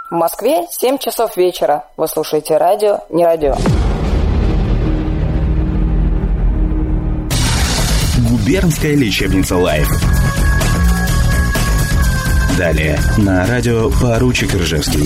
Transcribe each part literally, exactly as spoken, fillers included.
В Москве семь часов вечера. Вы слушаете радио «Не радио». Губернская лечебница Лайв. Далее на радио «Поручик Ржевский».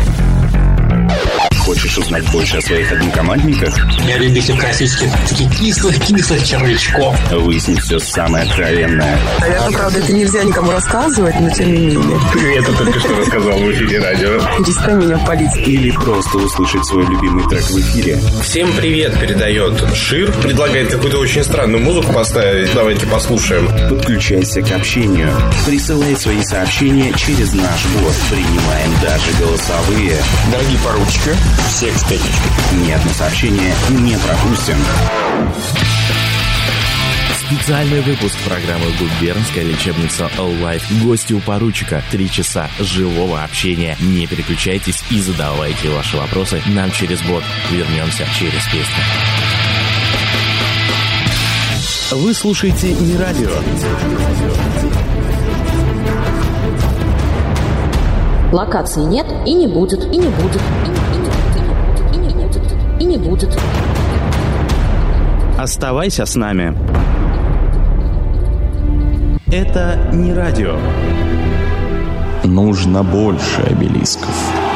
Хочешь узнать больше о своих однокомандниках? Я любитель классических таких кислых-кислых червячков. Выяснить все самое откровенное. Наверное, правда, это нельзя никому рассказывать, но тем не менее. Ты это только что рассказал в эфире радио. Перестань меня палить. Или просто услышать свой любимый трек в эфире. Всем привет передает Шир. Предлагает какую-то очень странную музыку поставить. Давайте послушаем. Подключайся к общению. Присылай свои сообщения через наш бот. Принимаем даже голосовые. Дорогие поручики, всех с пятничкой. Ни одно сообщение не пропустим. Специальный выпуск программы «Губернская лечебница Лайв». Гости у поручика. Три часа живого общения. Не переключайтесь и задавайте ваши вопросы нам через бот. Вернемся через песню. Вы слушаете «Не радио». Локации нет и не будет, и не будет, и не, и не будет, и не будет, и не будет. Оставайся с нами. Это не радио. Нужно больше обелисков.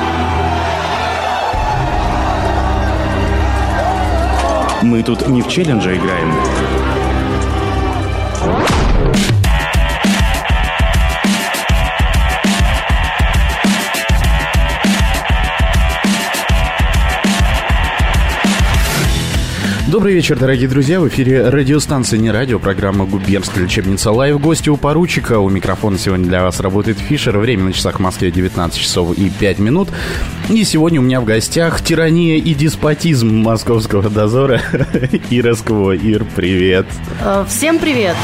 Мы тут не в челлендже играем. Добрый вечер, дорогие друзья. В эфире радиостанция «Не радио», программа «Губернская лечебница Лайв». Гости у поручика. У микрофона сегодня для вас работает Фишер. Время на часах в Москве девятнадцать часов и пять минут. И сегодня у меня в гостях тирания и деспотизм московского дозора. Ира Скво. Ир, привет. Всем привет.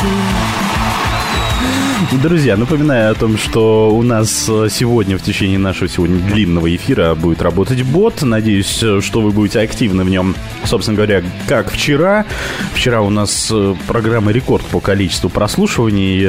Друзья, напоминаю о том, что у нас сегодня, в течение нашего сегодня длинного эфира, будет работать бот. Надеюсь, что вы будете активны в нем. Собственно говоря, как вчера. Вчера у нас программа рекорд по количеству прослушиваний.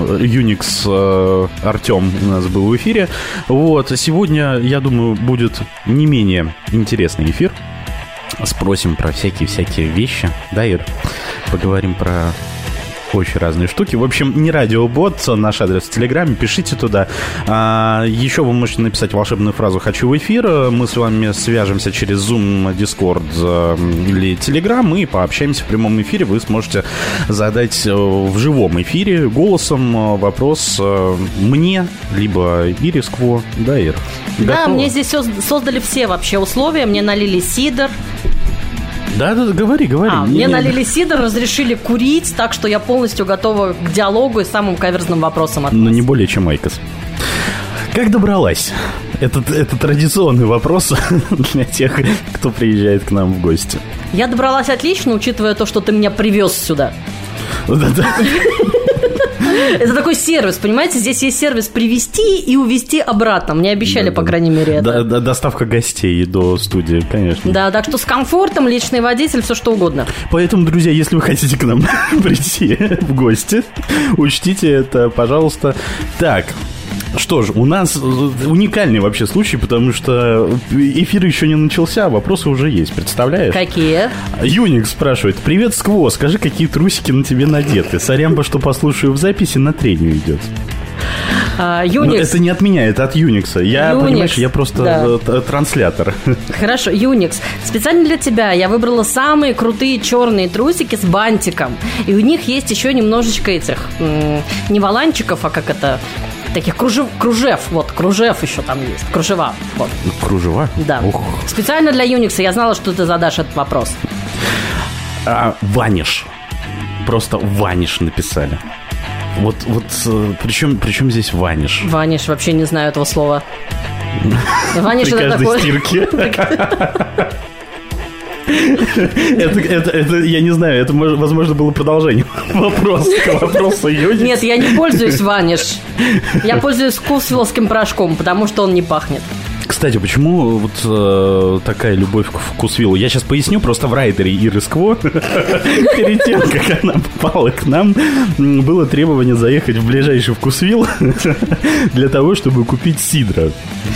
Unix Артем у нас был в эфире. Вот. Сегодня, я думаю, будет не менее интересный эфир. Спросим про всякие-всякие вещи. Да, Ир? Поговорим про... очень разные штуки. В общем, не радиобот, наш адрес в Телеграме, пишите туда. А, еще вы можете написать волшебную фразу «Хочу в эфир». Мы с вами свяжемся через Zoom, Discord или Telegram и пообщаемся в прямом эфире. Вы сможете задать в живом эфире голосом вопрос мне, либо Ире Скво. Да, Ир? Да, готова? Мне здесь создали все вообще условия. Мне налили сидр. Да, да, говори, говори. А, не, мне не, налили сидр, разрешили курить, так что я полностью готова к диалогу и самым каверзным вопросам от вас. Но не более чем Айкос. Как добралась? Это, это традиционный вопрос для тех, кто приезжает к нам в гости. Я добралась отлично, учитывая то, что ты меня привез сюда. Да-да. Это такой сервис, понимаете? Здесь есть сервис привезти и увезти обратно. Мне обещали, по крайней мере, это. Доставка гостей до студии, конечно. Да, так что с комфортом, личный водитель, все что угодно. Поэтому, друзья, если вы хотите к нам прийти в гости, учтите это, пожалуйста. Так, что ж, у нас уникальный вообще случай, потому что эфир еще не начался, а вопросы уже есть, представляешь? Какие? Юникс спрашивает: привет, Скво, скажи, какие трусики на тебе надеты? Сорямба, что послушаю в записи, на трению идет. Unix. Это не от меня, это от Unix. Я, Unix, понимаешь, я просто да. транслятор. Хорошо, Unix. Специально для тебя я выбрала самые крутые черные трусики с бантиком. И у них есть еще немножечко этих, не воланчиков, а как это... Таких кружев, кружев, вот, кружев еще там есть, кружева, вот. Кружева? Да. Ух. Специально для Unix я знала, что ты задашь этот вопрос. А, ваниш. Просто ваниш написали. Вот, вот, причем, причем здесь ваниш? Ваниш, вообще не знаю этого слова. Ваниш это такое... При каждой стирке. Это, это, это, я не знаю, это, возможно, было продолжение вопроса к вопросу Unix. Нет, я не пользуюсь ваниш. Я пользуюсь вкусвиллским порошком, потому что он не пахнет. Кстати, почему вот э, такая любовь к вкусвиллу? Я сейчас поясню, просто в райдере Иры Скво перед тем, как она попала к нам, было требование заехать в ближайший вкусвилл для того, чтобы купить сидра.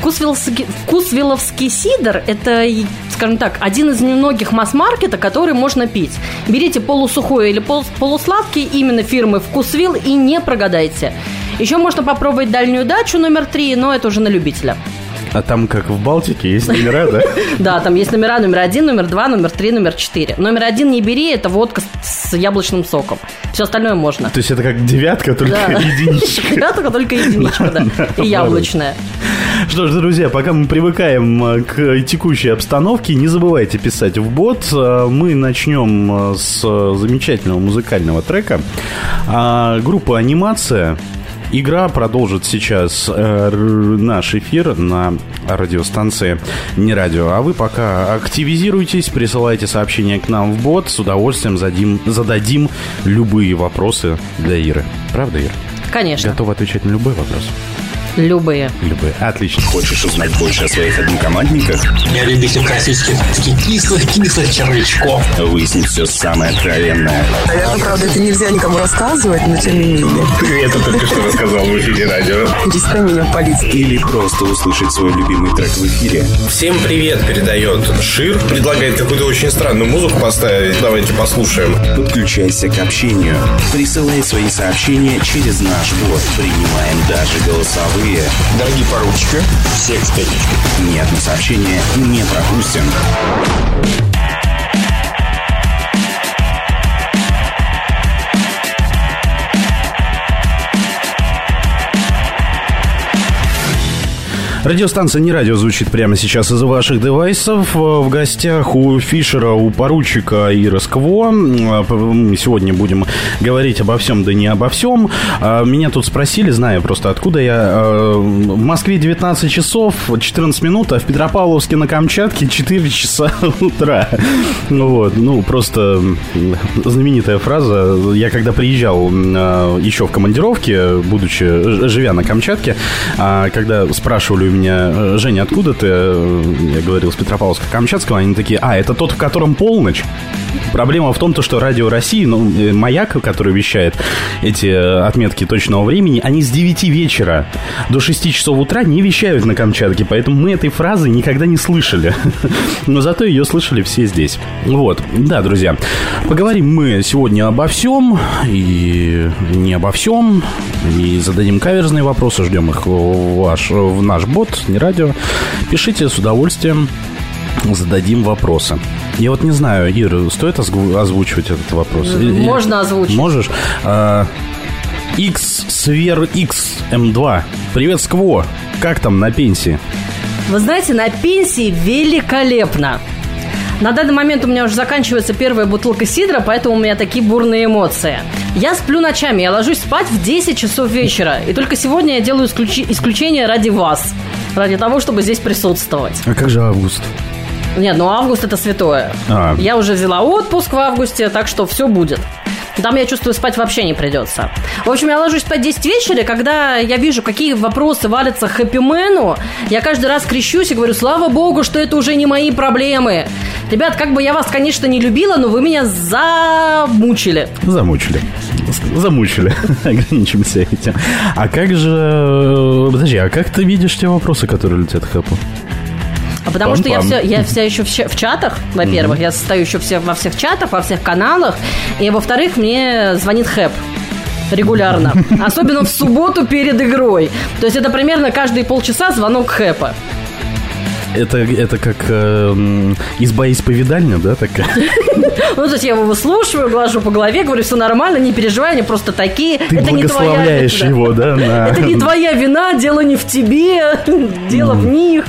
Вкусвилловский, вкусвилловский сидр – это, скажем так, один из немногих масс-маркета, который можно пить. Берите полусухой или полусладкий именно фирмы «Вкусвилл» и не прогадайте. Еще можно попробовать «Дальнюю дачу» номер три, но это уже на любителя. А там, как в Балтике, есть номера, да? Да, там есть номера номер один, номер два, номер три, номер четыре. Номер один не бери, это водка с яблочным соком. Все остальное можно. То есть это как девятка, только единичка. Девятка, только единичка, да. И яблочная. Что ж, друзья, пока мы привыкаем к текущей обстановке, не забывайте писать в бот. Мы начнем с замечательного музыкального трека. Группа «Анимация». Игра продолжит сейчас э, наш эфир на радиостанции «Не радио». А вы пока активизируйтесь, присылайте сообщения к нам в бот. С удовольствием задим, зададим любые вопросы для Иры. Правда, Ира? Конечно. Готова отвечать на любой вопрос? Любые. Любые. Отлично. Хочешь узнать больше о своих однокомандниках? Я любитель классических таких кислых-кислых червячков. Выяснить все самое откровенное. Наверное, правда, это нельзя никому рассказывать, но тем не менее. Это только что рассказал в эфире радио. Рискни меня в полиции. Или просто услышать свой любимый трек в эфире. Всем привет передает Шир. Предлагает какую-то очень странную музыку поставить. Давайте послушаем. Подключайся к общению. Присылай свои сообщения через наш бот. Принимаем даже голосовые. Дорогие поручики, всех с пятничкой. Ни одно сообщение не пропустим. Радиостанция «Не радио» звучит прямо сейчас из ваших девайсов. В гостях у Фишера, у поручика Иры Скво. Мы сегодня будем говорить обо всем, да не обо всем. Меня тут спросили, знаю просто откуда я. В Москве девятнадцать часов четырнадцать минут, а в Петропавловске на Камчатке четыре часа утра. Вот, ну, просто знаменитая фраза. Я когда приезжал еще в командировке, будучи, живя на Камчатке, когда спрашивали меня: Женя, откуда ты? Я говорил, с Петропавловска-Камчатского. Они такие: а, это тот, в котором полночь. Проблема в том, что Радио России, ну, Маяк, который вещает эти отметки точного времени, они с девяти вечера до шести часов утра не вещают на Камчатке. Поэтому мы этой фразы никогда не слышали. Но зато ее слышали все здесь. Вот, да, друзья, поговорим мы сегодня обо всем и не обо всем. И зададим каверзные вопросы, ждем их в, ваш, в наш бот, не радио. Пишите, с удовольствием зададим вопросы. Я вот не знаю, Ира, стоит озвучивать этот вопрос? Можно озвучить. Можешь? X Сфер X эм два. Привет, Скво. Как там на пенсии? Вы знаете, на пенсии великолепно. На данный момент у меня уже заканчивается первая бутылка сидра, поэтому у меня такие бурные эмоции. Я сплю ночами, я ложусь спать в десять часов вечера. И только сегодня я делаю исключ... исключение ради вас. Ради того, чтобы здесь присутствовать. А как же август? Нет, ну август это святое. А. Я уже взяла отпуск в августе, так что все будет. Там, я чувствую, спать вообще не придется. В общем, я ложусь спать в десять вечера, когда я вижу, какие вопросы валятся хэппимену, я каждый раз крещусь и говорю: слава богу, что это уже не мои проблемы. Ребят, как бы я вас, конечно, не любила, но вы меня замучили. Замучили. Замучили. Ограничимся этим. А как же... Подожди, а как ты видишь те вопросы, которые летят хэпу? А потому Пам-пам. что я все, я вся еще в, в чатах, во-первых, mm-hmm. я состою еще все, во всех чатах, во всех каналах, и, во-вторых, мне звонит хэп регулярно, особенно в субботу перед игрой. То есть это примерно каждые полчаса звонок хэпа. Это, это как э, изба-исповедальня, да, такая? Ну, то есть я его выслушиваю, глажу по голове, говорю: все нормально, не переживай, они просто такие. Ты это благословляешь не твоя, его, да? На... Это не твоя вина, дело не в тебе, дело в них.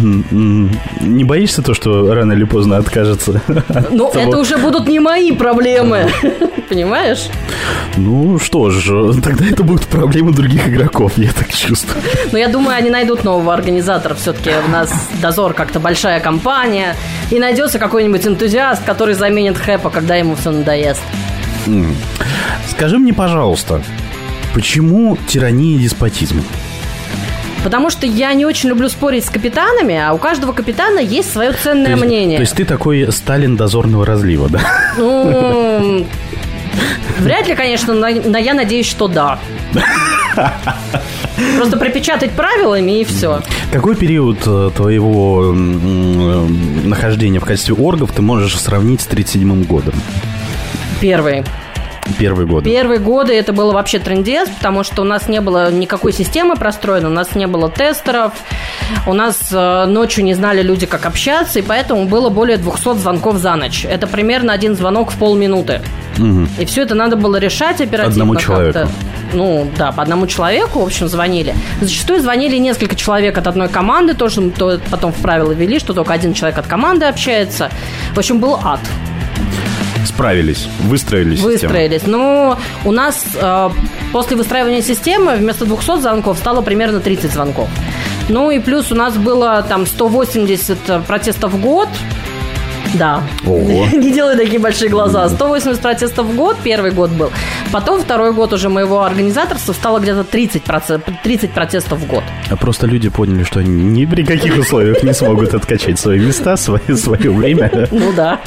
Не боишься то, что рано или поздно откажется? Ну, это уже будут не мои проблемы, понимаешь? Ну, что ж, тогда это будут проблемы других игроков, я так чувствую. Но я думаю, они найдут нового организатора. Все-таки у нас Дозор как-то большая компания, и найдется какой-нибудь энтузиаст, который заменит хэпа, когда ему все надоест. Mm. Скажи мне, пожалуйста, почему тирания и деспотизм? Потому что я не очень люблю спорить с капитанами, а у каждого капитана есть свое ценное то есть, мнение. То есть ты такой Сталин дозорного разлива, да? Ну, вряд ли, конечно, но, но я надеюсь, что да. Просто припечатать правилами и все. Какой период твоего нахождения в качестве оргов ты можешь сравнить с тридцать седьмым годом? Первый. Первые годы. Первые годы это было вообще трындец, потому что у нас не было никакой системы простроенной, у нас не было тестеров, у нас э, ночью не знали люди, как общаться, и поэтому было более двухсот звонков за ночь. Это примерно один звонок в полминуты. Угу. И все это надо было решать оперативно. Одному человеку. Как-то. Ну, да, по одному человеку, в общем, звонили. Зачастую звонили несколько человек от одной команды, тоже то, потом в правила ввели, что только один человек от команды общается. В общем, был ад. Справились, выстроились. Выстроились. Но у нас э, после выстраивания системы вместо двухсот звонков стало примерно тридцать звонков. Ну и плюс у нас было там сто восемьдесят протестов в год. Да. Ого. Не делай такие большие глаза. сто восемьдесят протестов в год, первый год был. Потом второй год уже моего организаторства стало где-то тридцать протестов в год. А просто люди поняли, что они ни при каких условиях не смогут откачать свои места, свое, свое время. Ну да.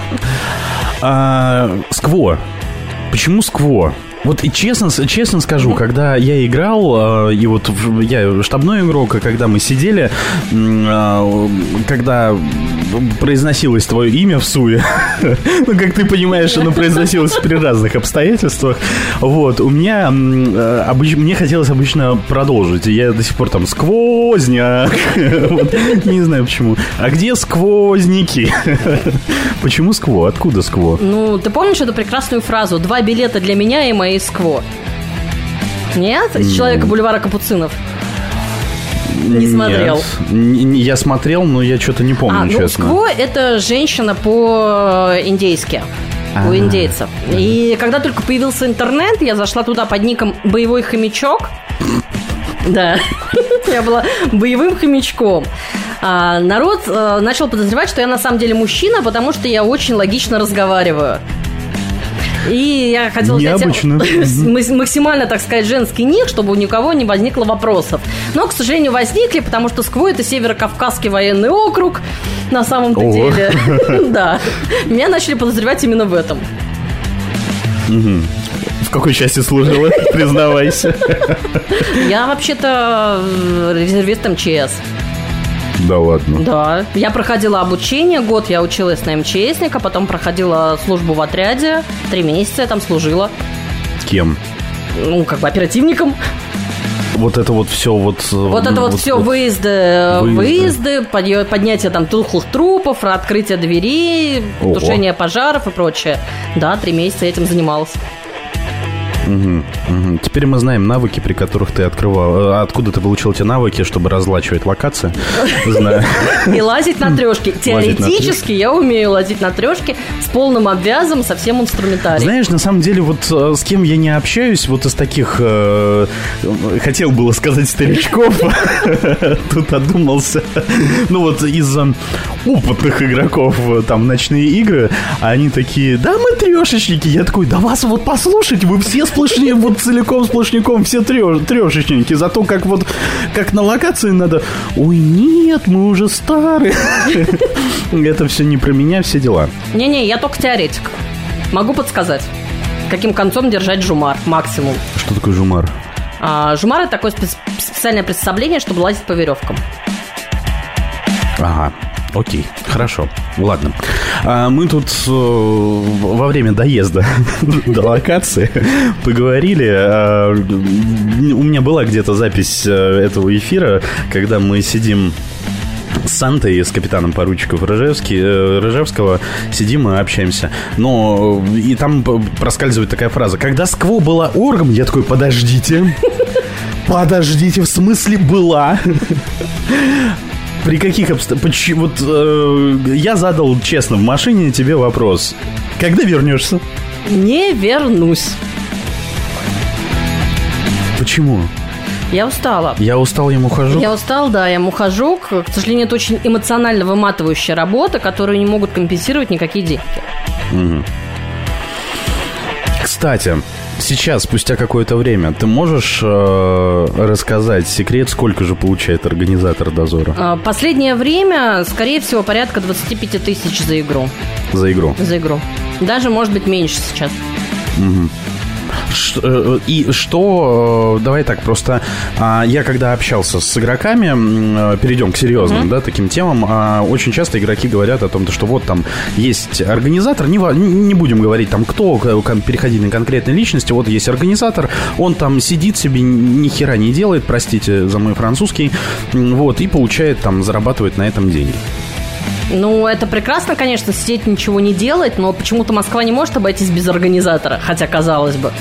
А, скво. Почему скво? Вот и честно, честно скажу, mm-hmm. когда я играл, и вот я штабной игрок, и когда мы сидели, когда произносилось твое имя в суе, ну, как ты понимаешь, оно произносилось при разных обстоятельствах, вот, у меня, мне хотелось обычно продолжить, и я до сих пор там сквозняк, не знаю почему. А где сквозники? Почему скво? Откуда скво? Ну, ты помнишь эту прекрасную фразу «Два билета для меня и мои скво»? Нет? Из «Человека бульвара Капуцинов». Не смотрел. Нет, я смотрел, но я что-то не помню, а, ну, честно. Скво – это женщина по-индейски. У индейцев. И когда только появился интернет, я зашла туда под ником «Боевой хомячок». Да, я была боевым хомячком. А, народ а, начал подозревать, что я на самом деле мужчина, потому что я очень логично разговариваю. И я хотела взять максимально, так сказать, женский ник, чтобы у никого не возникло вопросов. Но, к сожалению, возникли, потому что Скво – это Северо-Кавказский военный округ на самом-то деле. Да. Меня начали подозревать именно в этом. В какой части служила? Признавайся. Я вообще-то резервист эм че эс. Да ладно? Да. Я проходила обучение, год я училась на эм че эсника, потом проходила службу в отряде, три месяца я там служила. Кем? Ну, как бы оперативником. Вот это вот все вот... Вот это вот, вот все, вот, выезды, выезды, выезды поднятие там тухлых трупов, открытие дверей, Ого. Тушение пожаров и прочее. Да, три месяца этим занималась. Угу, угу. Теперь мы знаем навыки, при которых ты открывал. Откуда ты получил эти навыки, чтобы разлачивать локации? Знаю. И лазить на трешке. Теоретически я умею лазить на трешке с полным обвязом, со всем инструментарием. Знаешь, на самом деле, вот с кем я не общаюсь, вот из таких, э, хотел было сказать старичков, тут одумался. Ну вот из опытных игроков, там, ночные игры, они такие, да, мы трешечники. Я такой, да вас вот послушайте, вы все сплошные, вот целиком сплошняком все трешечники. Зато как вот, как на локации надо, ой, нет, мы уже старые. Это все не про меня, все дела. Не-не, я только теоретик. Могу подсказать, каким концом держать жумар, максимум. Что такое жумар? А, жумар – это такое специальное приспособление, чтобы лазить по веревкам. Ага. Окей, хорошо, ладно. А мы тут э, во время доезда до локации поговорили. А, у меня была где-то запись этого эфира, когда мы сидим с Сантой, с капитаном-поручиком Рыжевского, сидим и общаемся. Но и там проскальзывает такая фраза: когда Скво была оргом, я такой, подождите. Подождите, в смысле была? При каких обстоятельствах? Вот э, я задал честно в машине тебе вопрос. Когда вернешься? Не вернусь. Почему? Я устала. Я устал, я мухожук? Я устал, да, я мухожук. К сожалению, это очень эмоционально выматывающая работа, которую не могут компенсировать никакие деньги. Угу. Кстати, сейчас, спустя какое-то время, ты можешь э, рассказать секрет, сколько же получает организатор дозора? Последнее время, скорее всего, порядка двадцать пять тысяч за игру. За игру? За игру. Даже, может быть, меньше сейчас. Угу. И что, давай так, просто я когда общался с игроками, перейдем к серьезным, mm-hmm. да, таким темам, очень часто игроки говорят о том, что вот там есть организатор, не, не будем говорить там кто, переходить на конкретные личности, вот есть организатор, он там сидит себе, ни хера не делает, простите за мой французский, вот, и получает там, зарабатывает на этом деньги. Ну, это прекрасно, конечно, сидеть, ничего не делать, но почему-то Москва не может обойтись без организатора, хотя казалось бы.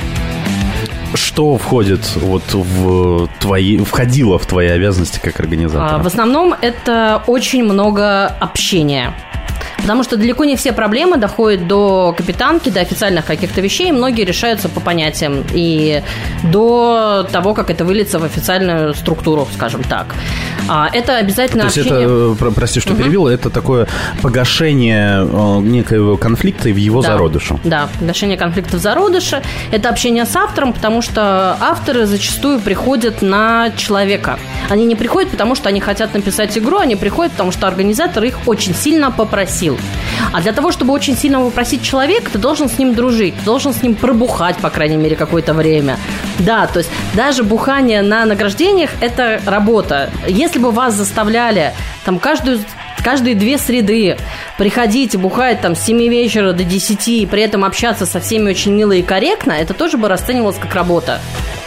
Что входит вот в твои, входило в твои обязанности как организатора? А, в основном это очень много общения. Потому что далеко не все проблемы доходят до капитанки, до официальных каких-то вещей. Многие решаются по понятиям. И до того, как это выльется в официальную структуру, скажем так. Это обязательно общение. То есть это, прости, что угу. перебил, это такое погашение некоего конфликта в его да. зародыше. Да, погашение конфликта в зародыше. Это общение с автором, потому что авторы зачастую приходят на человека. Они не приходят, потому что они хотят написать игру, они приходят, потому что организатор их очень сильно попросил. А для того, чтобы очень сильно попросить человека, ты должен с ним дружить, ты должен с ним пробухать, по крайней мере, какое-то время. Да, то есть даже бухание на награждениях – это работа. Если бы вас заставляли там каждую... каждые две среды приходить и бухать там с семи вечера до десяти, и при этом общаться со всеми очень мило и корректно, это тоже бы расценивалось как работа.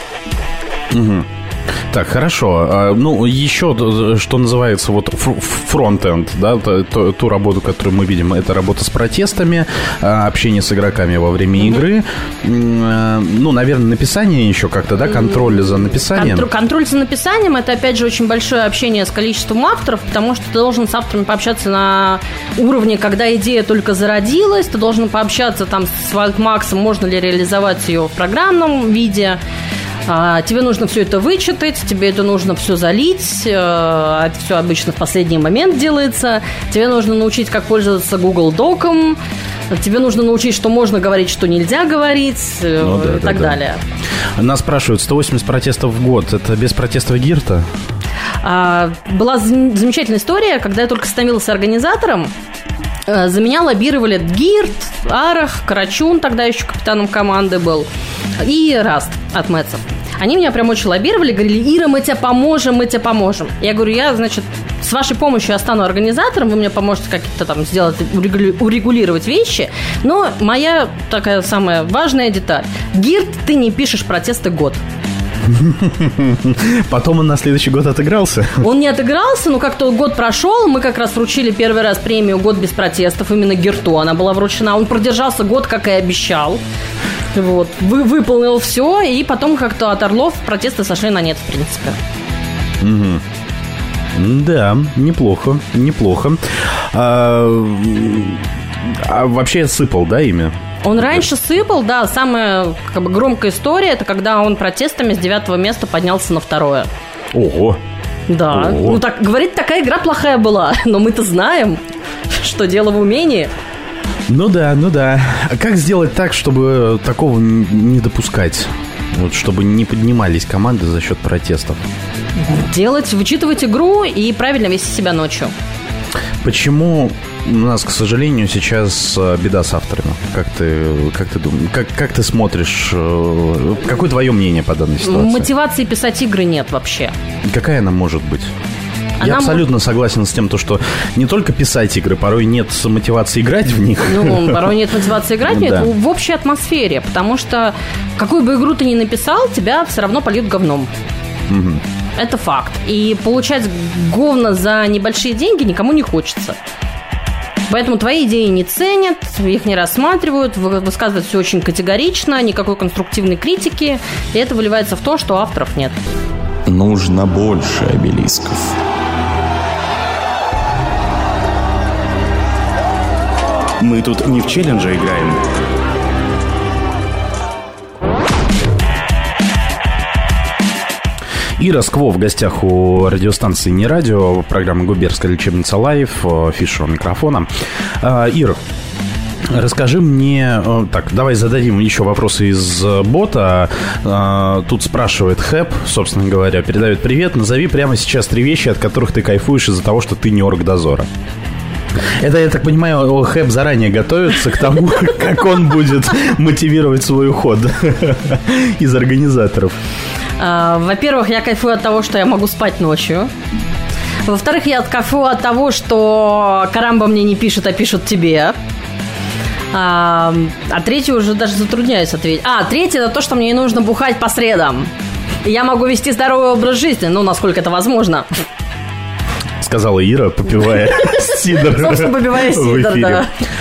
Угу. Так, хорошо. Ну, еще, что называется, вот фронт-энд, да, ту, ту работу, которую мы видим, это работа с протестами, общение с игроками во время mm-hmm. игры. Ну, наверное, написание еще как-то, да, контроль за написанием. Контроль, контроль за написанием, это, опять же, очень большое общение с количеством авторов, потому что ты должен с авторами пообщаться на уровне, когда идея только зародилась, ты должен пообщаться там с Вальтмаксом, можно ли реализовать ее в программном виде. Тебе нужно все это вычитать, тебе это нужно все залить. Это все обычно в последний момент делается. Тебе нужно научить, как пользоваться Google Доком. Тебе нужно научить, что можно говорить, что нельзя говорить, ну, да, и да, так да. далее. Нас спрашивают, сто восемьдесят протестов в год. Это без протестов Гирта? А, была замечательная история, когда я только становился организатором. За меня лоббировали Гирт, Арах, Карачун, тогда еще капитаном команды был, и Раст от Мэтсов. Они меня прям очень лоббировали, говорили: Ира, мы тебе поможем, мы тебе поможем. Я говорю: я, значит, с вашей помощью я стану организатором, вы мне поможете какие-то там сделать, урегулировать вещи. Но моя такая самая важная деталь: Гирт, ты не пишешь протесты год. Потом он на следующий год отыгрался? Он не отыгрался, но как-то год прошел. Мы как раз вручили первый раз премию «Год без протестов». Именно Гирту она была вручена. Он продержался год, как и обещал. Вот. Вы, выполнил все. И потом как-то от Орлов протесты сошли на нет, в принципе. Угу. Да, неплохо. Неплохо. А, а вообще сыпал, да, имя? Он раньше сыпал, да. Самая как бы громкая история — это когда он протестами с девятого места поднялся на второе. Ого! Да. Ого. Ну, так говорит, такая игра плохая была. Но мы-то знаем, что дело в умении. Ну да, ну да. А как сделать так, чтобы такого не допускать? Вот, чтобы не поднимались команды за счет протестов? Делать, вычитывать игру и правильно вести себя ночью. Почему у нас, к сожалению, сейчас беда с авторами? Как ты, как ты думаешь, как, как ты смотришь? Какое твое мнение по данной ситуации? Мотивации писать игры нет вообще. Какая она может быть? Она Я абсолютно может... согласен с тем, что не только писать игры, порой нет мотивации играть в них. Ну, порой нет мотивации играть в них в общей атмосфере, потому что какую бы игру ты ни написал, тебя все равно польют говном. Угу. Это факт. И получать говно за небольшие деньги никому не хочется. Поэтому твои идеи не ценят, их не рассматривают, высказывают все очень категорично, никакой конструктивной критики, и это выливается в то, что авторов нет. Нужно больше обелисков. Мы тут не в челлендже играем. Ира Скво в гостях у радиостанции «Не радио», программа «Губерская лечебница Лайв», Фишер у микрофона. Ира, расскажи мне... Так, давай зададим еще вопросы из бота. Тут спрашивает Хэп, собственно говоря, передает привет. Назови прямо сейчас три вещи, от которых ты кайфуешь из-за того, что ты не орг дозора. Это, я так понимаю, Хэп заранее готовится к тому, как он будет мотивировать свой уход из организаторов. Во-первых, я кайфую от того, что я могу спать ночью. Во-вторых, я кайфую от того, что Карамба мне не пишет, а пишет тебе. А, а третье уже даже затрудняюсь ответить. А, третье — это то, что мне не нужно бухать по средам. Я могу вести здоровый образ жизни, ну, насколько это возможно. Сказала Ира, попивая сидр. Собственно, попивая сидр, да.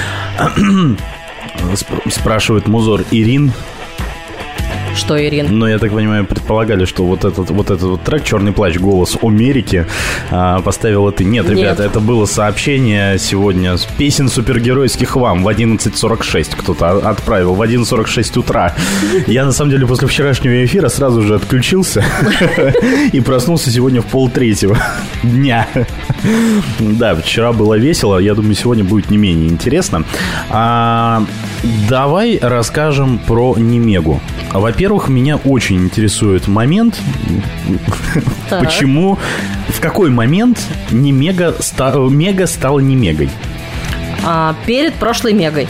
Спрашивает Музор: Ирин? Что, Ирин? Ну, я так понимаю, предполагали, что вот этот вот, этот вот трек «Черный плащ. Голос Америки» а, поставила ты. Нет, ребята, Нет. это было сообщение сегодня с песен супергеройских вам в одиннадцать сорок шесть кто-то отправил, в одиннадцать сорок шесть утра. Я, на самом деле, после вчерашнего эфира сразу же отключился и проснулся сегодня в полтретьего дня. Да, вчера было весело, я думаю, сегодня будет не менее интересно. А, давай расскажем про Немегу. Во-первых, меня очень интересует момент, так. почему, в какой момент Немега ста, Мега стала Немегой? А, перед прошлой Мегой.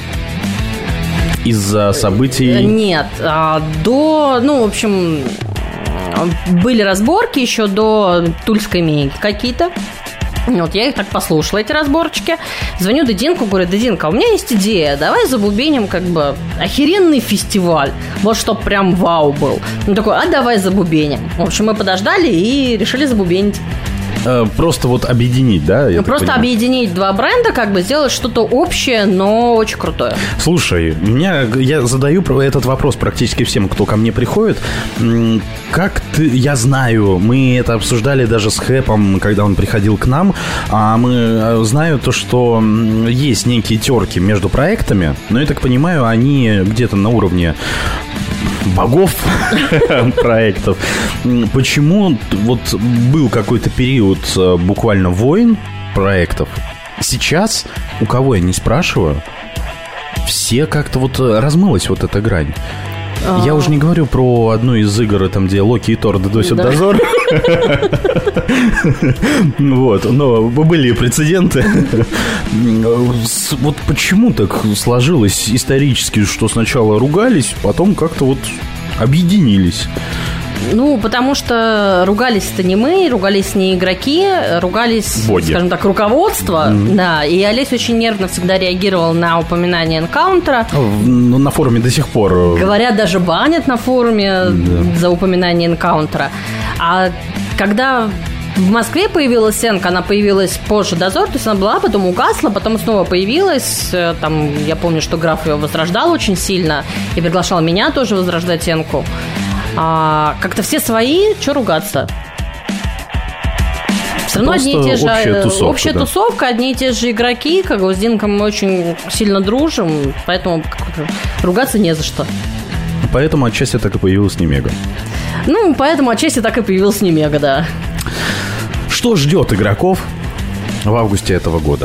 Из-за событий? Нет, а, до, ну, в общем, были разборки еще до Тульской Меги какие-то. Вот я их так послушала, эти разборчики. Звоню Дединку, говорю: Дединка, у меня есть идея, давай забубеним как бы охеренный фестиваль. Вот чтоб прям вау был. Он такой: а давай забубеним. В общем, мы подождали и решили забубенить. Просто вот объединить, да? Ну, просто объединить два бренда, как бы сделать что-то общее, но очень крутое. Слушай, меня, я задаю этот вопрос практически всем, кто ко мне приходит. Как ты, я знаю, мы это обсуждали даже с Хэпом, когда он приходил к нам, а мы знаю то, что есть некие терки между проектами, но я так понимаю, они где-то на уровне богов проектов. Почему вот был какой-то период буквально войн проектов? Сейчас, у кого я не спрашиваю, все как-то вот размылась вот эта грань. А-а-а. Я уже не говорю про одну из игр, там, где Локи и Тор доносят да. дозор. Вот, но были прецеденты. Вот почему так сложилось исторически, что сначала ругались, потом как-то вот объединились? Ну, потому что ругались-то не мы, ругались не игроки, ругались, боги. Скажем так, руководство. Mm-hmm. Да, и Олесь очень нервно всегда реагировал на упоминание энкаунтера. Ну, на форуме до сих пор. Говорят, даже банят на форуме yeah. за упоминание энкаунтера. А когда в Москве появилась Энка, она появилась позже Дозор, то есть она была, потом угасла, потом снова появилась. Там, я помню, что граф ее возрождал очень сильно и приглашал меня тоже возрождать Энку. А, как-то все свои, что ругаться? Все равно одни и те же общая тусовка, общая да. тусовка, одни и те же игроки. Как бы с Динком мы очень сильно дружим, поэтому ругаться не за что. Поэтому отчасти так и появилась Немега. Ну, поэтому отчасти так и появилась Немега, да. Что ждет игроков в августе этого года?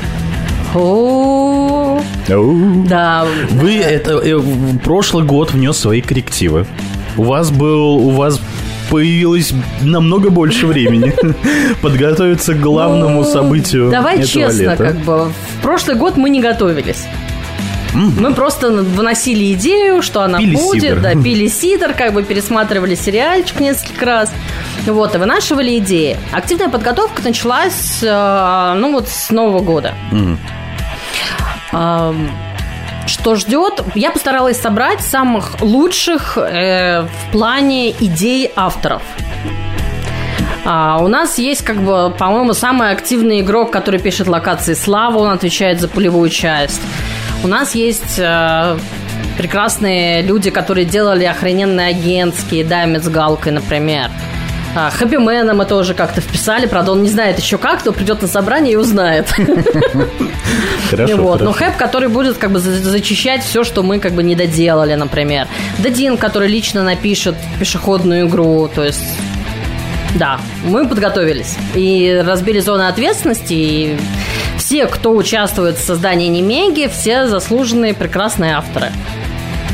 О, да. Вы это прошлый год внес свои коррективы. У вас был, у вас появилось намного больше времени подготовиться к главному ну, событию. Давай этого честно, лета. Как бы в прошлый год мы не готовились. Mm. Мы просто выносили идею, что она пили будет, сидр. да, пили сидр, как бы пересматривали сериальчик несколько раз, вот, и вынашивали идеи. Активная подготовка началась, ну вот с Нового года. Mm. А, что ждет? Я постаралась собрать самых лучших э, в плане идей авторов. А, у нас есть, как бы, по-моему, самый активный игрок, который пишет локации Слава, он отвечает за пулевую часть. У нас есть э, прекрасные люди, которые делали охрененные агентские, Даймит с Галкой, например. Хэппимена мы тоже как-то вписали, правда, он не знает еще как, то придет на собрание и узнает. Хорошо, вот. хорошо. Но Хэп, который будет как бы зачищать все, что мы как бы не доделали, например. Дадин, который лично напишет пешеходную игру, то есть... Да, мы подготовились и разбили зоны ответственности, и все, кто участвует в создании Немеги, все заслуженные прекрасные авторы.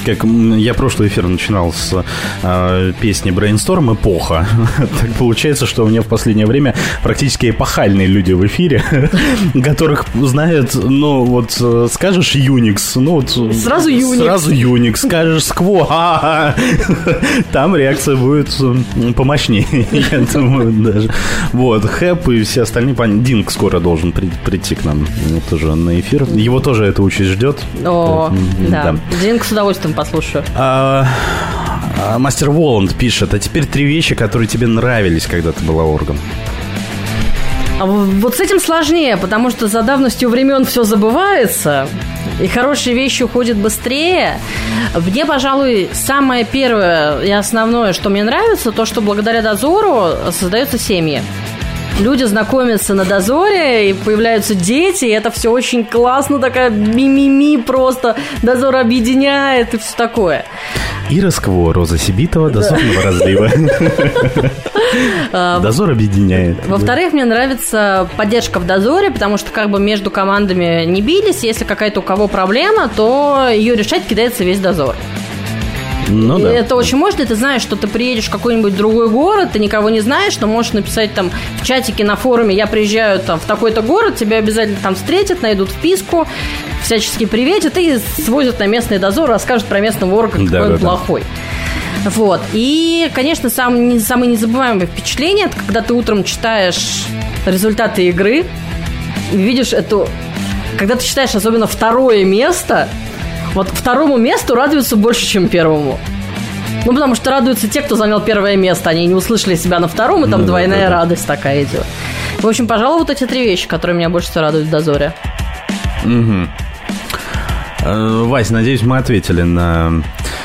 как я прошлый эфир начинал с э, песни Brainstorm «Эпоха». Так получается, что у меня в последнее время практически эпохальные люди в эфире, которых знают, ну, вот скажешь Unix, ну, вот... Сразу Unix. Сразу Unix. Скажешь Skwo, там реакция будет помощнее, я думаю, даже. Вот, Хэп и все остальные. Динг скоро должен прийти к нам тоже на эфир. Его тоже эта участь ждет. О, да. Динг с удовольствием послушаю. Мастер Воланд пишет: а теперь три вещи, которые тебе нравились, когда ты была орган. А вот с этим сложнее, потому что за давностью времен все забывается, и хорошие вещи уходят быстрее. Мне, пожалуй, самое первое и основное, что мне нравится, то, что благодаря дозору создаются семьи. Люди знакомятся на дозоре, и появляются дети, и это все очень классно, такая ми-ми-ми просто, дозор объединяет и все такое. Ира Скво, Роза Сибитова, дозорного разлива. Дозор объединяет. Во-вторых, мне нравится поддержка в дозоре, потому что как бы между командами не бились, если какая-то у кого проблема, то ее решать кидается весь дозор. Ну, да. Это очень можно, ты знаешь, что ты приедешь в какой-нибудь другой город, ты никого не знаешь, но можешь написать там в чатике на форуме: я приезжаю там в такой-то город, тебя обязательно там встретят, найдут вписку, всячески приветят и свозят на местный дозор, расскажут про местного орга, какой да, он да, плохой. Да. Вот. И, конечно, сам, самое незабываемое впечатление — это когда ты утром читаешь результаты игры и видишь эту... Когда ты читаешь особенно второе место, вот второму месту радуются больше, чем первому. Ну, потому что радуются те, кто занял первое место. Они не услышали себя на втором, и там ну, двойная да, да. радость такая идет. В общем, пожалуй, вот эти три вещи, которые меня больше всего радуют в дозоре. Угу. Вась, надеюсь, мы ответили на...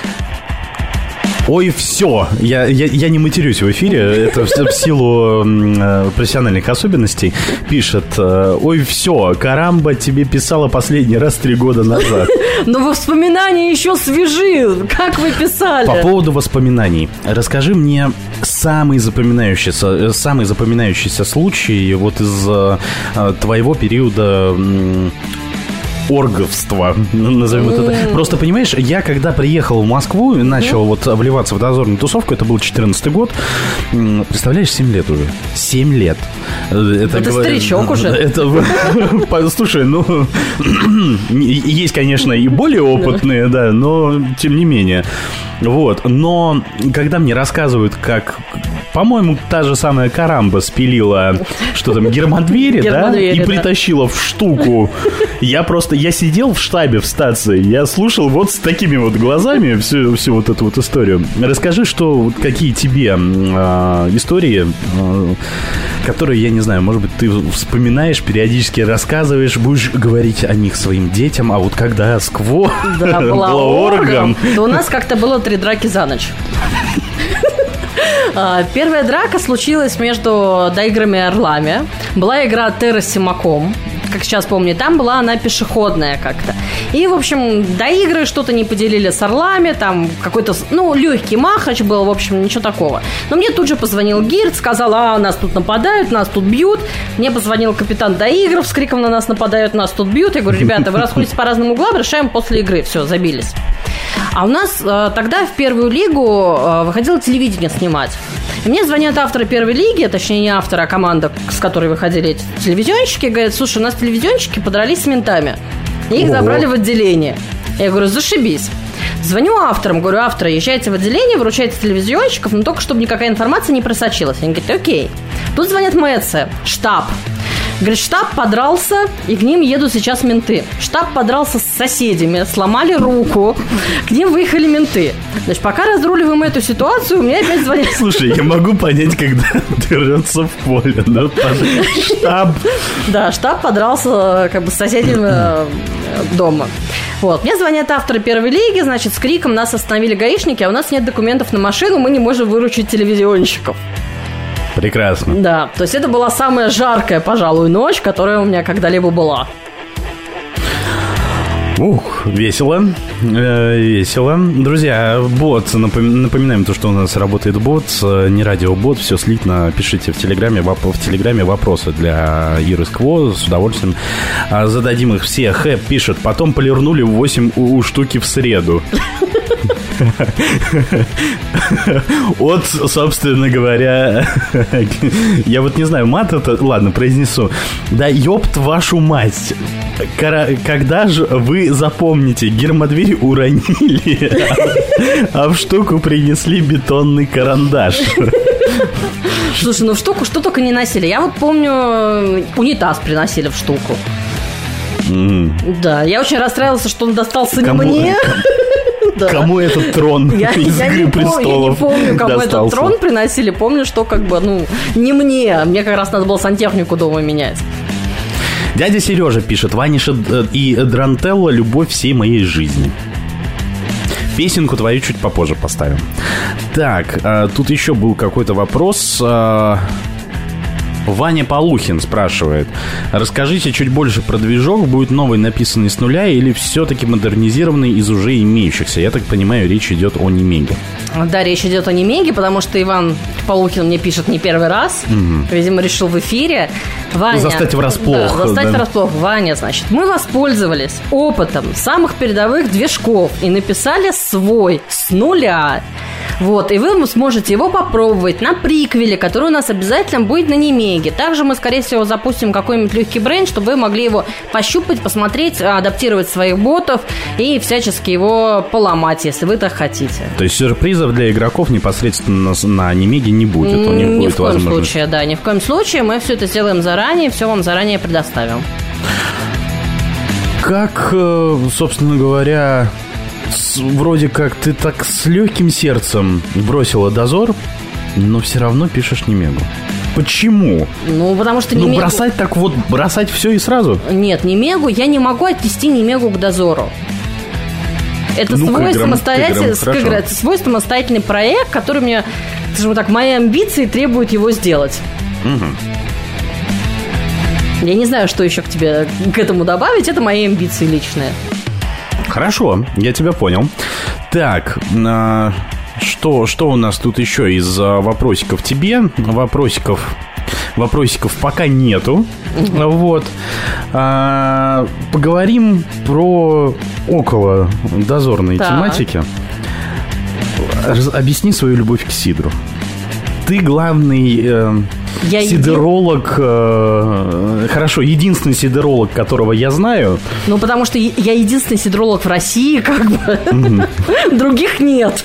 Ой, все, я, я, я не матерюсь в эфире, это в, в силу э, профессиональных особенностей. Пишет: ой, все, Карамба тебе писала последний раз три года назад. Но воспоминания еще свежи, как вы писали? По поводу воспоминаний, расскажи мне самый запоминающийся, самый запоминающийся случай вот из э, твоего периода... Э, орговство, назовем это так. Просто, понимаешь, я когда приехал в Москву и начал вот вливаться в дозорную тусовку, это был четырнадцатый год, представляешь, семь лет уже. семь лет. Это, это старичок уже. Это, слушай, ну, есть, конечно, и более опытные, да, но тем не менее. Вот, но когда мне рассказывают, как, по-моему, та же самая Карамба спилила, что там, гермодвери, да, и притащила в штуку, я просто, я сидел в штабе в стации, я слушал вот с такими вот глазами всю, всю вот эту вот историю. Расскажи, что, вот какие тебе э, истории, э, которые, я не знаю, может быть, ты вспоминаешь, периодически рассказываешь, будешь говорить о них своим детям, а вот когда Скво да, была оргом, то у нас как-то было три драки за ночь. Первая драка случилась между доиграми и орлами. Была игра Терра Симаком, как сейчас помню, там была она пешеходная как-то. И, в общем, доигры что-то не поделили с орлами, там какой-то, ну, легкий махач был, в общем, ничего такого. Но мне тут же позвонил Гирд, сказал: а, нас тут нападают, нас тут бьют. Мне позвонил капитан доигров с криком: на нас нападают, нас тут бьют. Я говорю: ребята, вы расходитесь по разным углам, решаем после игры. Все, забились. А у нас э, тогда в первую лигу э, выходило телевидение снимать. И мне звонят авторы первой лиги, точнее не авторы, а команда, с которой выходили эти телевизионщики, говорят: слушай, у нас телевизионщики подрались с ментами. И их Ого. забрали в отделение. Я говорю: зашибись. Звоню авторам, говорю: авторы, езжайте в отделение, выручайте телевизионщиков, но только чтобы никакая информация не просочилась. Они говорят: окей. Тут звонят Мэтце, штаб. Говорит: штаб подрался, и к ним едут сейчас менты. Штаб подрался с соседями, сломали руку, к ним выехали менты. Значит, пока разруливаем эту ситуацию, у меня опять звонят. Слушай, я могу понять, когда дерется в поле, да? Штаб. Да, штаб подрался как бы с соседями дома. Вот. Мне звонят авторы первой лиги, значит, с криком: нас остановили гаишники, а у нас нет документов на машину, мы не можем выручить телевизионщиков. Прекрасно. Да, то есть это была самая жаркая, пожалуй, ночь, которая у меня когда-либо была. Ух. весело. Э, весело. Друзья, бот, напом... напоминаем то, что у нас работает бот, не радиобот, все слитно. Пишите в Телеграме, в, в Телеграме вопросы для Иры Скво, с удовольствием зададим их все. Хэп пишет, потом полирнули восемь у штуки в среду. Вот, собственно говоря, я вот не знаю, мат это, ладно, произнесу. Да ёпт вашу мать. Когда же вы запомните, гермодверь уронили, а в штуку принесли бетонный карандаш? Слушай, ну в штуку что только не носили. Я вот помню, унитаз приносили в штуку. Mm. Да, я очень расстраивался, что он достался Кому? не мне. Да. Кому этот трон я, из я «Игры не престолов» пом- Я не помню, кому достался. этот трон приносили. Помню, что как бы, ну, не мне. Мне как раз надо было сантехнику дома менять. Дядя Сережа пишет, Ваниша и Дрантелло — любовь всей моей жизни. Песенку твою чуть попозже поставим. Так, а, тут еще был какой-то вопрос. А, Ваня Полухин спрашивает, расскажите чуть больше про движок, будет новый, написанный с нуля, или все-таки модернизированный из уже имеющихся? Я так понимаю, речь идет о Немеге. Да, речь идет о Немеге, потому что Иван Полухин мне пишет не первый раз. Угу. Видимо, решил в эфире. Ваня, застать врасплох. Да, застать да. врасплох. Ваня, значит, мы воспользовались опытом самых передовых движков и написали свой с нуля. Вот, и вы сможете его попробовать на приквеле, который у нас обязательно будет на Немеге. Также мы, скорее всего, запустим какой-нибудь легкий бренд, чтобы вы могли его пощупать, посмотреть, адаптировать своих ботов и всячески его поломать, если вы так хотите. То есть сюрпризов для игроков непосредственно на, на Немеге не будет? У них ни будет в коем возможность... случае, да, ни в коем случае. Мы все это сделаем заранее, все вам заранее предоставим. Как, собственно говоря... Вроде как ты так с легким сердцем бросила дозор, но все равно пишешь Немегу. Почему? Ну, потому что Немегу... Ну, бросать так вот, бросать все и сразу? Нет, Немегу, я не могу отнести Немегу к дозору. Это, ну, свой, играм, самостоятельный, к играм, это свой самостоятельный проект, который мне, скажем так, мои амбиции требуют его сделать. Угу. Я не знаю, что еще к тебе к этому добавить. Это мои амбиции личные. Хорошо, я тебя понял. Так, а, что, что у нас тут еще из вопросиков тебе? Вопросиков, вопросиков пока нету. Вот. А, поговорим про около дозорной так. тематики. Объясни свою любовь к сидру. Ты главный э, я сидеролог, э, хорошо, единственный сидеролог, которого я знаю. Ну, потому что я единственный сидеролог в России, как бы. Mm-hmm. Других нет.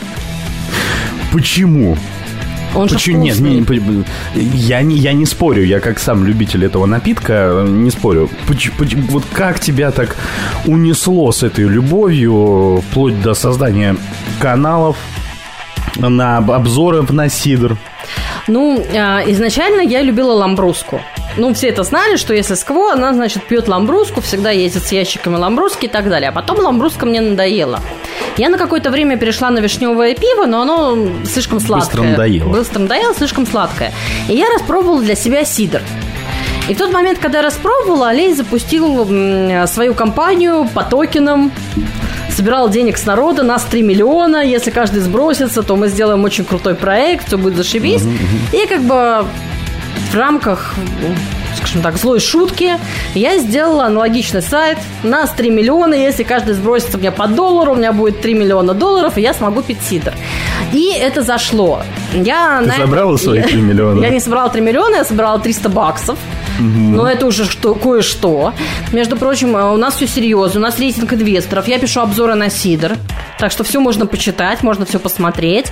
Почему? Он Почему? Нет, не, не, я, не, я не спорю, я как сам любитель этого напитка не спорю. Почему, вот как тебя так унесло с этой любовью вплоть до создания каналов, на обзоры на сидр? Ну, изначально я любила ламбруску. Ну, все это знали, что если Скво, она, значит, пьет ламбруску, всегда ездит с ящиками ламбруски и так далее. А потом ламбруска мне надоела. Я на какое-то время перешла на вишневое пиво, но оно слишком сладкое. Быстро надоело. Быстро надоело, слишком сладкое. И я распробовала для себя сидр. И в тот момент, когда я распробовала, Олей запустил свою компанию по токенам. Собирал денег с народа, нас три миллиона. Если каждый сбросится, то мы сделаем очень крутой проект, все будет зашибись. Uh-huh, uh-huh. И как бы в рамках, скажем так, злой шутки я сделала аналогичный сайт. Нас три миллиона, если каждый сбросится мне по доллару, у меня будет три миллиона долларов, и я смогу пить сидр. И это зашло. Я Ты на собрала это... свои три миллиона? Я не собрала три миллиона, я собрала триста баксов. Угу. Но это уже что, кое-что. Между прочим, у нас все серьезно. У нас рейтинг инвесторов. Я пишу обзоры на сидр. Так что все можно почитать, можно все посмотреть.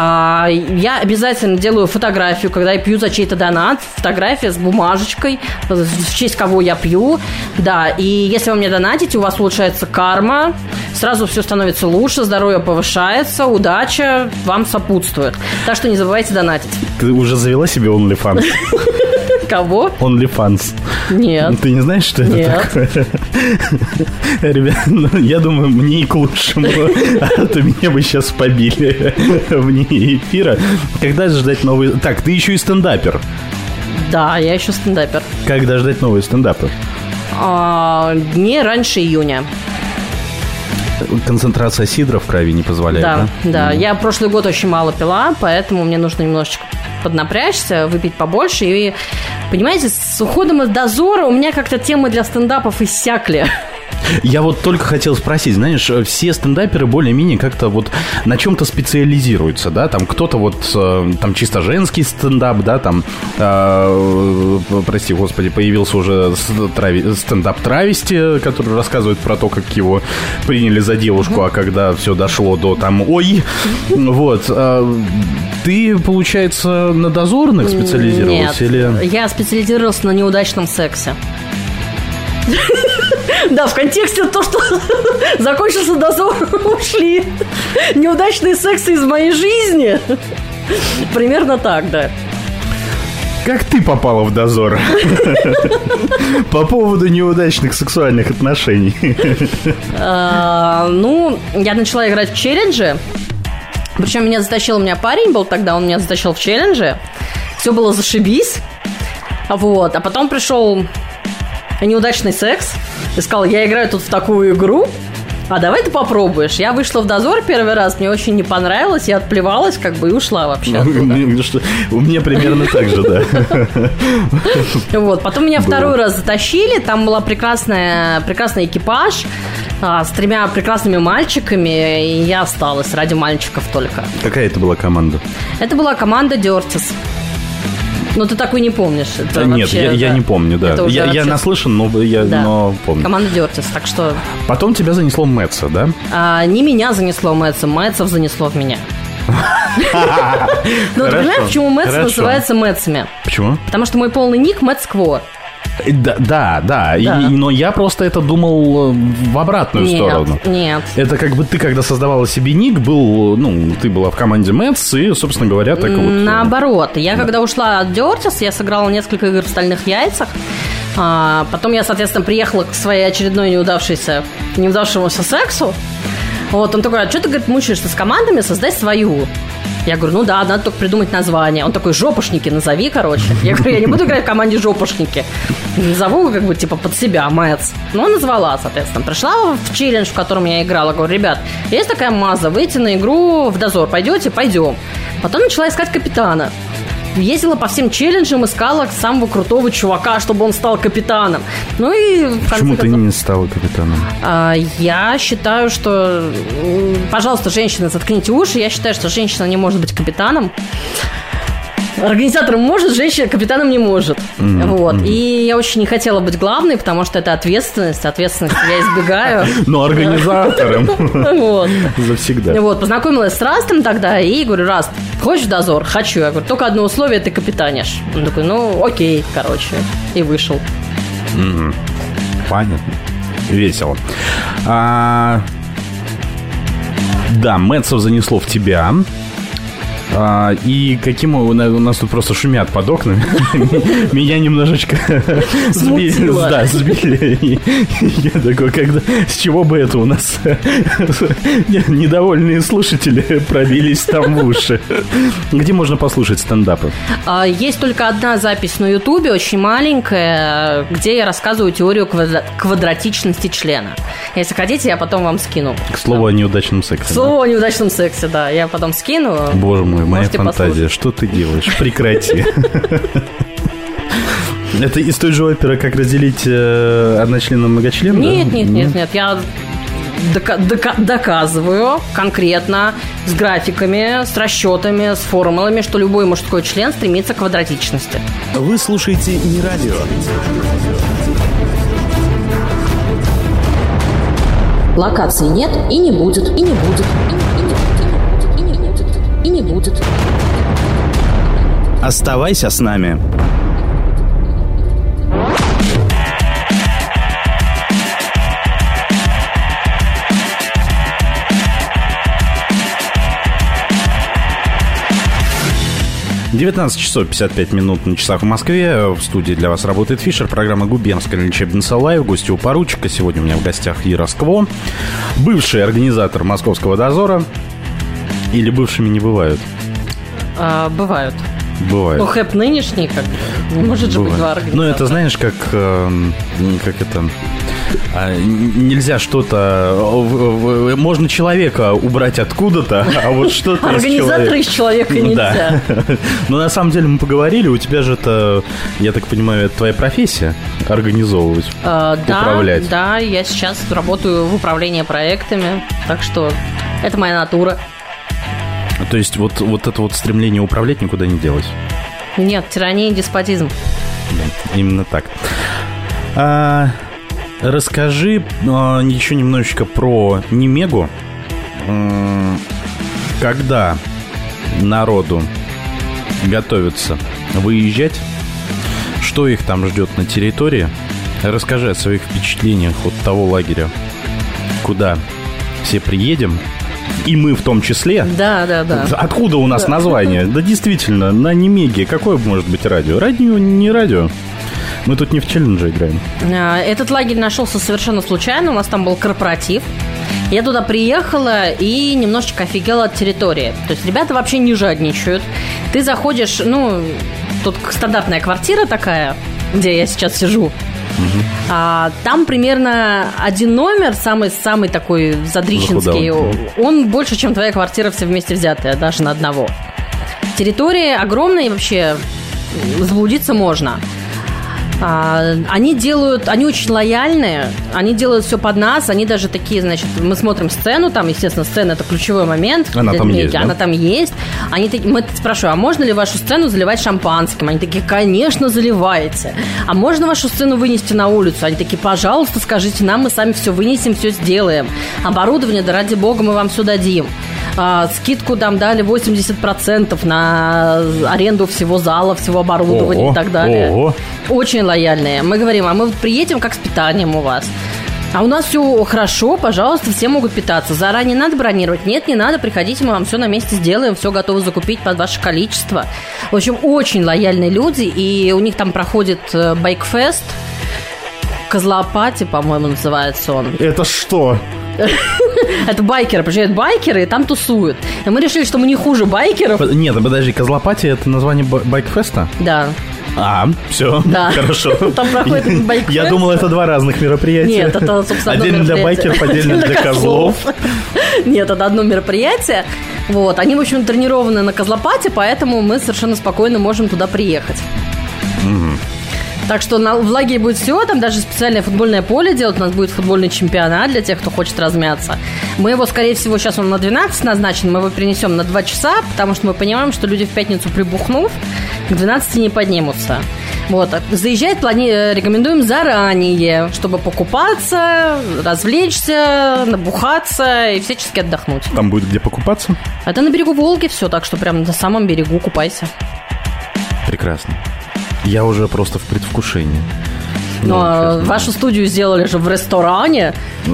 Я обязательно делаю фотографию, когда я пью за чей-то донат. Фотография с бумажечкой, в честь кого я пью. Да, и если вы мне донатите, у вас улучшается карма. Сразу все становится лучше, здоровье повышается, удача вам сопутствует. Так что не забывайте донатить. Ты уже завела себе OnlyFans? Кого? OnlyFans. Нет. Ты не знаешь, что это Нет. такое? Ребят, ну, я думаю, мне и к лучшему. А то меня бы сейчас побили вне эфира. Когда же ждать новый... Так, ты еще и стендапер. Да, я еще стендапер. Когда ждать новые стендапы? А, не раньше июня. Концентрация сидра в крови не позволяет, да? Да, да. Mm. Я прошлый год очень мало пила, поэтому мне нужно немножечко поднапрячься, выпить побольше. И, понимаете, с уходом из дозора у меня как-то темы для стендапов иссякли. Я вот только хотел спросить, знаешь, все стендаперы более-менее как-то вот на чем-то специализируются, да, там кто-то вот, там чисто женский стендап, да, там, э, прости господи, появился уже стендап травести, который рассказывает про то, как его приняли за девушку, а когда все дошло до там, ой, вот, ты, получается, на дозорных специализировалась? Нет, или... я специализировалась на неудачном сексе. Да, в контексте то, что закончился дозор, ушли неудачные сексы из моей жизни. Примерно так, да. Как ты попала в дозор? По поводу неудачных сексуальных отношений. Ну, я начала играть в челленджи. Причем меня затащил, у меня парень был тогда, он меня затащил в челленджи. Все было зашибись. Вот, а потом пришел неудачный секс и сказал, я играю тут в такую игру, а давай ты попробуешь. Я вышла в дозор первый раз, мне очень не понравилось, я отплевалась как бы и ушла вообще. У меня примерно так же, да. Вот, потом меня второй раз затащили, там была прекрасная, прекрасный экипаж с тремя прекрасными мальчиками, и я осталась ради мальчиков только. Какая это была команда? Это была команда Дёртис. Ну, ты такой не помнишь. Это Нет, вообще, я, да. я не помню, да. Я, вообще... я наслышан, но я да. но помню. Команда Дёртис, так что... Потом тебя занесло Мэтса, да? А, не меня занесло Мэтса, Мэтсов занесло в меня. Ну, ты понимаешь, почему Мэтс называется Мэтсами? Почему? Потому что мой полный ник Мэтс Кво. Да, да, да. И, но я просто это думал в обратную нет, сторону. Нет. Это как бы ты, когда создавала себе ник, был, ну, ты была в команде Мэтс, и, собственно говоря, так вот. Наоборот. Я да. когда ушла от Дёртис, я сыграла несколько игр в «Стальных яйцах». А, потом я, соответственно, приехала к своей очередной неудавшейся, неудавшемуся сексу. Вот, он такой, а что ты, говорит, мучаешься с командами, создай свою. Я говорю, ну да, надо только придумать название. Он такой, жопошники назови, короче. Я говорю, я не буду играть в команде жопошники. Назову, как бы, типа, под себя, Мэтс. Ну, назвала, соответственно. Пришла в челлендж, в котором я играла. Говорю, ребят, есть такая маза, выйти на игру в дозор. Пойдете? Пойдем. Потом начала искать капитана. Ездила по всем челленджам, искала самого крутого чувака, чтобы он стал капитаном. Ну и... Почему ты не стала капитаном? А, я считаю, что... Пожалуйста, женщины, заткните уши. Я считаю, что женщина не может быть капитаном. Организатором может, женщина капитаном не может. Mm-hmm. Вот. Mm-hmm. И я очень не хотела быть главной, потому что это ответственность. Ответственность я избегаю. Но организатором. Завсегда. Вот. Познакомилась с Растом тогда и говорю, Раст, хочешь в дозор? Хочу. Я говорю, только одно условие, ты капитанишь. Он такой, ну окей, короче. И вышел. Понятно. Весело. Да, Мэтсов занесло в тебя. А, и каким у нас тут просто шумят под окнами. Меня немножечко сбили. Да, сбили. Я такой, когда с чего бы это у нас недовольные слушатели пробились там в уши. Где можно послушать стендапы? Есть только одна запись на Ютубе, очень маленькая, где я рассказываю теорию квадратичности члена. Если хотите, я потом вам скину. К слову о неудачном сексе. К слову о неудачном сексе, да. Я потом скину. Боже мой, моя фантазия. Послушать. Что ты делаешь? Прекрати. Это из той же оперы, как разделить одночлен на многочлен? Нет, нет, нет, нет. Я доказываю конкретно с графиками, с расчетами, с формулами, что любой мужской член стремится к квадратичности. Вы слушаете не радио. Локаций нет и не будет, и не будет, и не будет, и не будет. Оставайся с нами. девятнадцать часов пятьдесят пять минут на часах в Москве. В студии для вас работает Фишер. Программа «Губернская лечебница Лайв». Гости у поручика. Сегодня у меня в гостях Ира Скво, бывший организатор московского дозора. Или бывшими не бывают? А, бывают. Бывает. Ну, хэп нынешний, как не может же быть два организатора. Ну, это знаешь, как, э, как это... А, нельзя что-то... Можно человека убрать откуда-то, а вот что-то из человека... Организатора из человека нельзя. Но на самом деле мы поговорили, у тебя же это, я так понимаю, это твоя профессия — организовывать, управлять. Да, да, я сейчас работаю в управлении проектами, так что это моя натура. То есть вот, вот это вот стремление управлять никуда не делось? Нет, тирания и деспотизм. Да, именно так. А... Расскажи э, еще немножечко про Немегу. Когда народу готовится выезжать, что их там ждет на территории? Расскажи о своих впечатлениях от того лагеря, куда все приедем, и мы в том числе. Да, да, да. Откуда у нас название? Да, действительно, на Немеге какое может быть радио? Радио не радио. Мы тут не в челлендже играем. Этот лагерь нашелся совершенно случайно. У нас там был корпоратив. Я туда приехала и немножечко офигела от территории. То есть ребята вообще не жадничают. Ты заходишь, ну, тут стандартная квартира такая, где я сейчас сижу. Угу. А, там примерно один номер, самый, самый такой задрищенский, он больше, чем твоя квартира все вместе взятая, даже на одного. Территория огромная, и вообще заблудиться можно. А, они делают, они очень лояльные, они делают все под нас, они даже такие, значит, мы смотрим сцену, там, естественно, сцена — это ключевой момент. Она там Медиа, есть, да? Она там есть. Они такие, мы спрашиваем, а можно ли вашу сцену заливать шампанским? Они такие, конечно, заливайте. А можно вашу сцену вынести на улицу? Они такие, пожалуйста, скажите нам, мы сами все вынесем, все сделаем. Оборудование, да ради бога, мы вам все дадим. А, скидку там дали восемьдесят процентов на аренду всего зала, всего оборудования. Ого, и так далее. Ого. Очень лояльные. Мы говорим, а мы вот приедем, как с питанием у вас. А у нас все хорошо, пожалуйста, все могут питаться. Заранее надо бронировать? Нет, не надо, приходите, мы вам все на месте сделаем, все готовы закупить под ваше количество. В общем, очень лояльные люди, и у них там проходит байкфест, Козлопати, по-моему, называется он. Это что? Это байкеры, приезжают байкеры и там тусуют. И мы решили, что мы не хуже байкеров. Нет, подожди, Козлопати — это название байкфеста? Да. А, все, да. Хорошо. Там проходит байкфест. Я думал, это два разных мероприятия. Нет, это, собственно, отдельно для байкеров, отдельно для козлов. Нет, это одно мероприятие. Вот. Они, в общем, тренированы на Козлопати, поэтому мы совершенно спокойно можем туда приехать. Угу. Так что на, в лагере будет все, там даже специальное футбольное поле делают, у нас будет футбольный чемпионат для тех, кто хочет размяться. Мы его, скорее всего, сейчас он на двенадцать назначен, мы его перенесем на два часа, потому что мы понимаем, что люди в пятницу, прибухнув, к двенадцати не поднимутся. Вот. Заезжать плани... рекомендуем заранее, чтобы покупаться, развлечься, набухаться и всячески отдохнуть. Там будет где покупаться? Это на берегу Волги все, так что прям на самом берегу купайся. Прекрасно. Я уже просто в предвкушении. Но ну, вашу студию сделали же в ресторане.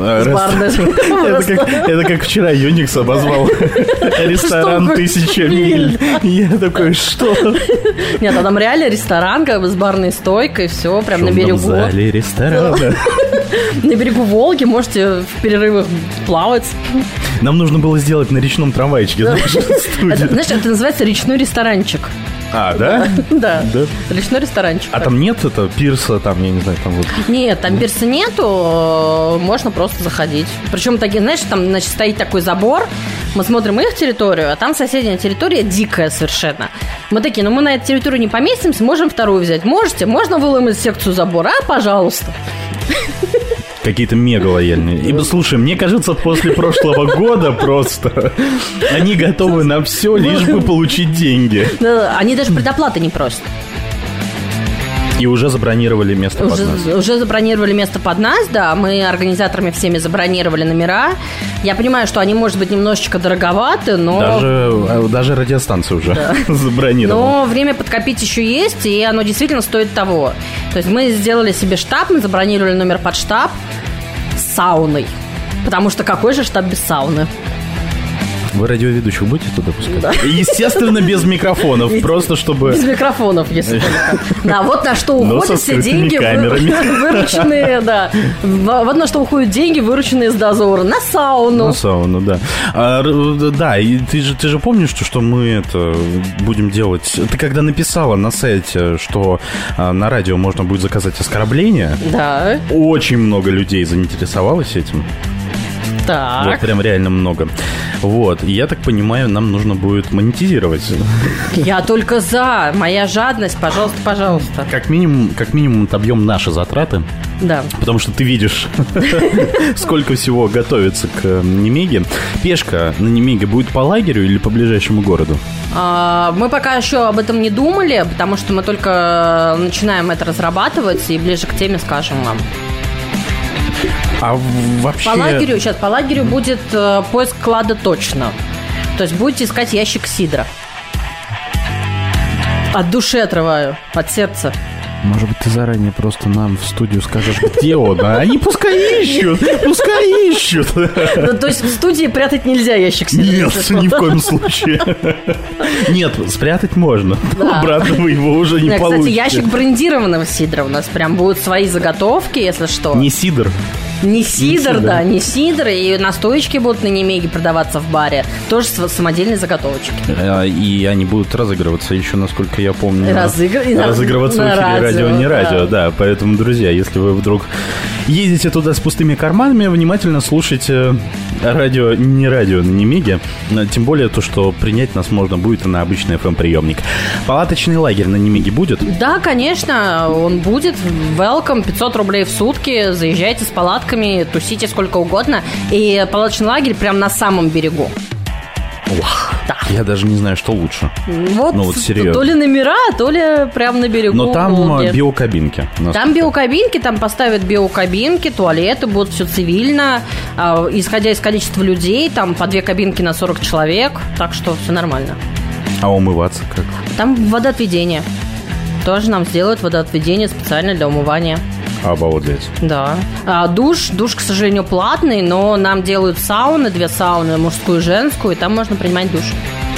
Это как вчера Юникс обозвал ресторан «Тысяча миль». Я такой, что? Нет, а там реально ресторан, как бы с барной стойкой, все, прям на берегу. В зале ресторана. На берегу Волги можете в перерывах плавать. Нам нужно было сделать на речном трамвайчике, знаешь, студию. Знаешь, это называется речной ресторанчик. А, да? Да. Речной ресторанчик. А там нет это пирса, там, я не знаю, там вот. Нет, там пирса нету, можно просто заходить. Причем такие, знаешь, там, значит, стоит такой забор, мы смотрим их территорию, а там соседняя территория дикая совершенно. Мы такие, ну мы на эту территорию не поместимся, можем вторую взять. Можете? Можно выломать секцию забора? А, пожалуйста. Какие-то мега лояльные. И, слушай, мне кажется, после прошлого года просто они готовы на все, лишь бы получить деньги. Они даже предоплаты не просят. И уже забронировали место уже, под нас. Уже забронировали место под нас, да. Мы организаторами всеми забронировали номера. Я понимаю, что они, может быть, немножечко дороговаты, но... Даже, даже радиостанция уже да. забронировала. Но время подкопить еще есть, и оно действительно стоит того. То есть мы сделали себе штаб, мы забронировали номер под штаб с сауной. Потому что какой же штаб без сауны? Вы радиоведущих будете туда пускать? Да. Естественно, без микрофонов, просто чтобы... Без микрофонов, если только. Да, вот на что Но уходят со все деньги, камерами. вырученные, да. Вот на что уходят деньги, вырученные с Дозора. На сауну. На сауну, да. А, да, и ты же, ты же помнишь, что, что мы это будем делать? Ты когда написала на сайте, что а, на радио можно будет заказать оскорбления, да. Очень много людей заинтересовалось этим. Так. Вот прям реально много. Вот, и я так понимаю, нам нужно будет монетизировать. Я только за. Моя жадность, пожалуйста, пожалуйста. Как минимум, как минимум отобьем наши затраты. Да. Потому что ты видишь, сколько всего готовится к Немеге. Пешка на Немеге будет по лагерю или по ближайшему городу? А, мы пока еще об этом не думали, потому что мы только начинаем это разрабатывать, и ближе к теме скажем вам. А вообще... По лагерю, сейчас, по лагерю будет э, поиск клада точно. То есть будете искать ящик сидра. От души отрываю, от сердца. Может быть, ты заранее просто нам в студию скажешь, где он, а они пускай ищут, пускай ищут. Ну, то есть в студии прятать нельзя ящик сидра? Нет, ни в коем случае. Нет, спрятать можно, да. Обратно вы его уже не да, получите. Кстати, ящик брендированного сидра у нас прям будут свои заготовки, если что. Не сидр. Не сидр, не да, не сидр. И настоечки будут на Немеге продаваться в баре. Тоже самодельные заготовочки. И они будут разыгрываться еще, насколько я помню. Разыгр... Разыгрываться на в эфире радио, радио, не да. радио, да. Поэтому, друзья, если вы вдруг едете туда с пустыми карманами, внимательно слушайте радио, не радио на Немеге. Тем более то, что принять нас можно будет и на обычный эф эм-приемник. Палаточный лагерь на Немеге будет? Да, конечно, он будет. Welcome, пятьсот рублей в сутки. Заезжайте с палатками, тусите сколько угодно. И палаточный лагерь прям на самом берегу. Ох, да. Я даже не знаю, что лучше. Вот, ну, вот серьезно. То ли номера, то ли прям на берегу. Но там Волги. биокабинки. Там биокабинки, там поставят биокабинки, туалеты, будут все цивильно. А, исходя из количества людей, там по две кабинки на сорок человек. Так что все нормально. А умываться как? Там водоотведение. Тоже нам сделают водоотведение специально для умывания. Обалдеть. Да. А, душ, душ, к сожалению, платный, но нам делают сауны, две сауны, мужскую и женскую, и там можно принимать душ.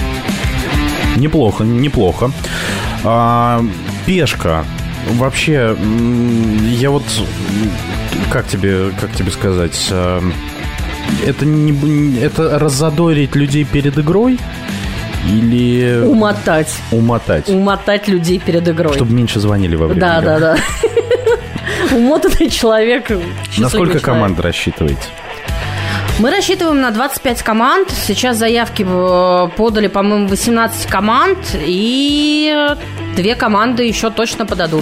Неплохо, неплохо. А, пешка. Вообще, я вот, как тебе, как тебе сказать, это не, это раззадорить людей перед игрой? Или... Умотать. Умотать. Умотать людей перед игрой. Чтобы меньше звонили во время Да, игры. да, да. Умотанный человек. На сколько команд рассчитываете? Мы рассчитываем на двадцать пять команд. Сейчас заявки подали, по-моему, восемнадцать команд. И две команды еще точно подадут.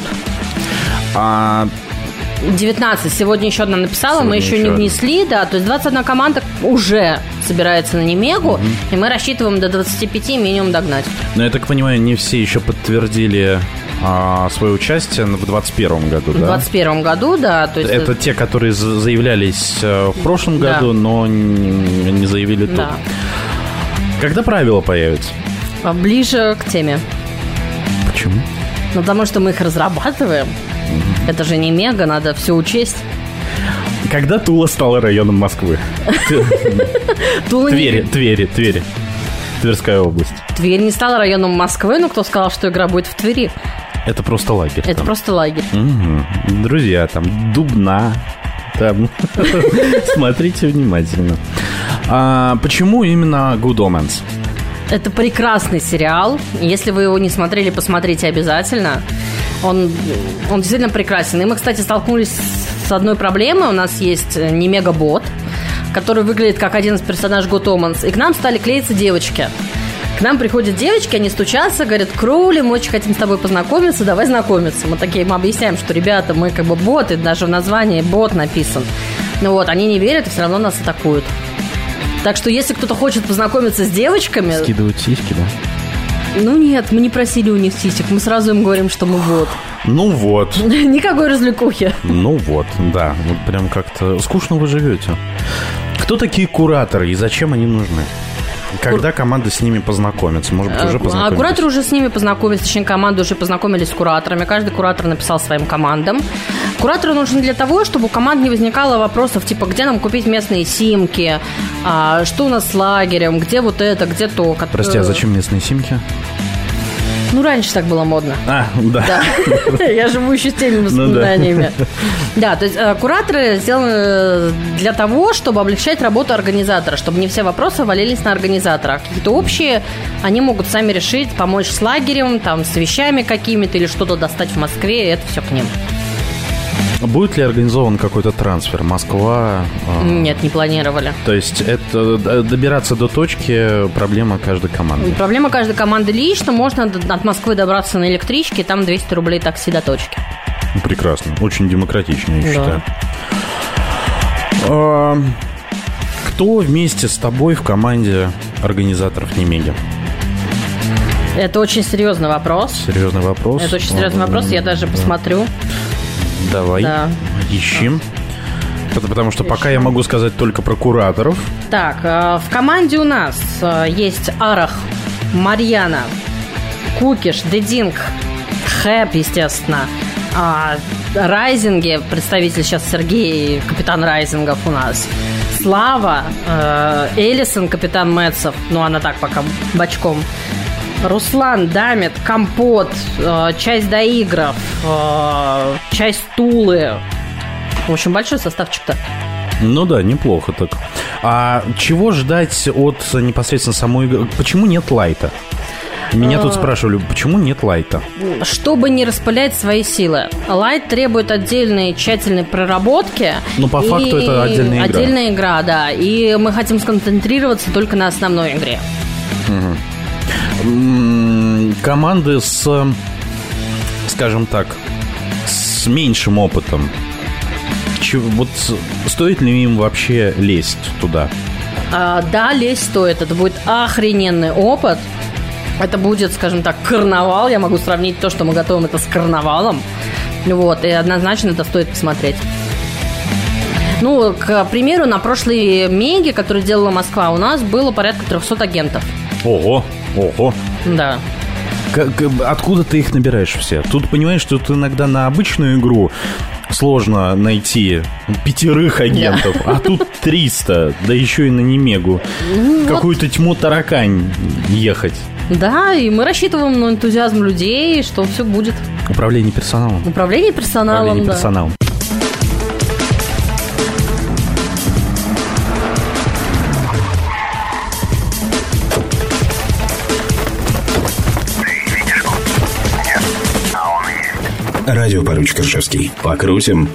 А... девятнадцать. Сегодня еще одна написала, Сегодня мы еще, еще не внесли, да. То есть двадцать одна команда уже собирается на Немегу, угу. И мы рассчитываем до двадцати пяти минимум догнать. Но я так понимаю, не все еще подтвердили а, свое участие в двадцать первом году, да? В двадцать первом году, да. То есть это это те, которые заявлялись в прошлом да. году, но не, не заявили тут. Да. Когда правила появятся? Ближе к теме. Почему? Ну, потому что мы их разрабатываем. Mm-hmm. Это же не мега, надо все учесть. Когда Тула стала районом Москвы? Твери, Твери, Твери. Тверская область. Тверь не стала районом Москвы, но кто сказал, что игра будет в Твери? Это просто лагерь. Это просто лагерь. Друзья, там Дубна. Там. Смотрите внимательно. Почему именно Good Omens? Это прекрасный сериал. Если вы его не смотрели, посмотрите обязательно. Он, он действительно прекрасен. И мы, кстати, столкнулись с одной проблемой. У нас есть Немега-бот, который выглядит как один из персонажей Good Omens. И к нам стали клеиться девочки. К нам приходят девочки, они стучатся, говорят: Кроули, мы очень хотим с тобой познакомиться, давай знакомиться. Мы такие, мы объясняем, что, ребята, мы как бы боты, даже в названии бот написан. Ну вот, они не верят и все равно нас атакуют. Так что, если кто-то хочет познакомиться с девочками... Скидывают сиськи, да? Ну нет, мы не просили у них сисек. Мы сразу им говорим, что мы бот. Ну вот. Никакой развлекухи. Ну вот, да. Вот прям как-то скучно вы живете. Кто такие кураторы и зачем они нужны? Когда команда с ними познакомится? Может быть, уже познакомились? А кураторы уже с ними познакомились, точнее, команды уже познакомились с кураторами. Каждый куратор написал своим командам. Кураторы нужны для того, чтобы у команд не возникало вопросов, типа, где нам купить местные симки, а, что у нас с лагерем, где вот это, где то. Прости, а зачем местные симки? Ну, раньше так было модно. А, да. да. Я живу еще с теми воспоминаниями. Ну, да. да, то есть кураторы сделаны для того, чтобы облегчать работу организатора, чтобы не все вопросы валились на организатора. Какие-то общие они могут сами решить, помочь с лагерем, там, с вещами какими-то или что-то достать в Москве, и это все к ним. Будет ли организован какой-то трансфер? Москва? Нет, не планировали. То есть это добираться до точки проблема каждой команды? Проблема каждой команды лично. Можно от Москвы добраться на электричке, там двести рублей такси до точки. Прекрасно. Очень демократично, я да. считаю. А, кто вместе с тобой в команде организаторов Немеги? Это очень серьезный вопрос. Серьезный вопрос. Это очень серьезный а, вопрос. Я даже да. посмотрю. Давай, да. ищем. Потому что Ищем. Пока я могу сказать только про кураторов. Так, в команде у нас есть Арах, Марьяна, Кукиш, Дединг, Хэп, естественно, Райзинги, представитель сейчас Сергей, капитан Райзингов у нас, Слава, Элисон, капитан Мэтсов, ну она так пока бочком, Руслан, Дамит, Компот, э, часть доигров, э, часть Тулы. В общем, большой составчик-то. Ну да, неплохо так. А чего ждать от непосредственно самой игры? Почему нет лайта? Меня тут спрашивали, почему нет лайта? Чтобы не распылять свои силы. Лайт требует отдельной тщательной проработки. Но по факту это отдельная игра. Отдельная игра, да. И мы хотим сконцентрироваться только на основной игре. Угу. Команды с, скажем так, с меньшим опытом. Вот стоит ли им вообще лезть туда? А, да, лезть стоит. Это будет охрененный опыт. Это будет, скажем так, карнавал. Я могу сравнить то, что мы готовим, это с карнавалом. Вот, и однозначно это стоит посмотреть. Ну, к примеру, на прошлой Меге, которую делала Москва, у нас было порядка триста агентов. Ого, ого. Да. Как, откуда ты их набираешь все? Тут понимаешь, что тут иногда на обычную игру сложно найти пятерых агентов, да. А тут триста, да еще и на Немегу. Ну, какую-то вот. Тьму таракань ехать. Да, и мы рассчитываем на энтузиазм людей, что все будет. Управление персоналом. Управление персоналом, Управление да. персоналом. Радио поручик Ржевский. Покрутим.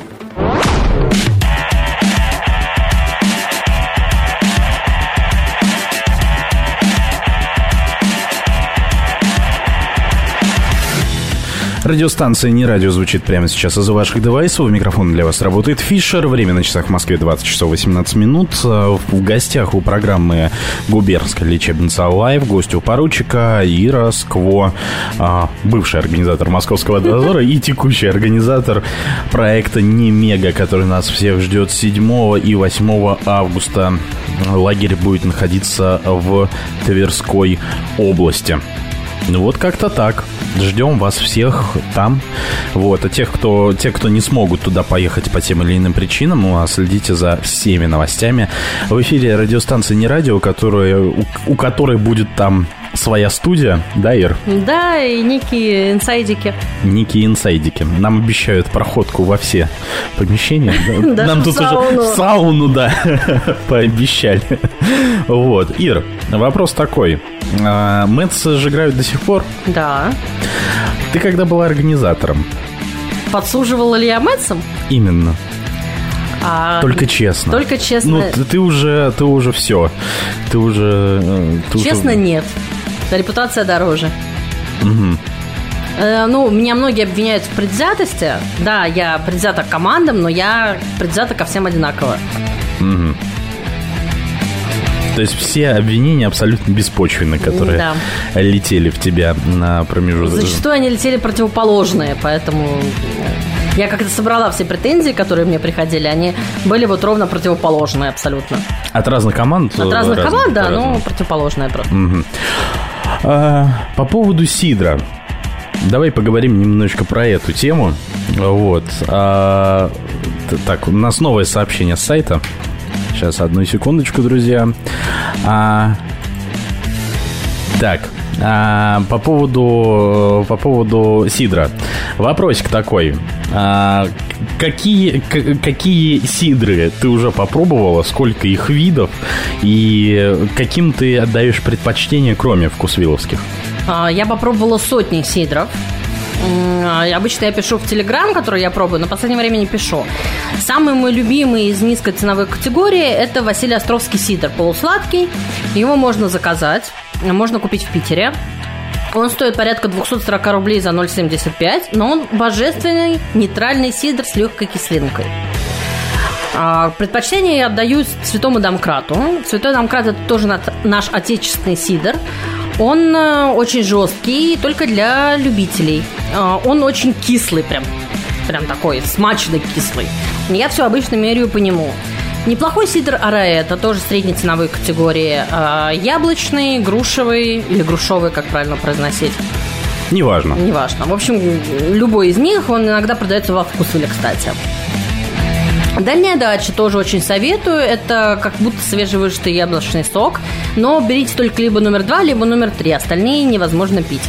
Радиостанция «Не радио» звучит прямо сейчас из ваших девайсов. У микрофона для вас работает Фишер. Время на часах в Москве двадцать часов восемнадцать минут. В гостях у программы «Губернская лечебница Лайв». Гость у поручика Ира Скво, бывший организатор «Московского дозора» и текущий организатор проекта «Немега», который нас всех ждет седьмого и восьмого августа. Лагерь будет находиться в Тверской области. Ну вот как-то так. Ждем вас всех там. Вот. А тех, кто, те, кто не смогут туда поехать по тем или иным причинам, ну, а следите за всеми новостями. В эфире радиостанция «Не радио», которая, у, у которой будет там своя студия, да, Ир? Да, и некие инсайдики. Некие инсайдики. Нам обещают проходку во все помещения. Нам тут уже в сауну, да, пообещали. Вот. Ир, вопрос такой. Мэтс же играют до сих пор? Да. Ты когда была организатором? Подсуживала ли я Мэтсом? Именно. А, только честно. Только честно. Ну, ты, ты уже, ты уже все. Ты уже... Ты честно, уже... нет. Репутация дороже. Угу. Э, ну, меня многие обвиняют в предвзятости. Да, я предвзята к командам, но я предвзята ко всем одинаково. Угу. То есть все обвинения абсолютно беспочвенны, которые да. летели в тебя на промежуток. Зачастую они летели противоположные, поэтому я как-то собрала все претензии, которые мне приходили, они были вот ровно противоположные абсолютно. От разных команд? От разных разных, команд, да, разных. но противоположные просто. Угу. А, по поводу Сидра. Давай поговорим немножечко про эту тему. Вот. А, так, у нас новое сообщение с сайта. Сейчас, одну секундочку, друзья. А, так, а, по поводу, по поводу сидра. Вопросик такой. А, какие, к, какие сидры ты уже попробовала? Сколько их видов? И каким ты отдаешь предпочтение, кроме вкусвилловских? Я попробовала сотни сидров. Обычно я пишу в Телеграм, который я пробую, но в последнее время не пишу. Самый мой любимый из низкой ценовой категории – это Василий Островский сидр, полусладкий. Его можно заказать, можно купить в Питере. Он стоит порядка двести сорок рублей за ноль целых семьдесят пять сотых, но он божественный нейтральный сидр с легкой кислинкой. Предпочтение я отдаю Святому Домкрату. Святой Домкрат – это тоже наш отечественный сидр. Он очень жесткий, только для любителей. Он очень кислый, прям, прям такой, смачный кислый. Я все обычно меряю по нему. Неплохой сидр Араэта, тоже средней ценовой категории. Яблочный, грушевый или грушовый, как правильно произносить. Неважно. Неважно. В общем, любой из них, он иногда продается во Вкусвилле, кстати. Дальняя дача тоже очень советую. Это как будто свежевыжатый яблочный сок. Но берите только либо номер два, либо номер три. Остальные невозможно пить.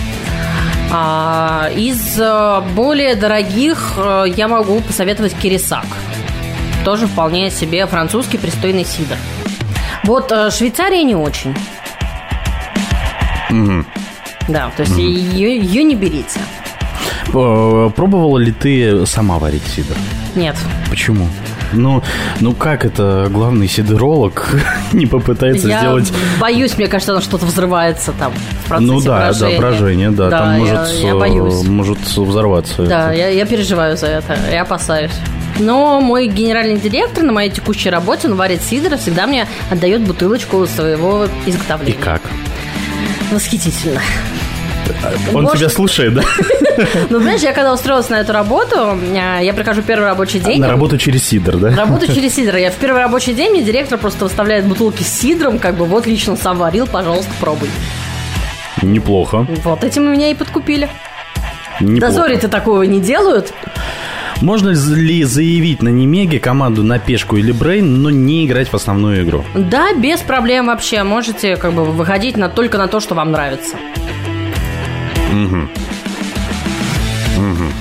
А, из более дорогих я могу посоветовать Кирисак. Тоже вполне себе французский пристойный сидр. Вот Швейцария не очень. Mm-hmm. Да, то есть mm-hmm. ее, ее не берите. Пробовала ли ты сама варить сидр? Нет. Почему? Ну, ну как это главный сидеролог не попытается я сделать... боюсь, мне кажется, там что-то взрывается там в процессе ну, да, брожения. да, брожение, да, да там я, может, я боюсь. может взорваться. Да, это. я, я переживаю за это, я опасаюсь. Но мой генеральный директор на моей текущей работе, он варит сидр, всегда мне отдает бутылочку своего изготовления. И как? Восхитительно. Он Может... тебя слушает, да? Ну, знаешь, я когда устроилась на эту работу, я прихожу первый рабочий день. На работу через сидр, да? На работу через сидр. Я в первый рабочий день, мне директор просто выставляет бутылки с сидром, как бы вот лично сам варил, пожалуйста, пробуй. Неплохо. Вот этим меня и подкупили. Неплохо. Дозори-то такого не делают. Можно ли заявить на Немеге команду на пешку или брейн, но не играть в основную игру? Да, без проблем вообще. Можете как бы выходить на, только на то, что вам нравится. Угу. Угу.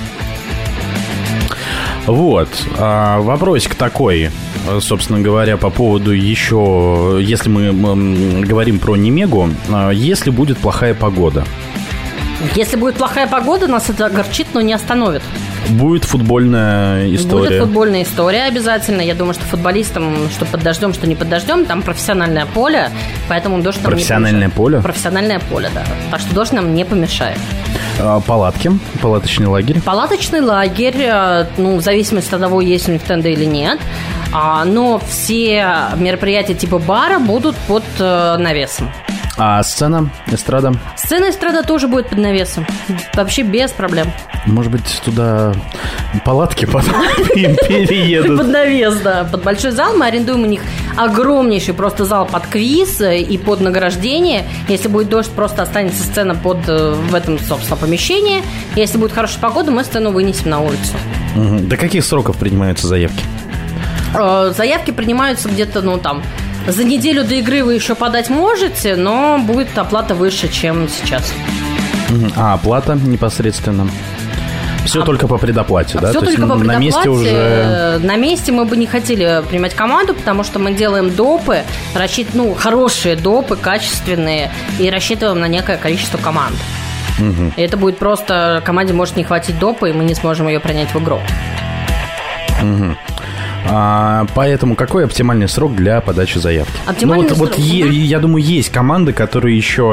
Вот. А, вопросик такой, собственно говоря, по поводу еще, если мы м, говорим про Немегу, а, если будет плохая погода. Если будет плохая погода, нас это огорчит, но не остановит. Будет футбольная история. Будет футбольная история обязательно. Я думаю, что футболистам, что под дождем, что не под дождем, там профессиональное поле, поэтому дождь нам профессиональное не помешает. поле? Профессиональное поле, да. Так что дождь нам не помешает. А, палатки, палаточный лагерь? Палаточный лагерь, ну, в зависимости от того, есть у них тенды или нет. А, но все мероприятия типа бара будут под э, навесом. А сцена, эстрада? Сцена, эстрада тоже будет под навесом. Вообще без проблем. Может быть, туда палатки потом переедут? Под навес, да. Под большой зал. Мы арендуем у них огромнейший просто зал под квиз и под награждение. Если будет дождь, просто останется сцена под, в этом, собственно, помещении. Если будет хорошая погода, мы сцену вынесем на улицу. Угу. До каких сроков принимаются заявки? Заявки принимаются где-то, ну, там... За неделю до игры вы еще подать можете, но будет оплата выше, чем сейчас. А оплата непосредственно? Все а, только по предоплате, да? Все То только есть по предоплате. На месте уже... На месте мы бы не хотели принимать команду, потому что мы делаем допы, рассчит... ну, хорошие допы, качественные, и рассчитываем на некое количество команд. Угу. И это будет просто... Команде может не хватить допы, и мы не сможем ее принять в игру. Угу. А, поэтому какой оптимальный срок для подачи заявки? Оптимальный ну, вот, срок. Вот е, я думаю, есть команды, которые еще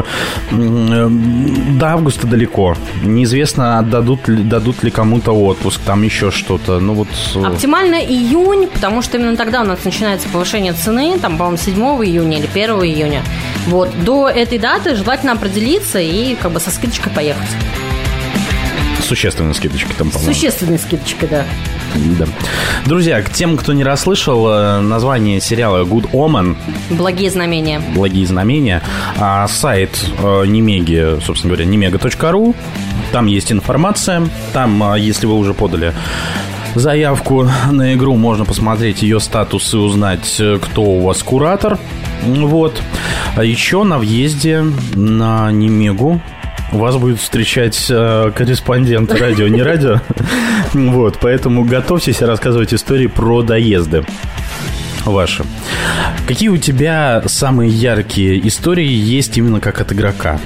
до августа далеко. Неизвестно, дадут ли, дадут ли кому-то отпуск, там еще что-то. Ну, вот... Оптимально июнь, потому что именно тогда у нас начинается повышение цены, там, по-моему, седьмого июня или первого июня. Вот. До этой даты желательно определиться и как бы со скидочкой поехать. Существенной скидочкой там, по-моему. Существенной скидочкой, да. Да. Друзья, к тем, кто не расслышал, название сериала Good Omen. Благие знамения. Благие знамения. А сайт Немеги, собственно говоря, немега точка ру. Там есть информация. Там, если вы уже подали заявку на игру, можно посмотреть ее статус и узнать, кто у вас куратор. Вот. А еще на въезде на Немегу вас будет встречать э, корреспондент радио, не радио. Вот, поэтому готовьтесь рассказывать истории про доезды ваши. Какие у тебя самые яркие истории есть именно как от игрока?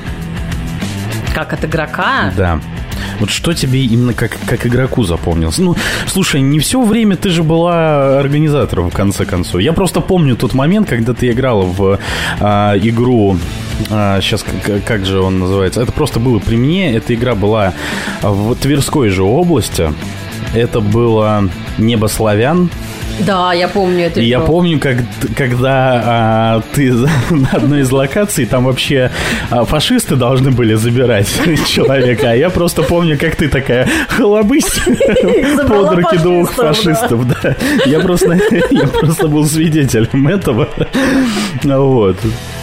Как от игрока? Да. Вот что тебе именно как, как игроку запомнилось? Ну, слушай, не все время ты же была организатором, в конце концов. Я просто помню тот момент, когда ты играла в а, игру... А, сейчас, как, как же он называется? Это просто было при мне. Эта игра была в Тверской же области. Это было «Небо славян». Да, я помню это. И я помню, как, когда а, ты на одной из локаций, там вообще а, фашисты должны были забирать человека, а я просто помню, как ты такая хлобысь под руки двух фашистов. Да. Да. Я, просто, я просто был свидетелем этого. Вот.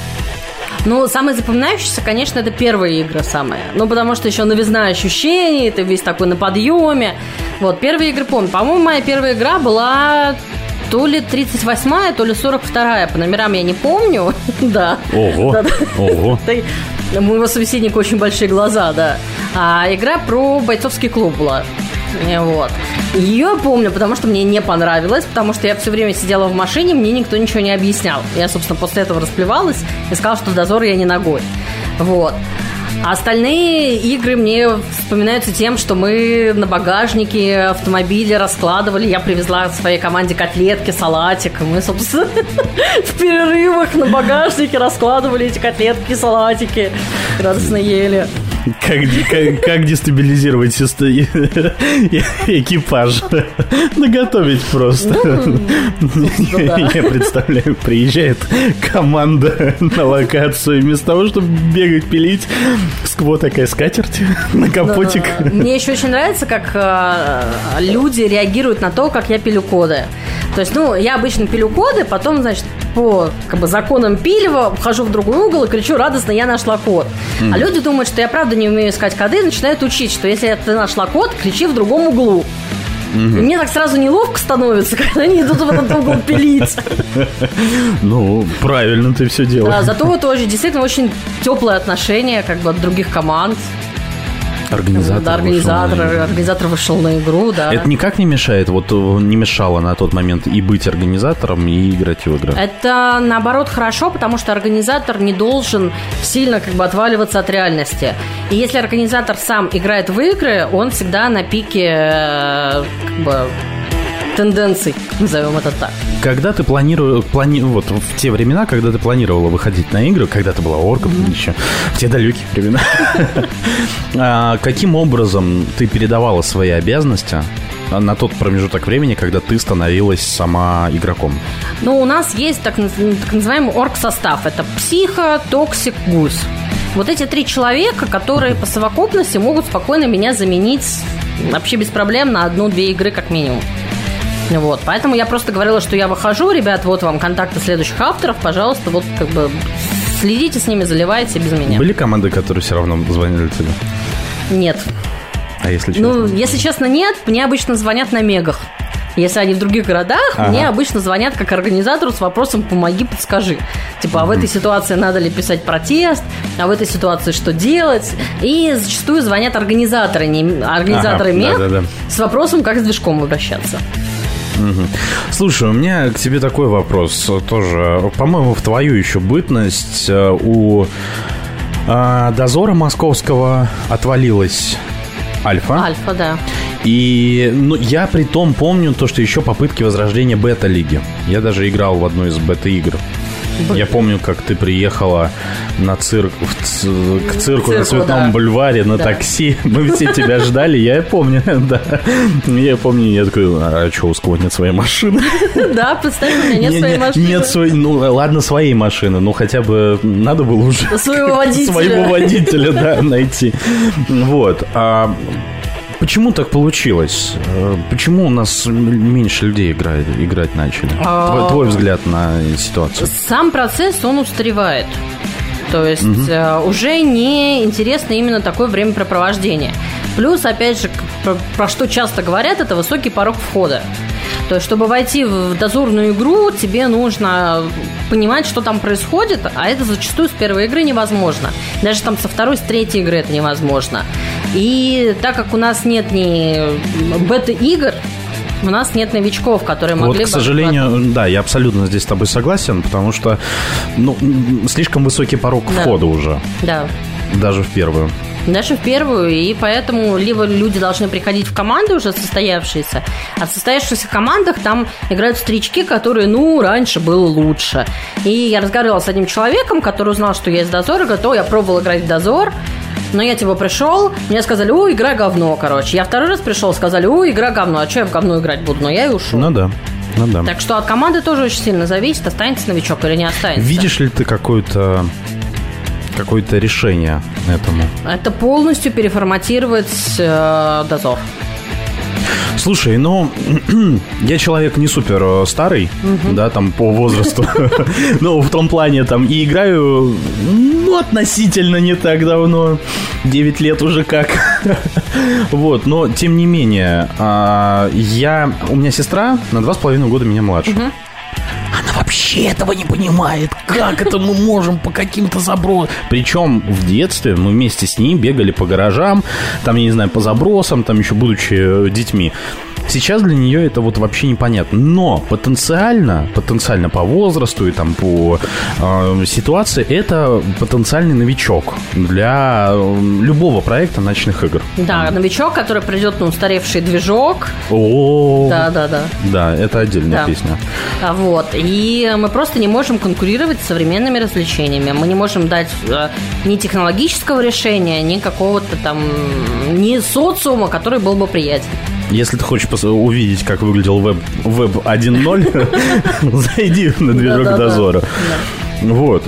Ну, самое запоминающееся, конечно, это первые игры самые. Ну, потому что еще новизна ощущений, ты весь такой на подъеме. Вот, первые игры помню. По-моему, моя первая игра была то ли тридцать восьмая, то ли сорок вторая. По номерам я не помню. Да. Ого, ого. У моего собеседника очень большие глаза, да. А игра про бойцовский клуб была. Вот. Ее помню, потому что мне не понравилось, потому что я все время сидела в машине, мне никто ничего не объяснял. Я, собственно, после этого расплевалась и сказала, что в дозор я не ногой. Вот. А остальные игры мне вспоминаются тем, что мы на багажнике автомобиля раскладывали. Я привезла своей команде котлетки, салатик. Мы, собственно, в перерывах на багажнике раскладывали эти котлетки, салатики. Радостно ели. Как, как, как дестабилизировать экипаж? Наготовить просто. Ну, да. Я представляю, приезжает команда на локацию, вместо того, чтобы бегать, пилить, скво такая скатерть на капотик. Да, да, да. Мне еще очень нравится, как э, люди реагируют на то, как я пилю коды. То есть, ну, я обычно пилю коды, потом, значит, по как бы, законам пилева вхожу в другой угол и кричу радостно: я нашла код. Mm. А люди думают, что я правда не умею искать коды, и начинают учить, что если ты нашла код, кричи в другом углу. Mm-hmm. И мне так сразу неловко становится, когда они идут в этот угол пилить. Ну, правильно ты все делаешь. Да, зато тоже действительно очень теплое отношение как бы от других команд. Организатор, да, организатор, вышел организатор вышел на игру, да. Это никак не мешает, вот не мешало на тот момент и быть организатором, и играть в игры? Это, наоборот, хорошо, потому что организатор не должен сильно как бы отваливаться от реальности. И если организатор сам играет в игры, он всегда на пике как бы тенденций, назовем это так. Когда ты планировала, плани... вот в те времена, когда ты планировала выходить на игры, когда ты была орком, mm-hmm. еще в те далекие времена, каким образом ты передавала свои обязанности на тот промежуток времени, когда ты становилась сама игроком? Ну, у нас есть так, так называемый орг-состав. Это психо, токсик, гусь. Вот эти три человека, которые по совокупности могут спокойно меня заменить вообще без проблем на одну-две игры как минимум. Вот, поэтому я просто говорила, что я выхожу, ребят, вот вам контакты следующих авторов, пожалуйста, вот как бы следите с ними, заливайте без меня. Были команды, которые все равно звонили тебе? Нет. А если честно? Ну, если честно, нет. Мне обычно звонят на мегах. Если они в других городах, ага. мне обычно звонят как организатору с вопросом «помоги, подскажи». Типа, а в этой ситуации надо ли писать протест, а в этой ситуации что делать? И зачастую звонят организаторы, не организаторы ага, мег, да, да, да. с вопросом, как с движком обращаться. Угу. Слушай, у меня к тебе такой вопрос тоже. По-моему, в твою еще бытность у э, дозора московского отвалилась Альфа. Альфа, да. И ну, я при том помню то, что еще попытки возрождения бета-лиги. Я даже играл в одну из бета-игр. Я помню, как ты приехала на цирк, в ц... к цирку, цирку на Цветном да. бульваре на да. такси. Мы все тебя ждали, я помню, да. Я помню, я такой: а что, у Скво нет своей машины? Да, представь, у меня нет своей машины. Нет своей, ну ладно, своей машины, ну хотя бы надо было уже своего водителя. Своего водителя, да, найти. Вот. Почему так получилось? Почему у нас меньше людей играет, играть начали? Твой, твой взгляд на ситуацию. Сам процесс, он устаревает. То есть угу. э, уже не интересно именно такое времяпрепровождение. Плюс, опять же, про, про что часто говорят, это высокий порог входа. То есть, чтобы войти в дозорную игру, тебе нужно понимать, что там происходит, а это зачастую с первой игры невозможно. Даже там со второй, с третьей игры это невозможно. И так как у нас нет ни бета-игр, у нас нет новичков, которые могли бы... Вот, к сожалению, бы... да, я абсолютно здесь с тобой согласен, потому что ну, слишком высокий порог да. входа уже. Да. Даже в первую. Даже в первую, и поэтому либо люди должны приходить в команды уже состоявшиеся, а в состоявшихся командах там играют старички, которые, ну, раньше было лучше. И я разговаривала с одним человеком, который узнал, что я из Дозора, говорит: о, я пробовал играть в Дозор, но я типа пришел, мне сказали: о, игра говно, короче. Я второй раз пришел, сказали: о, игра говно, а что я в говно играть буду? Но я и ушел. Ну да. Ну, да. Так что от команды тоже очень сильно зависит, останется новичок или не останется. Видишь ли ты какую-то... какое-то решение этому? Это полностью переформатировать э, Дозор. Слушай, ну, я человек не супер старый, угу. да, там, по возрасту. Ну, в том плане, там, и играю, ну, относительно не так давно. девять лет уже как. Вот, но, тем не менее, я... У меня сестра на два с половиной года меня младше. Угу. Она вообще этого не понимает. Как это мы можем по каким-то забросам? Причем в детстве мы вместе с ней бегали по гаражам, там, я не знаю, по забросам, там еще будучи детьми. Сейчас для нее это вот вообще непонятно. Но потенциально, потенциально по возрасту и там по э, ситуации, это потенциальный новичок для любого проекта ночных игр. Да, новичок, который придет на устаревший движок. О, да, да, да. Да, это отдельная да. песня. Вот. И мы просто не можем конкурировать с современными развлечениями. Мы не можем дать э, ни технологического решения, ни какого-то там, ни социума, который был бы приятен. Если ты хочешь увидеть, как выглядел веб, веб один ноль, зайди на движок Дозора. Вот.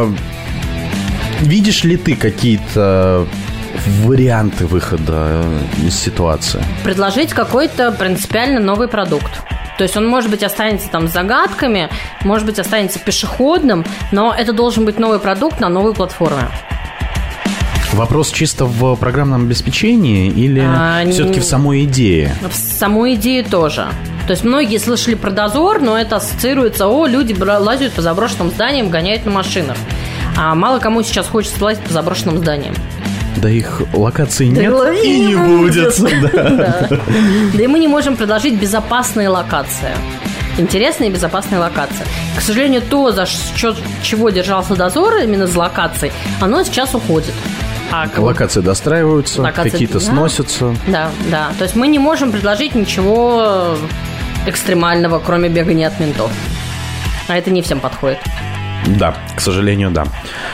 Видишь ли ты какие-то варианты выхода из ситуации? Предложить какой-то принципиально новый продукт. То есть он, может быть, останется там с загадками, может быть, останется пешеходным, но это должен быть новый продукт на новой платформе. Вопрос чисто в программном обеспечении или а, все-таки в самой идее? В самой идее тоже. То есть многие слышали про Дозор, но это ассоциируется: о, люди лазят по заброшенным зданиям, гоняют на машинах. А мало кому сейчас хочется лазить по заброшенным зданиям. Да их локаций нет и не будет. Да и мы не можем предложить безопасные локации. Интересная и безопасная локация. К сожалению, то, за счет чего держался Дозор, именно за локацией, оно сейчас уходит. А локации достраиваются, локации, какие-то да, сносятся. Да, да. То есть мы не можем предложить ничего экстремального, кроме бегания от ментов. А это не всем подходит. Да, к сожалению, да.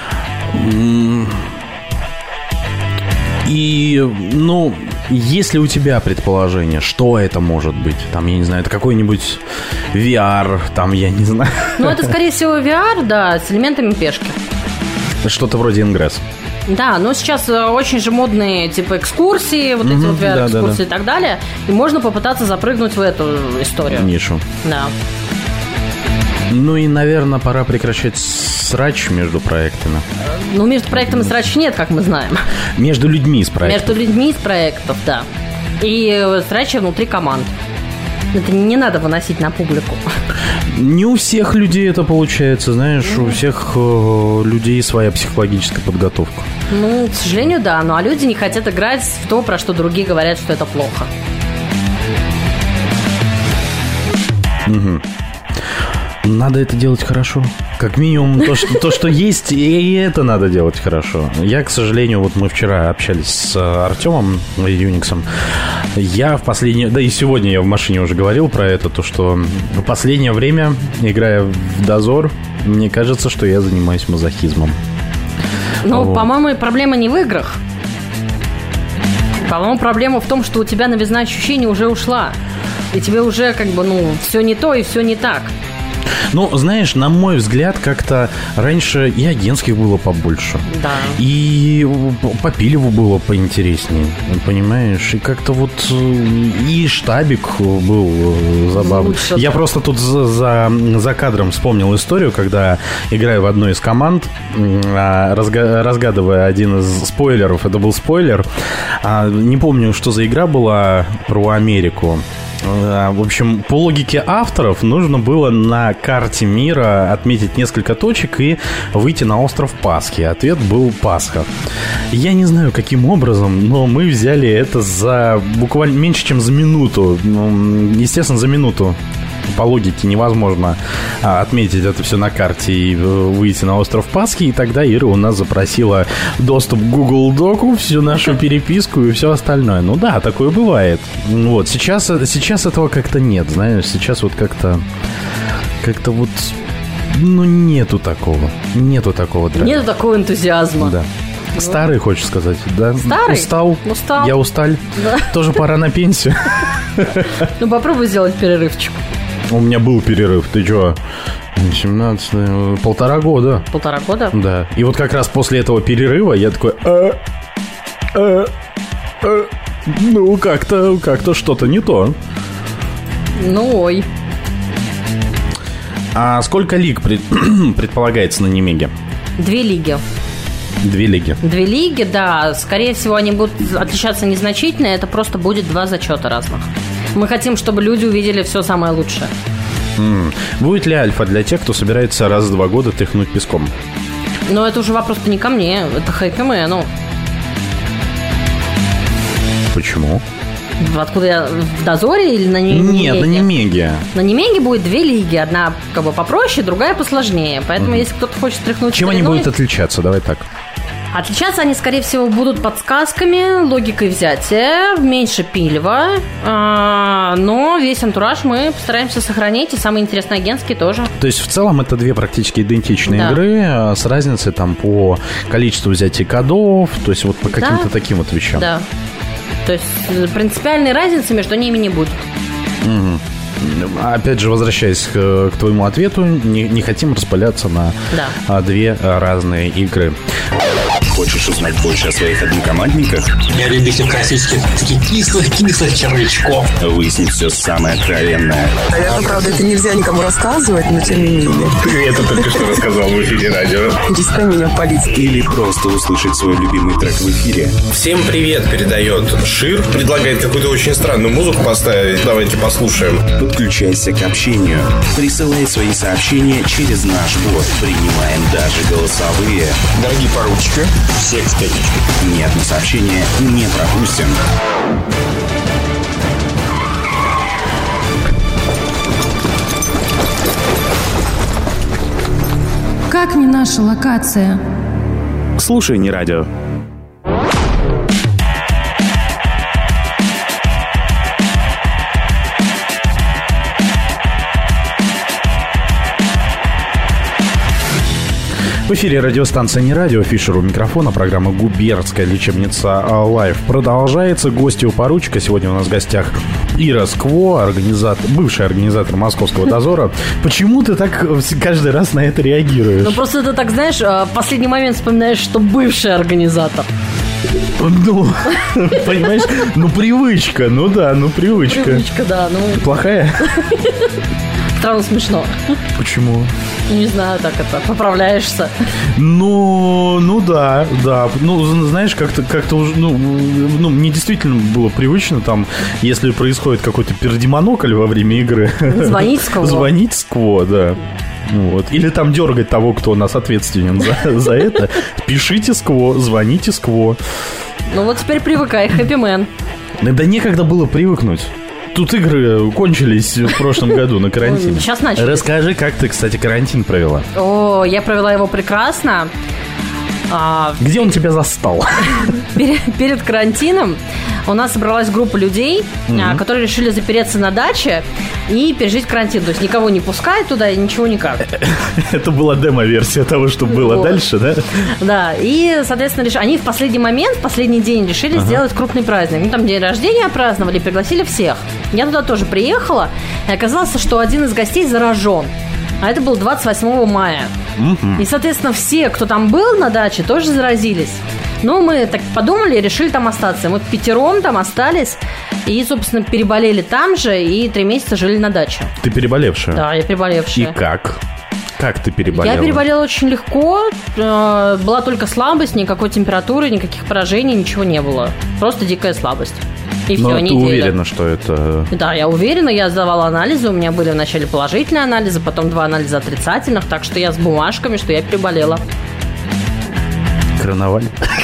И, ну, есть ли у тебя предположение, что это может быть? Там, я не знаю, это какой-нибудь ви ар, там, я не знаю. Ну, это, скорее всего, ви ар, да, с элементами пешки. Что-то вроде Ingress. Да, но сейчас очень же модные типа экскурсии, вот mm-hmm, эти вот ви ар-экскурсии да, да, да. и так далее. И можно попытаться запрыгнуть в эту историю. Нишу. Да. Ну и, наверное, пора прекращать срач между проектами. Ну, между проектами срач нет, как мы знаем. Между людьми из проектов. Между людьми из проектов, да. И срач внутри команд. Это не надо выносить на публику. Не у всех людей это получается, знаешь, mm. у всех э, людей своя психологическая подготовка. Ну, к сожалению, да. Ну, а люди не хотят играть в то, про что другие говорят, что это плохо. Угу. Надо это делать хорошо. Как минимум то, что, то, что есть, и это надо делать хорошо. Я, к сожалению, вот мы вчера общались с Артемом Юниксом. Я в последнее... Да и сегодня я в машине уже говорил про это, то, что в последнее время, играя в Дозор, мне кажется, что я занимаюсь мазохизмом. Ну, вот. По-моему, проблема не в играх. По-моему, проблема в том, что у тебя новизна ощущений уже ушла. И тебе уже как бы, ну, все не то и все не так. Ну, знаешь, на мой взгляд, как-то раньше и агентских было побольше. Да. И по Пилеву было поинтереснее, понимаешь? И как-то вот и штабик был забавный. Лучше. Я просто тут за, за, за кадром вспомнил историю, когда играю в одной из команд, разга, разгадывая один из спойлеров, это был спойлер. Не помню, что за игра была про Америку. В общем, по логике авторов нужно было на карте мира отметить несколько точек и выйти на остров Пасхи. Ответ был Пасха. Я не знаю, каким образом, но мы взяли это за буквально меньше, чем за минуту. Естественно, за минуту. По логике невозможно отметить это все на карте и выйти на остров Пасхи. И тогда Ира у нас запросила доступ к Google Доку, всю нашу переписку и все остальное. Ну да, такое бывает. Вот, сейчас, сейчас этого как-то нет, знаешь. Сейчас вот как-то Как-то вот, ну, нету такого. Нету такого драйва. Нету такого энтузиазма. Да. Старый, хочешь сказать, да? Старый? Устал? Устал. Я усталь. Да. Тоже пора на пенсию. Ну, попробуй сделать перерывчик. У меня был перерыв, ты чё? семнадцать, полтора года. Полтора года? Да. И вот как раз после этого перерыва я такой... А, а, а, ну, как-то, как-то что-то не то. Ну, ой. А сколько лиг пред... предполагается на Немеге? Две лиги. Две лиги. Две лиги, да. Скорее всего, они будут отличаться незначительно. Это просто будет два зачета разных. Мы хотим, чтобы люди увидели все самое лучшее. Mm. Будет ли альфа для тех, кто собирается раз в два года тряхнуть песком? Но это уже вопрос-то не ко мне. Это хэппимену. Почему? Откуда я? В Дозоре или на Немеге? Нет, на Немеге. На Немеге будет две лиги. Одна как бы попроще, другая посложнее. Поэтому, mm. если кто-то хочет тряхнуть... Чем стариной, они будут отличаться? Давай так. Отличаться они, скорее всего, будут подсказками, логикой взятия, меньше пилева, но весь антураж мы постараемся сохранить, и самые интересные агентские тоже. То есть, в целом, это две практически идентичные да. игры, с разницей там по количеству взятия кодов, то есть вот по каким-то да. таким вот вещам. Да, то есть принципиальной разницы между ними не будет. Угу. Опять же, возвращаясь к, к твоему ответу, не, не хотим распыляться на да. две разные игры. Хочешь узнать больше о своих однокомандниках? Я любитель классических таких кислых-кислых червячков. Выяснить все самое откровенное. Наверное, правда, это нельзя никому рассказывать, но тем не менее. Ты это только что рассказал в эфире радио. Перестань меня палить. Или просто услышать свой любимый трек в эфире. Всем привет передает Шир. Предлагает какую-то очень странную музыку поставить. Давайте послушаем. Подключайся к общению. Присылай свои сообщения через наш бот. Принимаем даже голосовые. Дорогие поручики, всех с пятничкой. Ни одно сообщение не пропустим. Как не наша локация? Слушай, не радио. В эфире радиостанция «Не радио», Фишер у микрофона, программа «Губернская лечебница Лайв» продолжается. Гости у поручика. Сегодня у нас в гостях Ира Скво, организатор, бывший организатор Московского дозора. Почему ты так каждый раз на это реагируешь? Ну, просто ты так, знаешь, в последний момент вспоминаешь, что бывший организатор. Ну, понимаешь, ну привычка, ну да, ну привычка. Привычка, да, ну... Плохая? Странно смешно. Почему? Не знаю, так это, поправляешься. Ну, ну да, да. Ну, знаешь, как-то, как-то уже, ну, ну, мне действительно было привычно, там, если происходит какой-то пердемонокль во время игры. Звонить Скво. Звонить Скво, да. Вот. Или там дергать того, кто у нас ответственен за, за это. Пишите Скво, звоните Скво. Ну вот теперь привыкай, хэппимен. Да некогда было привыкнуть. Тут игры кончились в прошлом году на карантине. Сейчас начали. Расскажи, как ты, кстати, карантин провела. О, я провела его прекрасно. А, Где он тебя застал? Перед, перед карантином у нас собралась группа людей, mm-hmm. которые решили запереться на даче и пережить карантин. То есть никого не пускают туда и ничего никак. Это была демо-версия того, что было вот. Дальше, да? Да, и, соответственно, реш... они в последний момент, в последний день решили ага. сделать крупный праздник. Ну, там день рождения праздновали, пригласили всех. Я туда тоже приехала, и оказалось, что один из гостей заражен. А это было двадцать восьмого мая. Угу. И, соответственно, все, кто там был на даче, тоже заразились. Но мы так подумали и решили там остаться. Мы пятером там остались и, собственно, переболели там же и три месяца жили на даче. Ты переболевшая? Да, я переболевшая. И как? Как ты переболела? Я переболела очень легко. Была только слабость, никакой температуры, никаких поражений, ничего не было. Просто дикая слабость. И Но все, ты неделя. уверена, что это... Да, я уверена, я сдавала анализы. У меня были вначале положительные анализы, потом два анализа отрицательных. Так что я с бумажками, что я переболела. Короновали?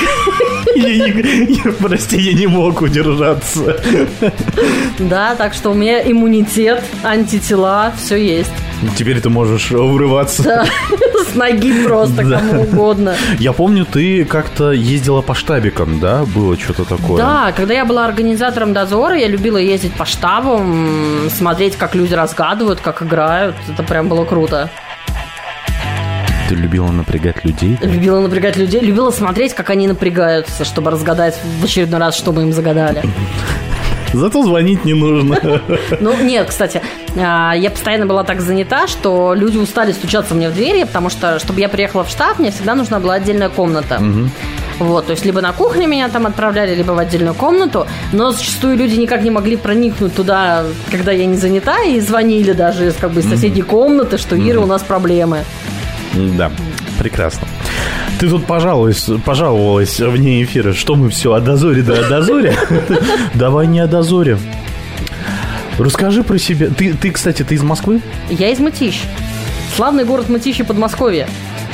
Прости, я не мог удержаться. Да, так что у меня иммунитет, антитела, все есть. Теперь ты можешь врываться. Да, с ноги просто, кому угодно. Я помню, ты как-то ездила по штабикам, да? Было что-то такое. Да, когда я была организатором дозора, я любила ездить по штабам, смотреть, как люди разгадывают, как играют. Это прям было круто. Ты любила напрягать людей? Да? Любила напрягать людей, любила смотреть, как они напрягаются, чтобы разгадать в очередной раз, что мы им загадали. Зато звонить не нужно. Ну, нет, кстати, я постоянно была так занята, что люди устали стучаться мне в двери, потому что, чтобы я приехала в штаб, мне всегда нужна была отдельная комната. Угу. Вот, то есть либо на кухне меня там отправляли, либо в отдельную комнату, но зачастую люди никак не могли проникнуть туда, когда я не занята, и звонили даже из, как бы, из соседней угу. комнаты, что Ира, угу. у нас проблемы. Да, прекрасно. Ты тут пожаловалась, пожаловалась вне эфира, что мы все о дозоре, да о дозоре. Давай не о дозоре. Расскажи про себя. Ты, ты, кстати, ты из Москвы? Я из Мытищ. Славный город Мытищи, Подмосковье.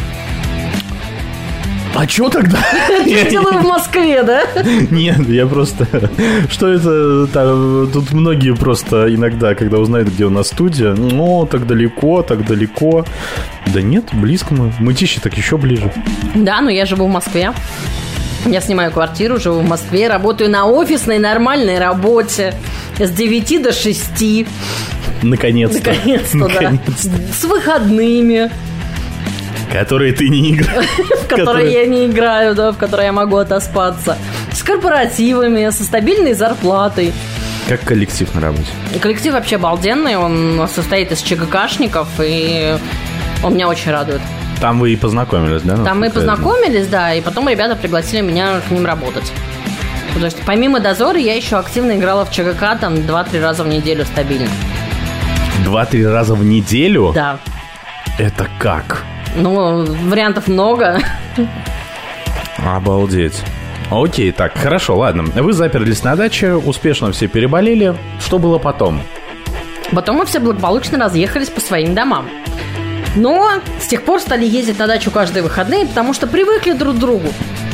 А что тогда? Я делаю в Москве, да? Нет, я просто... Что это? Там, тут многие просто иногда, когда узнают, где у нас студия, ну, так далеко, так далеко. Да нет, близко мы. Мытищи так еще ближе. Да, но я живу в Москве. Я снимаю квартиру, живу в Москве, работаю на офисной нормальной работе с девяти до шести. Наконец-то. Наконец-то, Наконец-то. Да. С выходными. Которые ты не играешь. В которые я не играю, да, в которые я могу отоспаться. С корпоративами, со стабильной зарплатой. Как коллектив на работе? Коллектив вообще обалденный. Он состоит из ЧГКшников, и он меня очень радует. Там вы и познакомились, да? Там мы и познакомились, да, и потом ребята пригласили меня к ним работать. То есть помимо дозора я еще активно играла в ЧГК там два-три раза в неделю стабильно. Два-три раза в неделю? Да. Это как? Ну, вариантов много. Обалдеть. Окей, так, хорошо, ладно. Вы заперлись на даче, успешно все переболели. Что было потом? Потом мы все благополучно разъехались по своим домам. Но с тех пор стали ездить на дачу каждые выходные, потому что привыкли друг к другу.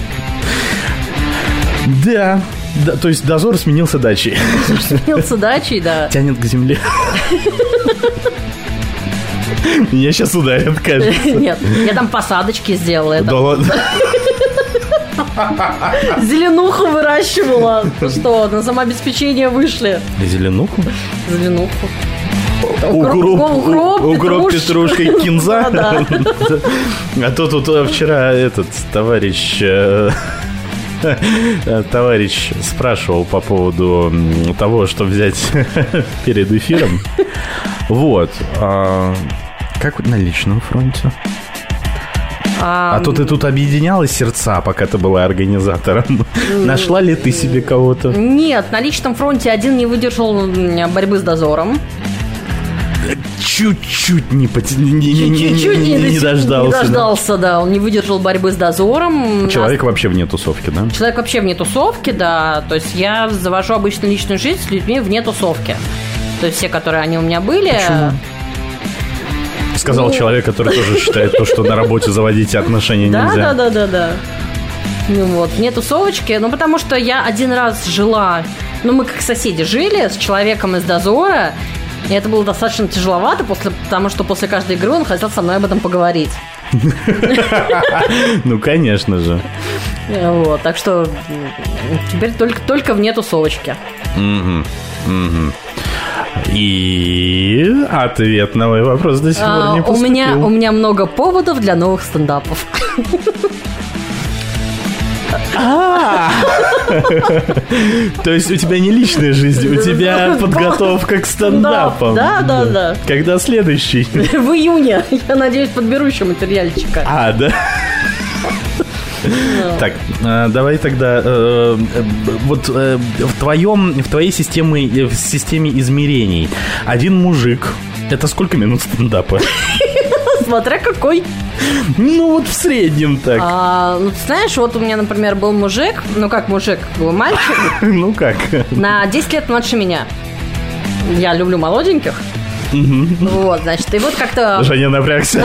Да, да, то есть дозор сменился дачей. Сменился дачей, да. Тянет к земле. Меня сейчас ударят, кажется. Нет, я там посадочки сделала. Да ладно. Зеленуху выращивала. Что, на самообеспечение вышли. Зеленуху? Зеленуху. Укроп, укроп, укроп, петрушка и кинза. Да, да. А то тут вчера этот товарищ... Товарищ спрашивал по поводу того, что взять перед эфиром. Вот. А как на личном фронте? А, а то ты тут объединяла сердца, пока ты была организатором. Нашла ли ты себе кого-то? Нет, на личном фронте один не выдержал борьбы с дозором. Чуть-чуть не, поти... не, не, Чуть-чуть не, не, не дождался. Не дождался, да. да. Он не выдержал борьбы с дозором. Человек вообще вне тусовки, да? Человек вообще вне тусовки, да. То есть я завожу обычно личную жизнь с людьми вне тусовки. То есть все, которые они у меня были... Почему? Сказал ну... человек, который тоже считает то, что на работе заводить отношения да, нельзя. Да, да, да, да. Ну вот, вне тусовочки. Ну потому что я один раз жила... Ну мы как соседи жили с человеком из дозора... И это было достаточно тяжеловато, после, потому что после каждой игры он хотел со мной об этом поговорить. Ну, конечно же. Вот, так что теперь только, только вне тусовочки. И ответ на мой вопрос до сих пор не поступил. У меня, у меня много поводов для новых стендапов. То есть у тебя не личная жизнь, у тебя подготовка к стендапам. Да, да, да. Когда следующий? В июне. Я надеюсь, подберу еще материальчика. А, да? Так, давай тогда э, вот э, в твоем, в твоей системе, в системе измерений один мужик — это сколько минут стендапа? Смотря какой. Ну вот в среднем так. А, ну, ты знаешь, вот у меня, например, был мужик. Ну как мужик, был мальчик. Ну как? На десять лет младше меня. Я люблю молоденьких. Вот, значит, и вот как-то... Женя напрягся.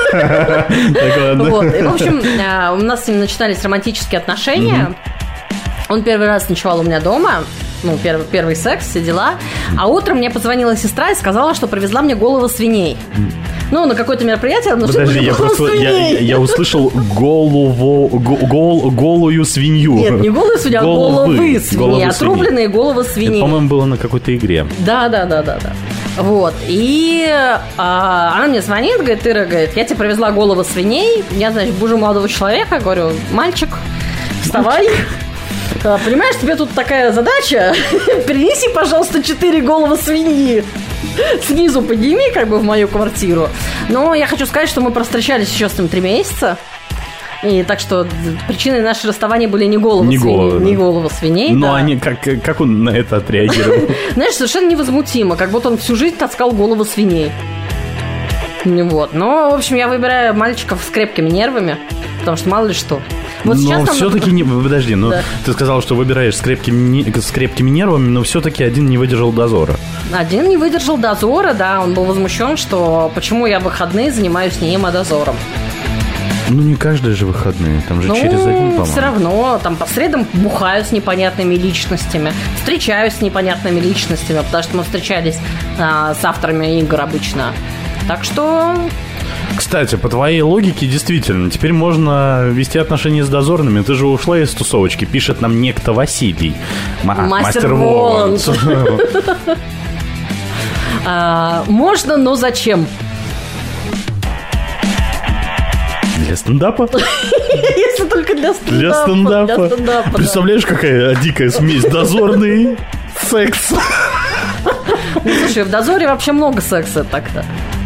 Вот, и в общем, у нас с ним начинались романтические отношения. Он первый раз ночевал у меня дома. Ну, первый, первый секс, все дела. А утром мне позвонила сестра и сказала, что привезла мне голову свиней. Ну, на какое-то мероприятие. Подожди, я просто я, я услышал голову, гол, голую свинью. Нет, не голую свинью, а головы свиней. Отрубленные головы свиней. Это, по-моему, было на какой-то игре. Да, да, да, да, да. Вот. И а, она мне звонит, говорит: Ира, говорит, я тебе привезла голову свиней. Я, значит, бужу молодого человека, говорю: мальчик, вставай. Понимаешь, тебе тут такая задача. Принеси, пожалуйста, четыре головы свиньи. Снизу подними, как бы, в мою квартиру. Но я хочу сказать, что мы простречались еще с ним три месяца. И так что причиной нашего расставания были не головы не свиней, головы, не да. головы свиней. Но да. они, как, как он на это отреагировал? Знаешь, совершенно невозмутимо, как будто он всю жизнь таскал голову свиней. Вот. Но, в общем, я выбираю мальчиков с крепкими нервами, потому что мало ли что. Вот но все-таки не... Подожди, ну да. Ты сказал, что выбираешь с крепкими, с крепкими нервами, но все-таки один не выдержал дозора. Один не выдержал дозора, да. Он был возмущен, что почему я в выходные занимаюсь не им, а дозором. Ну, не каждые же выходные, там же ну, через один, по-моему. Все равно, там по средам бухаю с непонятными личностями, встречаюсь с непонятными личностями, потому что мы встречались а, с авторами игр обычно. Так что... Кстати, по твоей логике, действительно, теперь можно вести отношения с дозорными. Ты же ушла из тусовочки, пишет нам некто Василий. Ма- Мастер Воланд. Можно, но зачем? Для стендапа? Если только для стендапа. Для стендапа. Для стендапа, представляешь, да. Какая дикая смесь. Дозорный, секс. Ну, слушай, в дозоре вообще много секса так-то.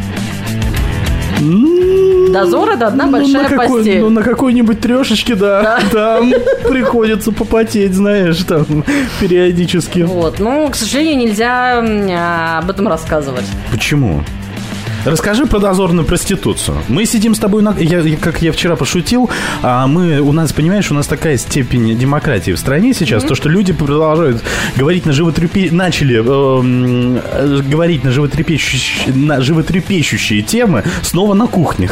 Дозор — это одна большая ну, какой, постель. Ну, на какой-нибудь трешечке, да, да. Там приходится попотеть, знаешь, там, периодически. Вот, ну, к сожалению, нельзя а, об этом рассказывать. Почему? Расскажи про дозорную проституцию. Мы сидим с тобой, на... я, как я вчера пошутил, а мы, у нас, понимаешь, у нас такая степень демократии в стране сейчас, mm-hmm. то, что люди продолжают говорить на животрепе... начали э, э, говорить на животрепещущие, на животрепещущие темы снова на кухнях.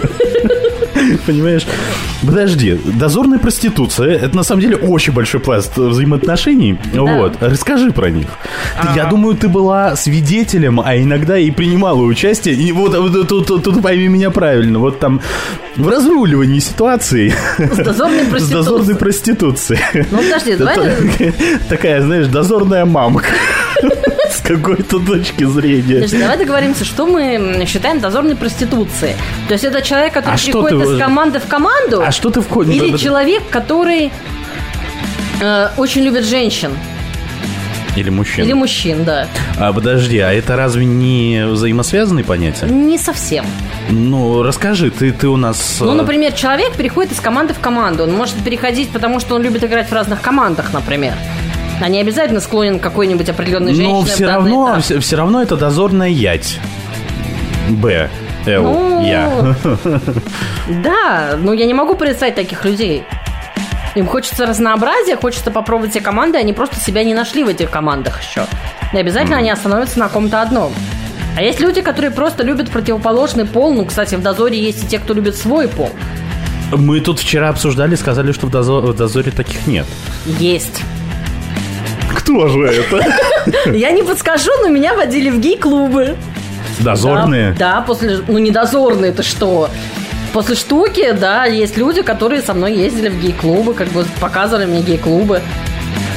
Понимаешь? Подожди, дозорная проституция — это на самом деле очень большой пласт взаимоотношений. Да. Вот. Расскажи про них. А-а-а. Я думаю, ты была свидетелем, а иногда и принимала участие. И вот тут, тут, тут пойми меня правильно. Вот там в разруливании ситуации с дозорной проституцией. С дозорной проституцией. Ну, подожди, давай. Такая, знаешь, дозорная мамка. С какой-то точки зрения. Значит, давай договоримся, что мы считаем дозорной проституцией. То есть это человек, который а приходит ты... из команды в команду. А что ты входишь? Или человек, который э, очень любит женщин. Или мужчин. Или мужчин, да. А подожди, а это разве не взаимосвязанные понятия? Не совсем. Ну, расскажи, ты, ты у нас... Ну, например, человек переходит из команды в команду. Он может переходить, потому что он любит играть в разных командах, например. А не обязательно склонен к какой-нибудь определенной женщине. Но все равно, все, все равно это дозорная ять. Б. Л. Ну, я. Да, но я не могу представить таких людей. Им хочется разнообразия, хочется попробовать все команды. Они просто себя не нашли в этих командах еще. И обязательно mm. они остановятся на ком-то одном. А есть люди, которые просто любят противоположный пол. Ну, кстати, в дозоре есть и те, кто любит свой пол. Мы тут вчера обсуждали, сказали, что в дозоре, в дозоре таких нет. Есть. Кто же это? Я не подскажу, но меня водили в гей-клубы. Дозорные? Да, да, после... Ну, не дозорные, это что? После штуки, да, есть люди, которые со мной ездили в гей-клубы, как бы показывали мне гей-клубы.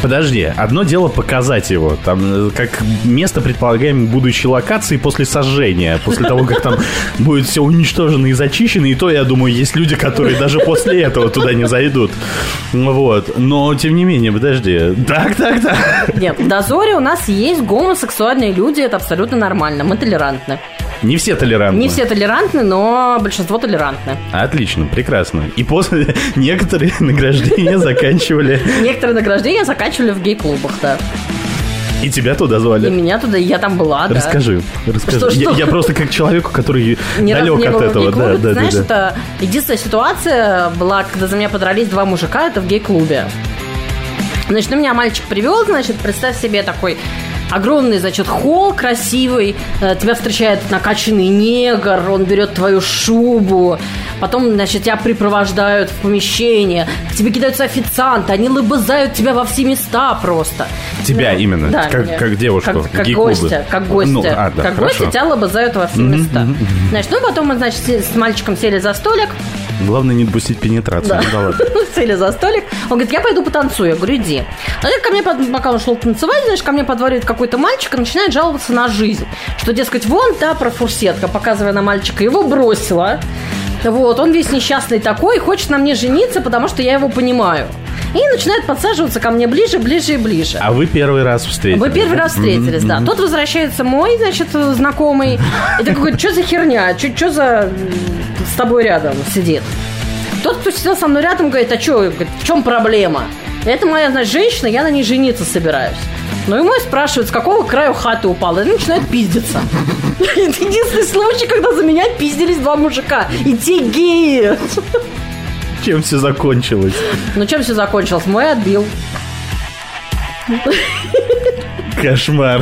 Подожди, одно дело показать его, там, как место предполагаемой будущей локации после сожжения, после того, как там будет все уничтожено и зачищено, и то, я думаю, есть люди, которые даже после этого туда не зайдут. Вот, но, тем не менее, подожди, так, так, так. Нет, в Дозоре у нас есть гомосексуальные люди, это абсолютно нормально, мы толерантны. Не все толерантны. Не все толерантны, но большинство толерантны. Отлично, прекрасно. И после некоторые награждения заканчивали... Некоторые награждения заканчивали в гей-клубах, да. И тебя туда звали? И меня туда, я там была, да. Расскажи, расскажи. Что, что? Я, я просто как человеку, который Ни далек не от этого. Да, да, знаешь, да, да. это единственная ситуация была, когда за меня подрались два мужика, это в гей-клубе. Значит, ну, меня мальчик привел, значит, представь себе такой... Огромный, значит, холл красивый. Тебя встречает накачанный негр. Он берет твою шубу. Потом, значит, тебя припровождают в помещение. К тебе кидаются официанты. Они лыбызают тебя во все места просто. Тебя ну, именно? Да, как, как девушку? Как, как гостя. Как гостя. Ну, а, да, как гостя тебя лыбызают во все mm-hmm, места. Mm-hmm. Значит, ну, потом мы, значит, с мальчиком сели за столик. Главное не допустить пенетрацию. Да. Да ладно. Сели за столик. Он говорит, я пойду потанцую. Я говорю, иди. А ко мне, пока он шел танцевать, знаешь, ко мне подворит какой-то мальчик и начинает жаловаться на жизнь. Что, дескать, вон та профурсетка, показывая на мальчика, его бросила. Вот, он весь несчастный такой, хочет на мне жениться, потому что я его понимаю. И начинает подсаживаться ко мне ближе, ближе и ближе. А вы первый раз встретились? Вы первый раз встретились, mm-hmm. да. Тут возвращается мой, значит, знакомый. И такой, что за херня? Что за с тобой рядом сидит? Тот, кто сидел со мной рядом, говорит, а что, в чем проблема? Это моя, значит, женщина, я на ней жениться собираюсь. Ну и мой спрашивает, с какого краю хаты упал? И начинает пиздиться. Это единственный случай, когда за меня пиздились два мужика. И те геи. Чем все закончилось? Ну, чем все закончилось? Мой отбил. Кошмар.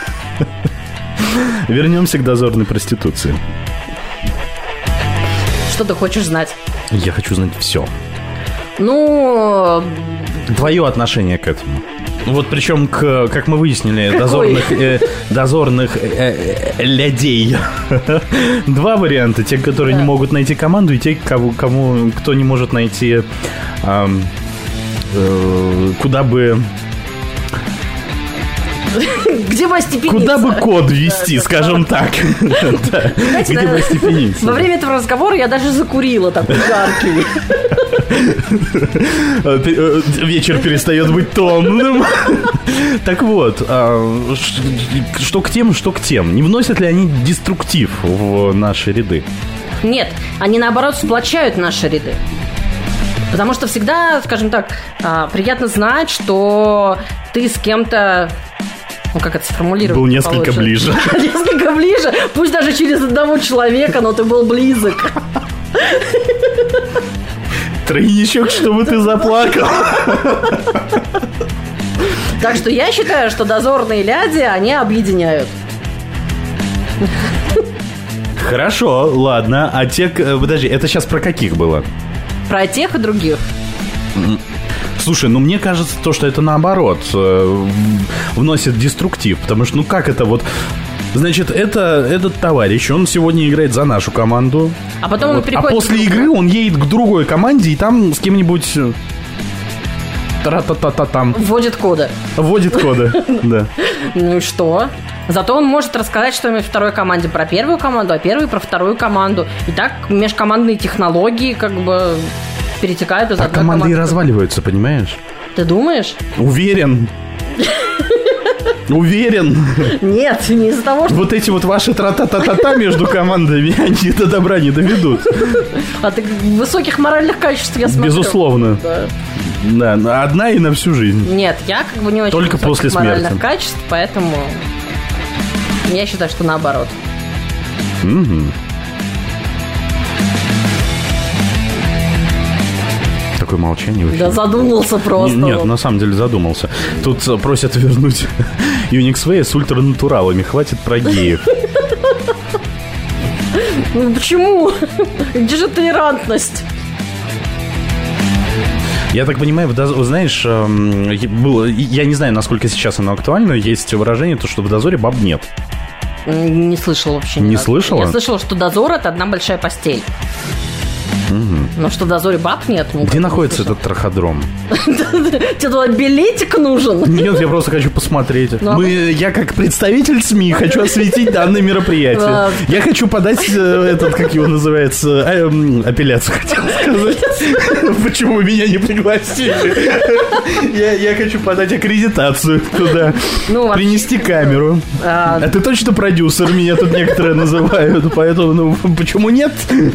Вернемся к дозорной проституции. Что ты хочешь знать? Я хочу знать все. Ну... Твое отношение к этому. Вот причем, к, как мы выяснили, Какой? дозорных, э, дозорных э, э, лядей. Два варианта. Те, которые да. не могут найти команду, и те, кому, кому, кто не может найти, э, э, куда бы... Где бы остепениться? Куда бы код ввести, да, скажем да. так. Знаете, где бы остепениться? Во время этого разговора я даже закурила такой жаркий. Вечер перестает быть томным. Так вот, что к тем, что к тем. Не вносят ли они деструктив в наши ряды? Нет, они наоборот сплочают наши ряды. Потому что всегда, скажем так, приятно знать, что ты с кем-то... Ну, как это сформулировать? Был несколько получше. ближе. Несколько ближе. Пусть даже через одного человека, но ты был близок. Тройничок, чтобы ты заплакал. Так что я считаю, что дозорные ляди, они объединяют. Хорошо, ладно. А те... Подожди, это сейчас про каких было? Про тех и других. Слушай, ну мне кажется, то, что это наоборот вносит деструктив. Потому что, ну как это вот... Значит, это, этот товарищ, он сегодня играет за нашу команду. А потом вот. он приходит... А после игры он едет к другой команде и там с кем-нибудь... Тра-та-та-та-там. Вводит коды. Вводит коды, да. Ну и что? Зато он может рассказать что-нибудь второй команде про первую команду, а первый про вторую команду. И так межкомандные технологии как бы перетекают из одной команды. А команды и разваливаются, понимаешь? Ты думаешь? Уверен. Уверен. Нет, не из-за того, что... Вот эти вот ваши тра-та-та-та-та между командами, они до добра не доведут. А ты высоких моральных качеств, я смотрю. Безусловно. Да. Да, одна и на всю жизнь. Нет, я как бы не очень Только после моральных смерти. качеств, поэтому я считаю, что наоборот. Угу. Такое молчание. Вообще. Да задумался просто. Нет, вот. На самом деле задумался. Тут просят вернуть Unix Way с ультранатуралами. Хватит про геев. Ну почему? Где же толерантность? Я так понимаю, знаешь, было, я не знаю, насколько сейчас оно актуально. Есть выражение, то, что в дозоре баб нет. Не слышала вообще. Не слышала? Я слышала, что дозор — это одна большая постель. Но что, дозоре баб нет? Где находится этот траходром? Тебе туда билетик нужен? Нет, я просто хочу посмотреть. Мы, я как представитель СМИ хочу осветить данное мероприятие. Я хочу подать этот, как его называется, апелляцию, хотел сказать. Почему вы меня не пригласили? Я, я хочу подать аккредитацию туда. Ну, принести камеру. А... а ты точно продюсер, меня тут некоторые называют, поэтому, ну, почему нет?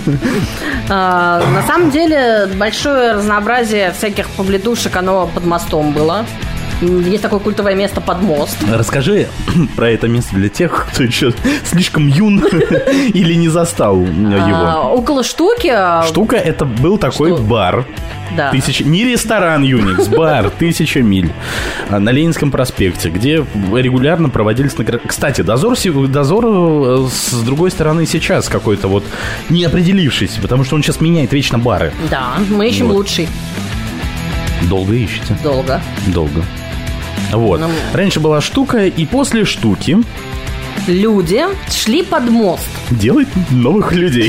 А, на самом деле, большое разнообразие всяких побледушек, оно под мостом было. Есть такое культовое место под мост. Расскажи про это место для тех, кто еще слишком юн или не застал его. А, около штуки. Штука — это был такой Что? бар. Да. Тысяча... Не ресторан Юникс, бар «Тысяча миль» на Ленинском проспекте, где регулярно проводились... Кстати, дозор, дозор с другой стороны сейчас какой-то вот не определившийся, потому что он сейчас меняет вечно бары. Да, мы ищем вот. лучший. Долго ищете? Долго. Долго. Вот. Но... Раньше была штука, и после штуки... Люди шли под мост. Делать новых людей.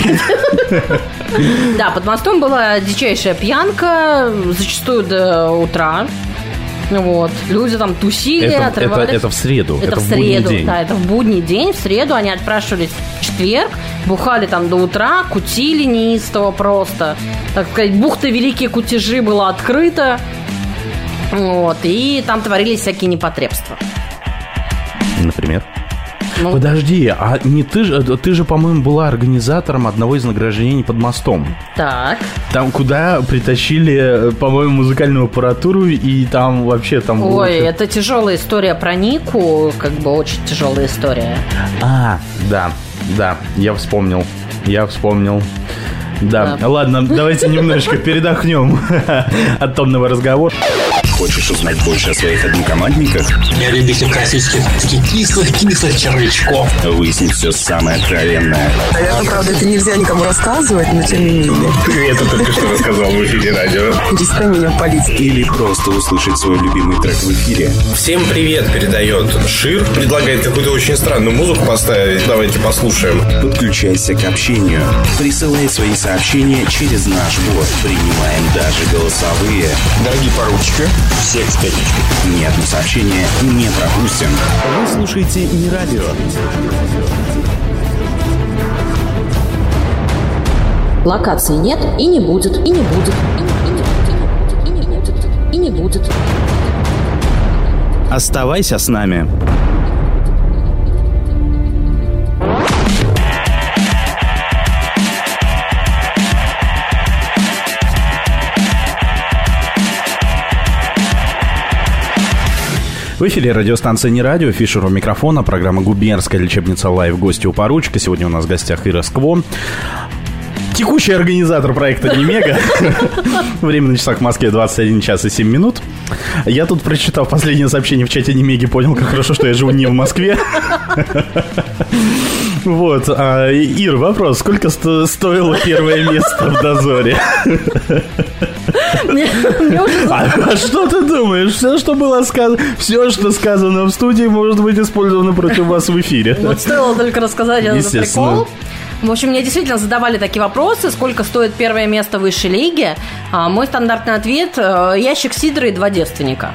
Да, под мостом была дичайшая пьянка, зачастую до утра. Вот. Люди там тусили, это, отрывались. Это, это в среду. Это, это в, в среду, день. Да, это в будний день. В среду они отпрашивались в четверг, бухали там до утра, кутили неистово просто. Так сказать, бухта Великие Кутежи была открыта. Вот. И там творились всякие непотребства. Например? Ну, подожди, а не ты же, ты же, по-моему, была организатором одного из награждений под мостом. Так. Там, куда притащили, по-моему, музыкальную аппаратуру, и там вообще там... Ой, было... это тяжелая история про Нику, как бы очень тяжелая история. А, да, да, я вспомнил, я вспомнил. Да, да. Ладно, давайте немножечко передохнем от томного разговора. Хочешь узнать больше о своих однокомандниках? Я любитель классических таких кислых-кислых червячков. Выяснить все самое откровенное. Наверное, правда, это нельзя никому рассказывать, но тем не менее. Ты это только что рассказал в эфире радио. Перестань меня палить. Или просто услышать свой любимый трек в эфире. Всем привет передает Шир. Предлагает какую-то очень странную музыку поставить. Давайте послушаем. Подключайся к общению. Присылай свои сообщения через наш бот. Принимаем даже голосовые. Дорогие поручики, всех с пятничкой. Ни одно сообщение не пропустим. Вы слушаете не радио. Локации нет и не будет, и не будет, и не будет, и не будет. Оставайся с нами. В эфире радиостанция «Не радио», Фишер у микрофона, программа «Губернская лечебница Лайв», гости у поручика. Сегодня у нас в гостях Ира Скво, текущий организатор проекта «Немега». Время на часах в Москве двадцать один час и семь минут. Я тут, прочитав последнее сообщение в чате «Немеги», понял, как хорошо, что я живу не в Москве. Вот. А, Ир, вопрос. Сколько сто- стоило первое место в дозоре? А, а что ты думаешь? Все, что было сказано, все, что сказано в студии, может быть использовано против вас в эфире. Вот стоило только рассказать этот прикол. В общем, мне действительно задавали такие вопросы: сколько стоит первое место в высшей лиге. А мой стандартный ответ: ящик сидра и два девственника.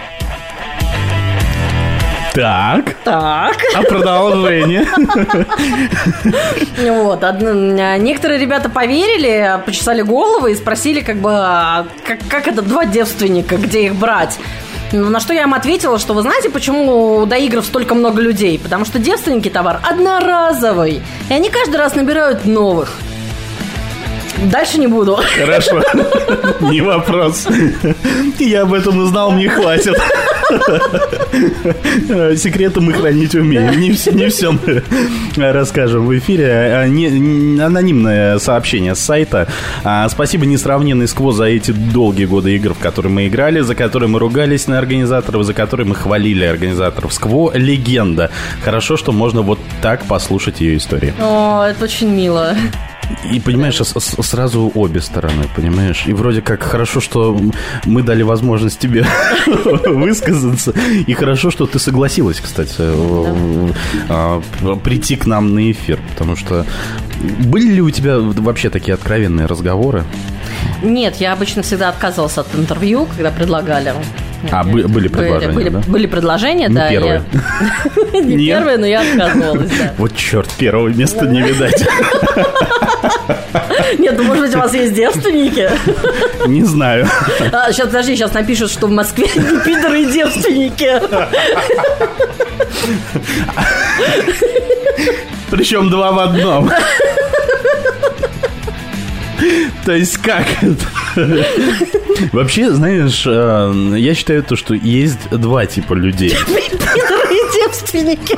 Так. Так. А продолжение? Вот. Некоторые ребята поверили, почесали головы и спросили, как бы, как, как это два девственника, где их брать? На что я им ответила, что вы знаете, почему до игр столько много людей? Потому что девственники товар одноразовый, и они каждый раз набирают новых. Дальше не буду. Хорошо, не вопрос. Я об этом узнал, мне хватит. Секреты мы хранить умеем. Не все, не все мы расскажем в эфире. Не, анонимное сообщение с сайта. Спасибо несравненный Скво за эти долгие годы игр, в которые мы играли, за которые мы ругались на организаторов, за которые мы хвалили организаторов. Скво — легенда. Хорошо, что можно вот так послушать ее истории. О, это очень мило. И, понимаешь, с- с- сразу обе стороны, понимаешь? И вроде как хорошо, что мы дали возможность тебе высказаться. И хорошо, что ты согласилась, кстати, а, прийти к нам на эфир. Потому что были ли у тебя вообще такие откровенные разговоры? Нет, я обычно всегда отказывалась от интервью, когда предлагали. А, были, были предложения, были, да? Были предложения, не да. Первые. Я... Не первые, но я отказывалась, да. Вот черт, первого места не видать. Нет, ну может быть у вас есть девственники? Не знаю. А, сейчас, подожди, сейчас напишут, что в Москве не пидоры и девственники. Причем два в одном. То есть как это? Вообще, знаешь, я считаю то, что есть два типа людей. Пидоры и девственники.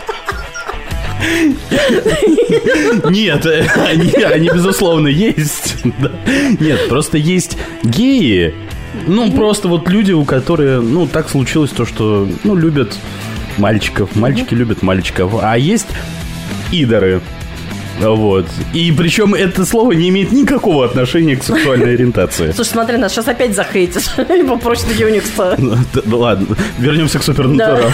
Нет, они, они безусловно есть. Нет, просто есть геи. Ну, просто вот люди, у которых, ну, так случилось то, что, ну, любят мальчиков. Мальчики любят мальчиков. А есть идоры. Вот. И причем это слово не имеет никакого отношения к сексуальной ориентации. Слушай, смотри, нас сейчас опять захейтишь. И попросят Юникса. Ладно, вернемся к супернатуралу.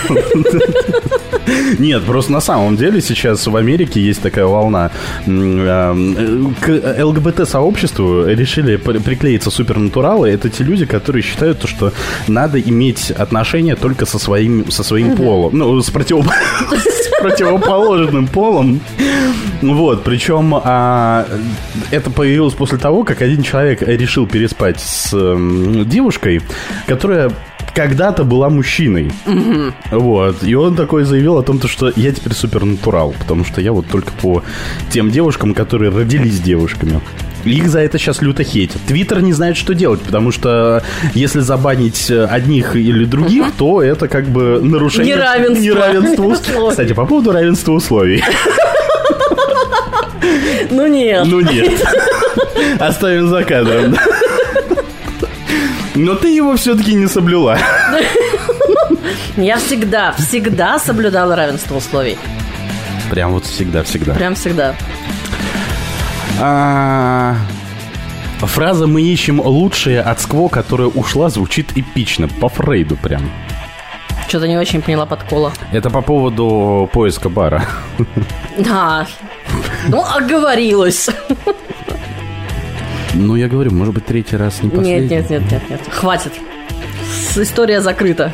Нет, просто на самом деле сейчас в Америке есть такая волна. К ЛГБТ-сообществу решили приклеиться супернатуралы. Это те люди, которые считают, то, что надо иметь отношения только со своим, со своим полом. Ну, с, против... с противоположным полом. Вот, причем а, это появилось после того, как один человек решил переспать с м, девушкой, которая когда-то была мужчиной. Mm-hmm. Вот. И он такой заявил о том, что я теперь супернатурал, потому что я вот только по тем девушкам, которые родились девушками. Их за это сейчас люто хейтят. Твиттер не знает, что делать, потому что если забанить одних или других, uh-huh. то это как бы нарушение неравенства. неравенства условий. Кстати, по поводу равенства условий. Ну нет. Ну нет. Оставим за кадром. Но ты его все-таки не соблюла. Я всегда, всегда соблюдала равенство условий. Прям вот всегда-всегда. Прям всегда. А... Фраза «мы ищем лучшее от Скво», которая ушла, звучит эпично. По Фрейду прям. Что-то не очень поняла подкола. Это по поводу поиска бара. Да. Ну, оговорилась. Ну, я говорю, может быть, третий раз не последний. Нет, нет, нет, нет, нет. Хватит. История закрыта.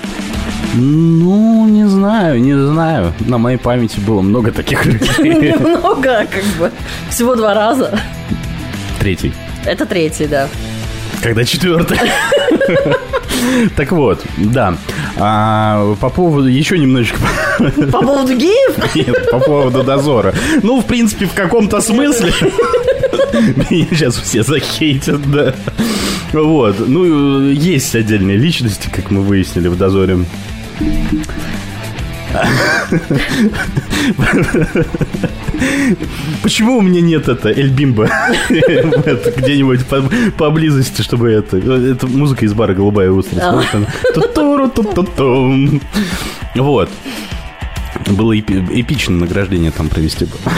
Ну, не знаю, не знаю. На моей памяти было много таких людей. Немного, как бы. Всего два раза. Третий. Это третий, да. Когда четвертый. Так вот, да. А, по поводу... Еще немножечко... По поводу геев? Нет, по поводу дозора. Ну, в принципе, в каком-то смысле... Меня сейчас все захейтят, да. Вот. Ну, есть отдельные личности, как мы выяснили в дозоре. Почему у меня нет это Эльбимба где-нибудь поблизости, чтобы это... Это музыка из бара «Голубая устрица». Вот. Было эпичное награждение там провести было.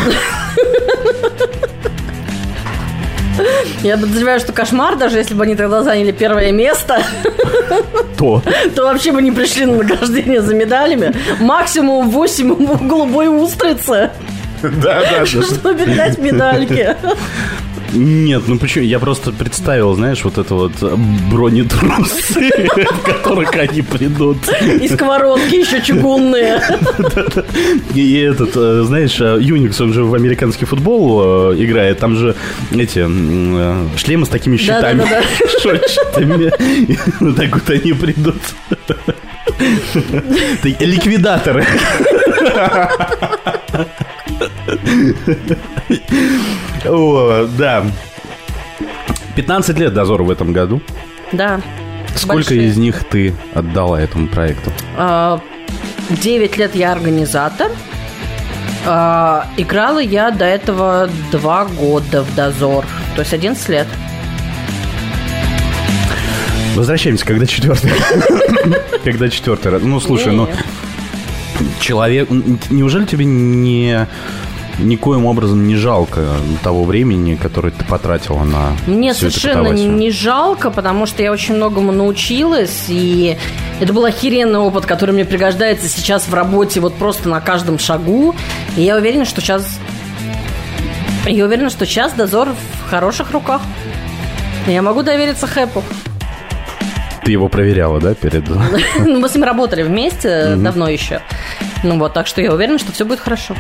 Я подозреваю, что кошмар, даже если бы они тогда заняли первое место, то, то вообще бы не пришли на награждение за медалями. Максимум восемь голубой устрицы. Да, да, чтобы передать медальки. Нет, ну почему? Я просто представил, знаешь, вот это вот бронетрусы, в которых они придут. И сковородки еще чугунные. И этот, знаешь, Юникс, он же в американский футбол играет. Там же эти шлемы с такими щитами, шотчатыми. Так вот они придут. Ликвидаторы. О, да. пятнадцать лет дозору в этом году. Да. Сколько большие. Из них ты отдала этому проекту? Девять лет я организатор. Играла я до этого два года в дозор. То есть одиннадцать лет. Возвращаемся, когда четвертый. Когда четвертый раз. Ну, слушай, ну... Человек... Неужели тебе не... никоим образом не жалко того времени, которое ты потратила на Мне всю эту совершенно катавасию? не жалко, потому что я очень многому научилась, и это был охеренный опыт, который мне пригождается сейчас в работе вот просто на каждом шагу. И я уверена, что сейчас... Я уверена, что сейчас дозор в хороших руках. Я могу довериться Хэпу. Ты его проверяла, да, перед... Мы с ним работали вместе давно еще. Ну вот, так что я уверена, что все будет хорошо.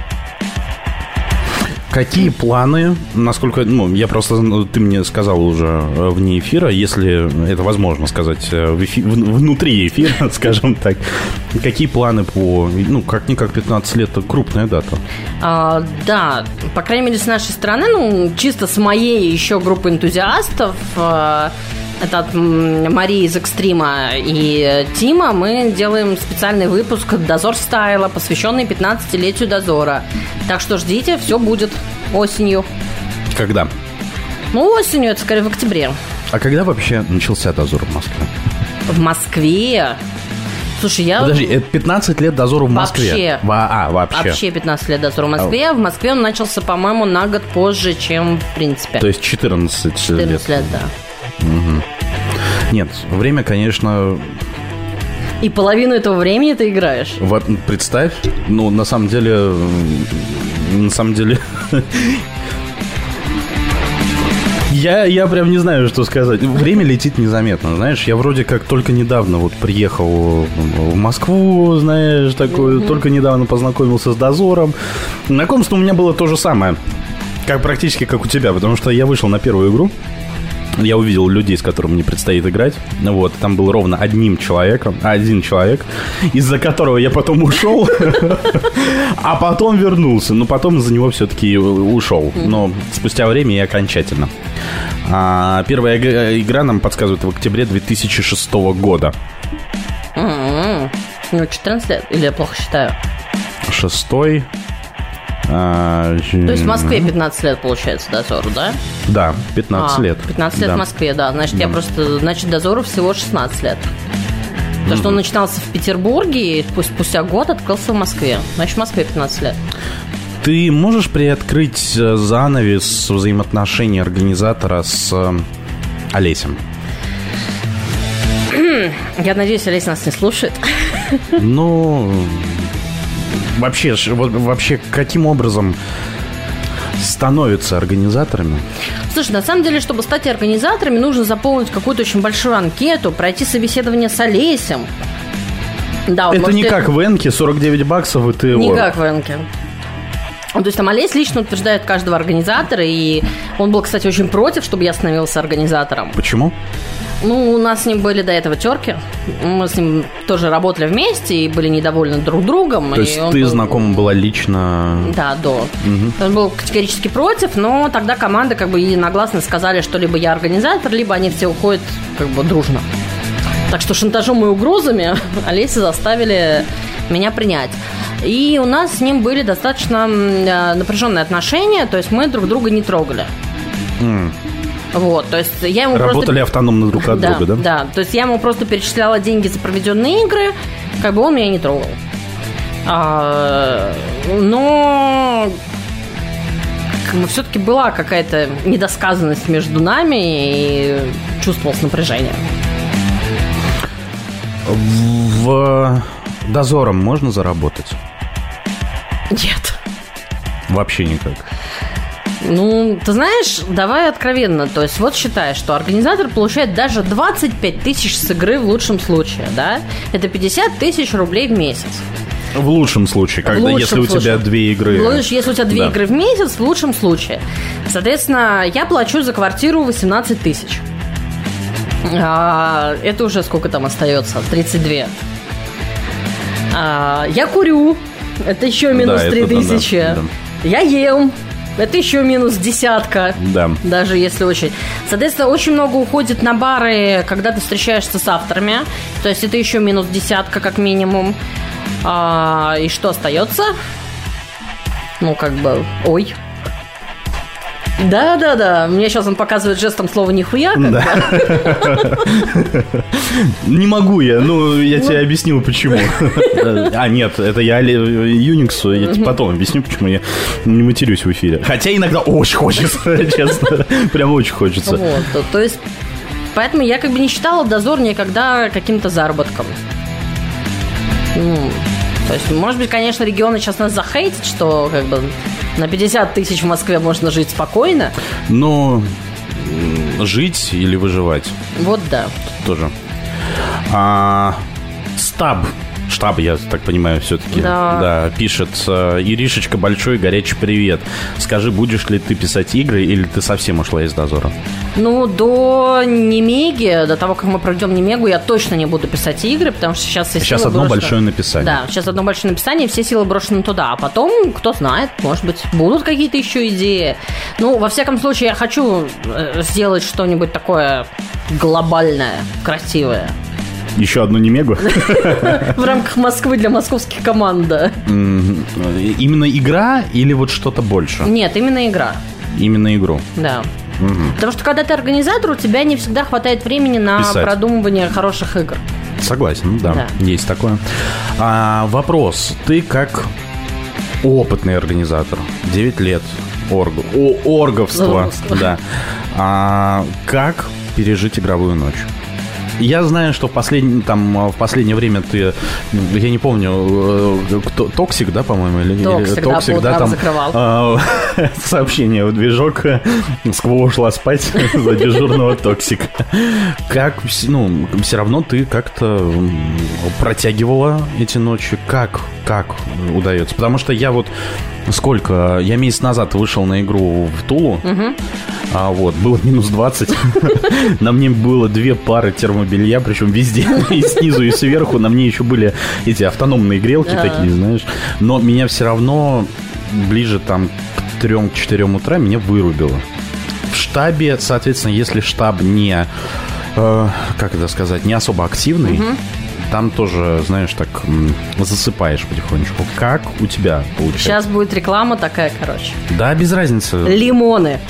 Какие планы, насколько, ну, я просто, ты мне сказал уже вне эфира, если это возможно сказать в эфи, внутри эфира, скажем так, какие планы по, ну, как-никак пятнадцать лет, это крупная дата. А, да, по крайней мере, с нашей стороны, ну, чисто с моей еще группы энтузиастов, это от Марии из Экстрима и Тима, мы делаем специальный выпуск «Дозор стайла», посвященный пятнадцатилетию Дозора. Так что ждите, все будет осенью. Когда? Ну, осенью, это скорее в октябре. А когда вообще начался Дозор в Москве? В Москве? Слушай, я... Подожди, это пятнадцать лет Дозора в Москве? Вообще. Во, а, вообще. Вообще пятнадцать лет Дозора в Москве. А в Москве он начался, по-моему, на год позже, чем в принципе. То есть четырнадцать, четырнадцать лет, да. Угу. Нет, время, конечно... И половину этого времени ты играешь. Вот, представь, ну, на самом деле... На самом деле... Я, я прям не знаю, что сказать. Время летит незаметно, знаешь. Я вроде как только недавно вот приехал в Москву, знаешь, такое, mm-hmm. только недавно познакомился с Дозором. Знакомство у меня было то же самое, как практически как у тебя, потому что я вышел на первую игру. Я увидел людей, с которыми мне предстоит играть. Вот, там был ровно одним человеком, один человек, из-за которого я потом ушел, а потом вернулся. Но потом из-за него все-таки ушел. Но спустя время и окончательно. А первая игра нам подсказывает в октябре две тысячи шестого года. Ну, четырнадцать лет, или я плохо считаю? Шестой... А, То есть в Москве пятнадцать лет, получается, Дозору, да? Да, пятнадцать а, лет. пятнадцать лет да. в Москве, да. Значит, да. я просто... Значит, Дозору всего шестнадцать лет. Потому mm-hmm. что он начинался в Петербурге, и спустя год открылся в Москве. Значит, в Москве пятнадцать лет. Ты можешь приоткрыть занавес взаимоотношений организатора с Олесем? Я надеюсь, Олесь нас не слушает. Ну... Вообще, вот, вообще, каким образом становятся организаторами? Слушай, на самом деле, чтобы стать организаторами, нужно заполнить какую-то очень большую анкету, пройти собеседование с Олесем. Да, вот, это может, не это... как в Энке, сорок девять баксов, и ты... Не как в Энке. То есть там Олесь лично утверждает каждого организатора, и он был, кстати, очень против, чтобы я становился организатором. Почему? Ну, у нас с ним были до этого терки. Мы с ним тоже работали вместе и были недовольны друг другом. То есть и он ты был... знакома была лично? Да, до. Угу. Он был категорически против, но тогда команды как бы единогласно сказали, что либо я организатор, либо они все уходят как бы дружно. Так что шантажом и угрозами Олеся заставили меня принять. И у нас с ним были достаточно напряженные отношения, то есть мы друг друга не трогали. Mm. Вот, то есть я ему Работали просто... автономно друг от да, друга, да? Да, то есть я ему просто перечисляла деньги за проведенные игры, как бы он меня не трогал. А, но как бы все-таки была какая-то недосказанность между нами и чувствовалось напряжение. В Дозором можно заработать? Нет. Вообще никак. Ну, ты знаешь, давай откровенно. То есть вот считай, что организатор получает даже двадцать пять тысяч с игры в лучшем случае, да? Это пятьдесят тысяч рублей в месяц. В лучшем случае, когда, лучшем если случае. у тебя две игры. Если у тебя две да. игры в месяц, в лучшем случае. Соответственно, я плачу за квартиру восемнадцать тысяч. А, это уже сколько там остается? тридцать два. А, я курю. Это еще минус да, три тысячи. Да, да, да. Я ем. Это еще минус десятка. Да. Даже если очень. Соответственно, очень много уходит на бары, когда ты встречаешься с авторами. То есть это еще минус десятка, как минимум. А, и что остается? Ну, как бы, ой. Да-да-да. Мне сейчас он показывает жестом слово «нихуя». Да. Не могу я. Ну, я тебе объяснил, почему. А, нет, это я Unix. Я тебе потом объясню, почему я не матерюсь в эфире. Хотя иногда очень хочется, честно. Прям очень хочется. Вот, то есть... Поэтому я как бы не считала дозор никогда каким-то заработком. Ну, то есть, может быть, конечно, регионы сейчас нас захейтят, что как бы на пятьдесят тысяч в Москве можно жить спокойно. Но жить или выживать? Вот да. Тоже. А, стаб. Штаб, я так понимаю, все-таки. Да. Да, пишет. Иришечка, большой горячий привет. Скажи, будешь ли ты писать игры, или ты совсем ушла из дозора? Ну, до Немеги, до того, как мы пройдем Немегу, я точно не буду писать игры, потому что сейчас все Сейчас силы одно брошены... большое написание. Да, сейчас одно большое написание, и все силы брошены туда. А потом, кто знает, может быть, будут какие-то еще идеи. Ну, во всяком случае, я хочу сделать что-нибудь такое глобальное, красивое. Еще одну Немегу? В рамках Москвы для московских команд, да. Именно игра или вот что-то больше? Нет, именно игра. Именно игру? Да. Потому что когда ты организатор, у тебя не всегда хватает времени на Писать. Продумывание хороших игр. Согласен, да, Да. есть такое. А, вопрос. Ты как опытный организатор, девять лет орг... О, орговства, Орговство. да. А, как пережить игровую ночь? Я знаю, что в, послед... там, в последнее время ты, я не помню, кто... Токсик, да, по-моему? Или... Токсик, да, Токсик, по да, утрам там закрывал. а, сообщение в движок, Скво ушла спать за дежурного Токсика. Как, ну, все равно ты как-то протягивала эти ночи. Как, как удается? Потому что я вот сколько, я месяц назад вышел на игру в Тулу, Угу. а вот, было минус двадцать. На мне было две пары термобелья, причем везде, и снизу, и сверху. На мне еще были эти автономные грелки Да. такие, знаешь. Но меня все равно ближе там к трем-четырем утра меня вырубило. В штабе, соответственно, если штаб не, э, как это сказать, не особо активный, Угу. там тоже, знаешь, так м, засыпаешь потихонечку. Как у тебя получается? Сейчас будет реклама такая, короче. Да, без разницы. Лимоны.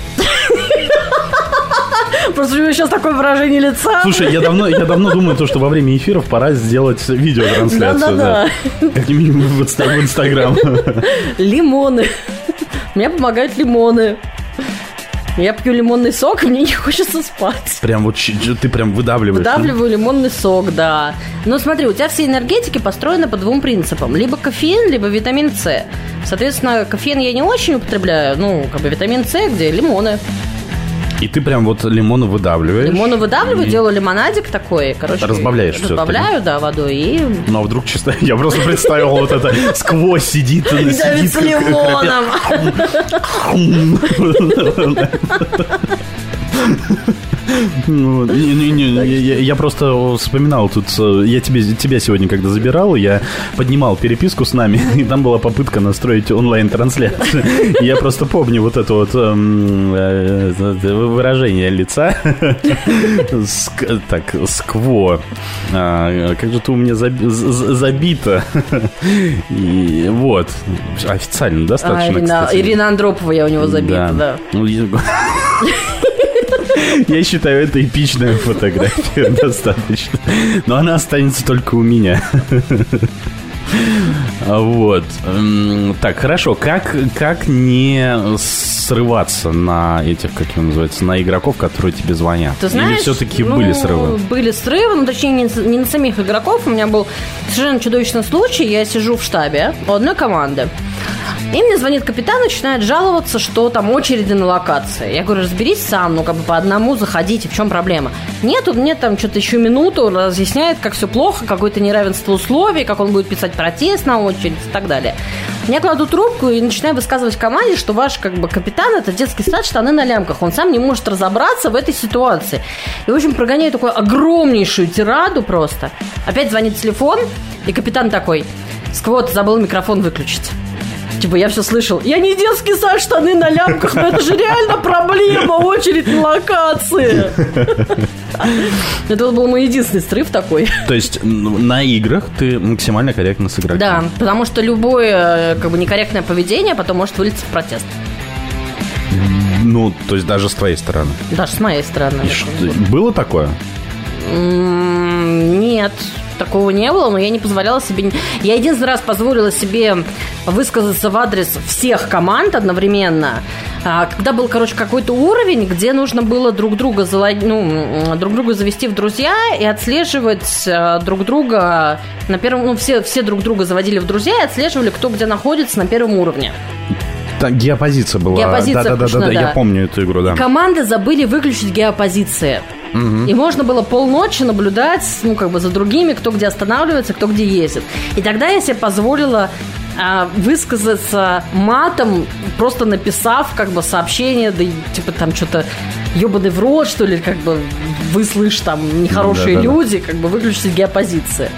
Просто у меня сейчас такое выражение лица. Слушай, я давно, я давно думаю, то, что во время эфиров пора сделать видеотрансляцию. Да-да-да. Да. Как минимум в инста- в Инстаграм. Лимоны. Мне помогают лимоны. Я пью лимонный сок, и мне не хочется спать. Прям вот ч- ч- ты прям выдавливаешь. Выдавливаю лимонный сок, да. Но смотри, у тебя все энергетики построены по двум принципам. Либо кофеин, либо витамин С. Соответственно, кофеин я не очень употребляю. Ну, как бы витамин С, где лимоны. И ты прям вот лимоны выдавливаешь. Лимоны выдавливаю, И- делаю лимонадик такой. Короче, Разбавляешь всё Разбавляю, да, водой. И Ну, а вдруг чисто... Я просто представил вот это сквозь сидит. давит сидит с как- лимоном. Ну, не, не, не, я, я- я просто вспоминал тут, э, я тебе, тебя сегодня, когда забирал, я поднимал переписку с нами, и там была попытка настроить онлайн-трансляцию. И я просто помню вот это вот эм, э, э, выражение лица. Ск- так, скво. А, как же ты у меня заби- з- забито. И вот. Официально А, достаточно, Ирина, кстати. Ирина Андропова, я у него забита, да. Ну, я- Я считаю, это эпичная фотография достаточно. Но она останется только у меня. Вот. М, Так, хорошо. Как, как не срываться на этих, как его называется, на игроков, которые тебе звонят? Ты знаешь, Или все-таки ну, были срывы? Были срывы, но точнее не, на- не на самих игроков. У меня был совершенно чудовищный случай. Я сижу в штабе у одной команды. И мне звонит капитан, начинает жаловаться, что там очереди на локации. Я говорю, разберись сам, ну как бы по одному заходите, в чем проблема? Нет, он мне там что-то еще минуту разъясняет, как все плохо, какое-то неравенство условий, как он будет писать протест на очередь и так далее. Я кладу трубку и начинаю высказывать команде, что ваш как бы капитан – это детский сад, штаны на лямках. Он сам не может разобраться в этой ситуации. И, в общем, прогоняю такую огромнейшую тираду просто. Опять звонит телефон, и капитан такой: «Сквот, забыл микрофон выключить». Типа, я все слышал. Я не детский сад, штаны на лямках, но это же реально проблема, очередь на локации. Это был мой единственный срыв такой. То есть м, на играх ты максимально корректно с игроками? Да, потому что любое как бы некорректное поведение потом может вылиться в протест. Ну, то есть даже с твоей стороны? Даже с моей стороны. Что, было такое? Нет, такого не было, но я не позволяла себе... Я единственный раз позволила себе высказаться в адрес всех команд одновременно, когда был, короче, какой-то уровень, где нужно было друг друга, залог... ну, друг друга завести в друзья и отслеживать друг друга на первом... Ну, все, все друг друга заводили в друзья и отслеживали, кто где находится на первом уровне. Так, геопозиция была. Геопозиция да, да, включена, да, да, да. Я помню эту игру, да. Команды забыли выключить геопозиции. Угу. И можно было полночи наблюдать, ну, как бы за другими, кто где останавливается, кто где ездит. И тогда я себе позволила а, высказаться матом, просто написав, как бы, сообщение, да, типа, там, что-то ебаный в рот, что ли, как бы, вы слышь, там, нехорошие да, да, люди, да. Как бы, выключить геопозиции.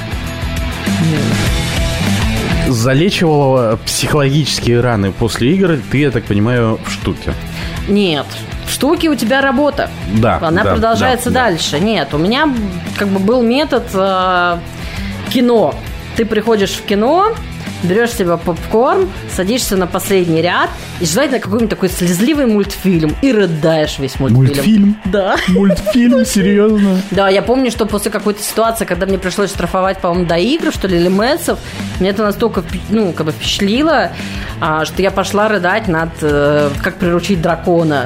Залечивала психологические раны после игр ты, я так понимаю, в штуке. Нет, в штуке у тебя работа. Да. Она да, продолжается да, дальше. Да. Нет, у меня как бы был метод э, кино. Ты приходишь в кино, берешь себе попкорн, садишься на последний ряд и желательно какой-нибудь такой слезливый мультфильм и рыдаешь весь мультфильм. Мультфильм? Да. Мультфильм? Серьезно? Да, я помню, что после какой-то ситуации, когда мне пришлось штрафовать, по-моему, до игр, что ли, или Мэтсов, мне это настолько, ну, как бы впечатлило, а, что я пошла рыдать над э, «Как приручить дракона».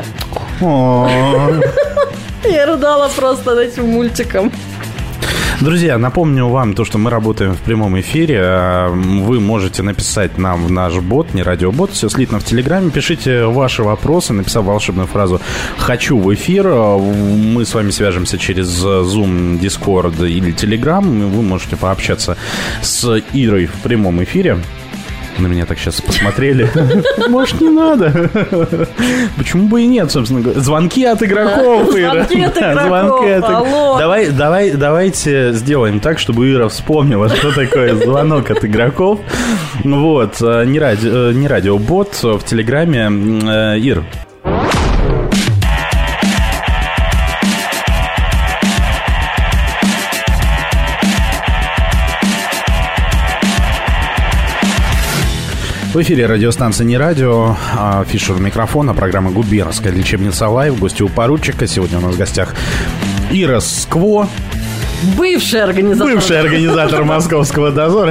Я рыдала просто над этим мультиком. Друзья, напомню вам то, что мы работаем в прямом эфире. Вы можете написать нам в наш бот, не радиобот, все слитно в Телеграме. Пишите ваши вопросы, написав волшебную фразу «Хочу в эфир». Мы с вами свяжемся через Zoom, Discord или Telegram. Вы можете пообщаться с Ирой в прямом эфире. На меня так сейчас посмотрели. Может, не надо? Почему бы и нет, собственно говоря. Звонки от игроков, Ира. Звонки от игроков, алло. Давай, давай, давайте сделаем так, чтобы Ира вспомнила, что такое звонок от игроков. Вот, не, ради, не радиобот в Телеграме. Ир. В эфире радиостанция «Не радио», Фишер микрофона, программа «Губернская лечебница Лайв». Гости у поручика. Сегодня у нас в гостях Ира Скво. Бывший организатор. Бывший организатор московского дозора.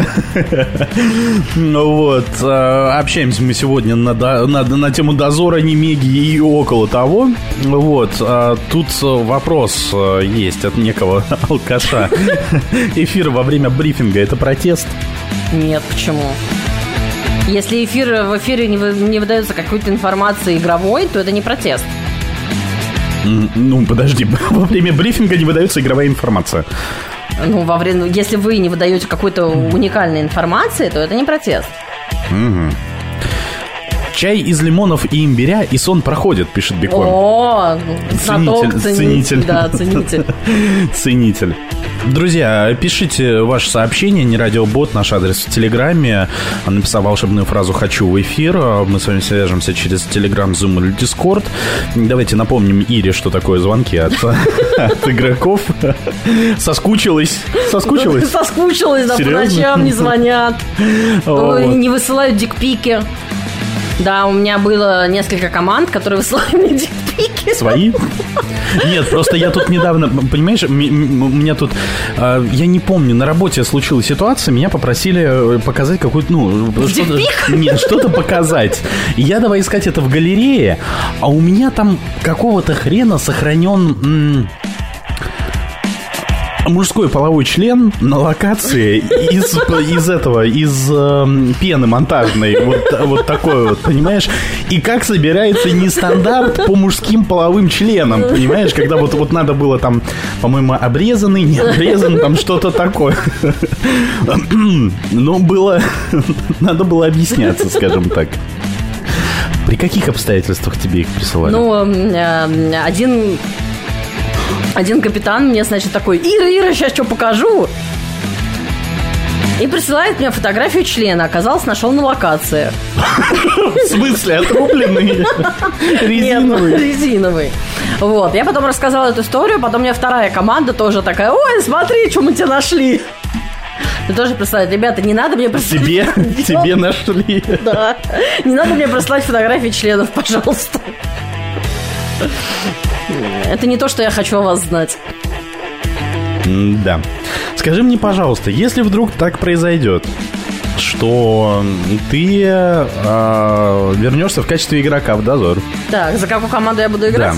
Вот. Общаемся мы сегодня на, на, на тему дозора, Немеги и около того. Вот. Тут вопрос есть от некого алкаша. Эфир во время брифинга – это протест? Нет, почему? Если эфир, в эфире не, вы, не выдается какой-то информации игровой, то это не протест. Ну, подожди, во время брифинга не выдается игровая информация. Ну, во время, если вы не выдаете какой-то уникальной информации, то это не протест. Угу. Чай из лимонов и имбиря, и сон проходит, пишет Бекон. О, знаток, ценитель, ценитель. Да, ценитель. Ценитель. Друзья, пишите ваше сообщение, не радиобот, наш адрес в Телеграме. Написав волшебную фразу «Хочу в эфир». Мы с вами свяжемся через Телеграм, Zoom или Discord. Давайте напомним Ире, что такое звонки от, от игроков. Соскучилась? Соскучилась? Соскучилась, да, по ночам не звонят. Не высылают дикпики. Да, у меня было несколько команд, которые высылали мне дикпики. Свои? Нет, просто я тут недавно, понимаешь, у меня тут, я не помню, на работе случилась ситуация, меня попросили показать какую-то, ну, что-то, нет, что-то показать. И я давай искать это в галерее, а у меня там какого-то хрена сохранен... мужской половой член на локации из, из этого, из э, пены монтажной. Вот, вот такой вот, понимаешь? И как собирается нестандарт по мужским половым членам, понимаешь? Когда вот, вот надо было там, по-моему, обрезанный, не обрезанный, там что-то такое. Ну, было... Надо было объясняться, скажем так. При каких обстоятельствах тебе их присылали? Ну, один... Один капитан мне, значит, такой: Ира, Ира, сейчас что покажу. И присылает мне фотографию члена. Оказалось, нашел на локации. В смысле, отрубленный? Резиновый? Нет, резиновый. Вот, я потом рассказала эту историю. Потом у меня вторая команда тоже такая: ой, смотри, что мы тебе нашли. Ты тоже присылаешь: ребята, не надо мне присылать. Тебе? Тебе нашли? Да. Не надо мне присылать фотографии членов, пожалуйста. Это не то, что я хочу о вас знать. Да. Скажи мне, пожалуйста, если вдруг так произойдет, что ты э, вернешься в качестве игрока в Дозор. Так, за какую команду я буду играть? Да.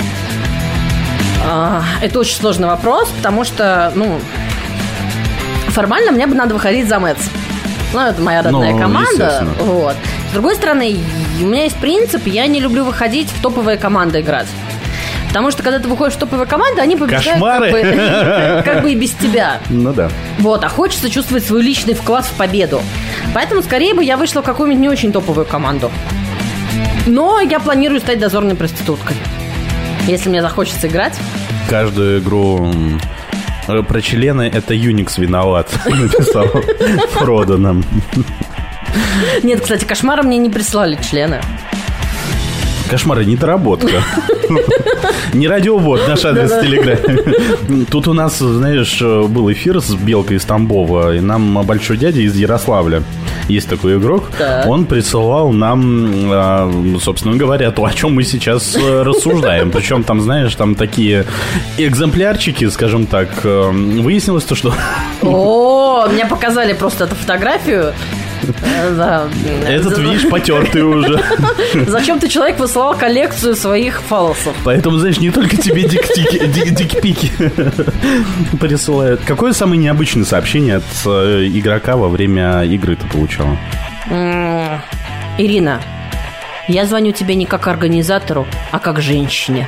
А, это очень сложный вопрос, потому что, ну, формально мне бы надо выходить за Мэтс. Ну, это моя родная ну, команда. Вот. С другой стороны, у меня есть принцип, я не люблю выходить в топовые команды играть. Потому что, когда ты выходишь в топовые команды, они побеждают как бы, как бы и без тебя. Ну да. Вот, а хочется чувствовать свой личный вклад в победу. Поэтому, скорее бы, я вышла в какую-нибудь не очень топовую команду. Но я планирую стать дозорной проституткой. Если мне захочется играть. Каждую игру про члены это Юникс виноват. Написал Фродо нам. Нет, кстати, кошмара мне не прислали члены. Кошмары, недоработка. Не радиобот, наш адрес в Телеграме. Тут у нас, знаешь, был эфир с Белкой из Тамбова, и нам большой дядя из Ярославля, есть такой игрок, так. Он присылал нам, собственно говоря, то, о чем мы сейчас рассуждаем. Причем там, знаешь, там такие экземплярчики, скажем так. Выяснилось то, что... О, мне показали просто эту фотографию. Да. Этот, видишь, потертый уже. Зачем-то человек высылал коллекцию своих фалосов. Поэтому, знаешь, не только тебе дикпики присылают. Какое самое необычное сообщение от игрока во время игры ты получала? Ирина, я звоню тебе не как организатору, а как женщине.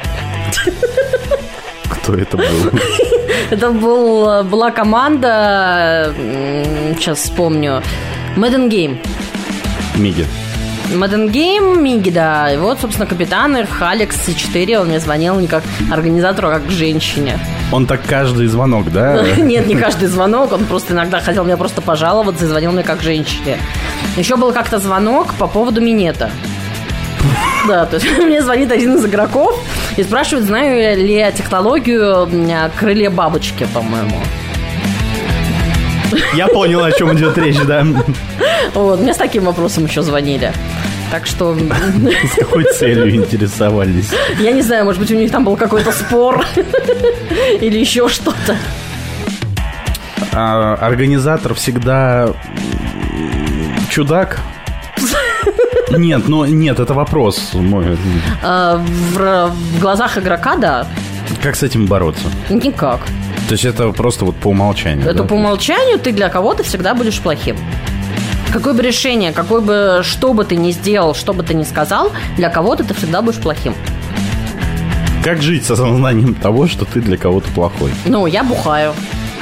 Кто это был? Это был, была команда, сейчас вспомню, Madden Game. Миги. Madden Game, Миги, да. И вот, собственно, капитан их, Алекс Си четыре, он мне звонил не как организатору, а как женщине. Он так каждый звонок, да? Нет, не каждый звонок, он просто иногда хотел мне просто пожаловаться и звонил мне как женщине. Еще был как-то звонок по поводу минета. Да, то есть мне звонит один из игроков и спрашивает, знаю ли я технологию крылья бабочки, по-моему. Я понял, о чем идет речь, да. Вот, мне с таким вопросом еще звонили. Так что... С какой целью интересовались? Я не знаю, может быть, у них там был какой-то спор или еще что-то. А, организатор всегда чудак? Нет, ну нет, это вопрос мой. А, в, в глазах игрока, да. Как с этим бороться? Никак. То есть это просто вот по умолчанию? Это да? по умолчанию ты для кого-то всегда будешь плохим. Какое бы решение, какое бы, что бы ты ни сделал, что бы ты ни сказал, для кого-то ты всегда будешь плохим. Как жить со сознанием того, что ты для кого-то плохой? Ну, я бухаю.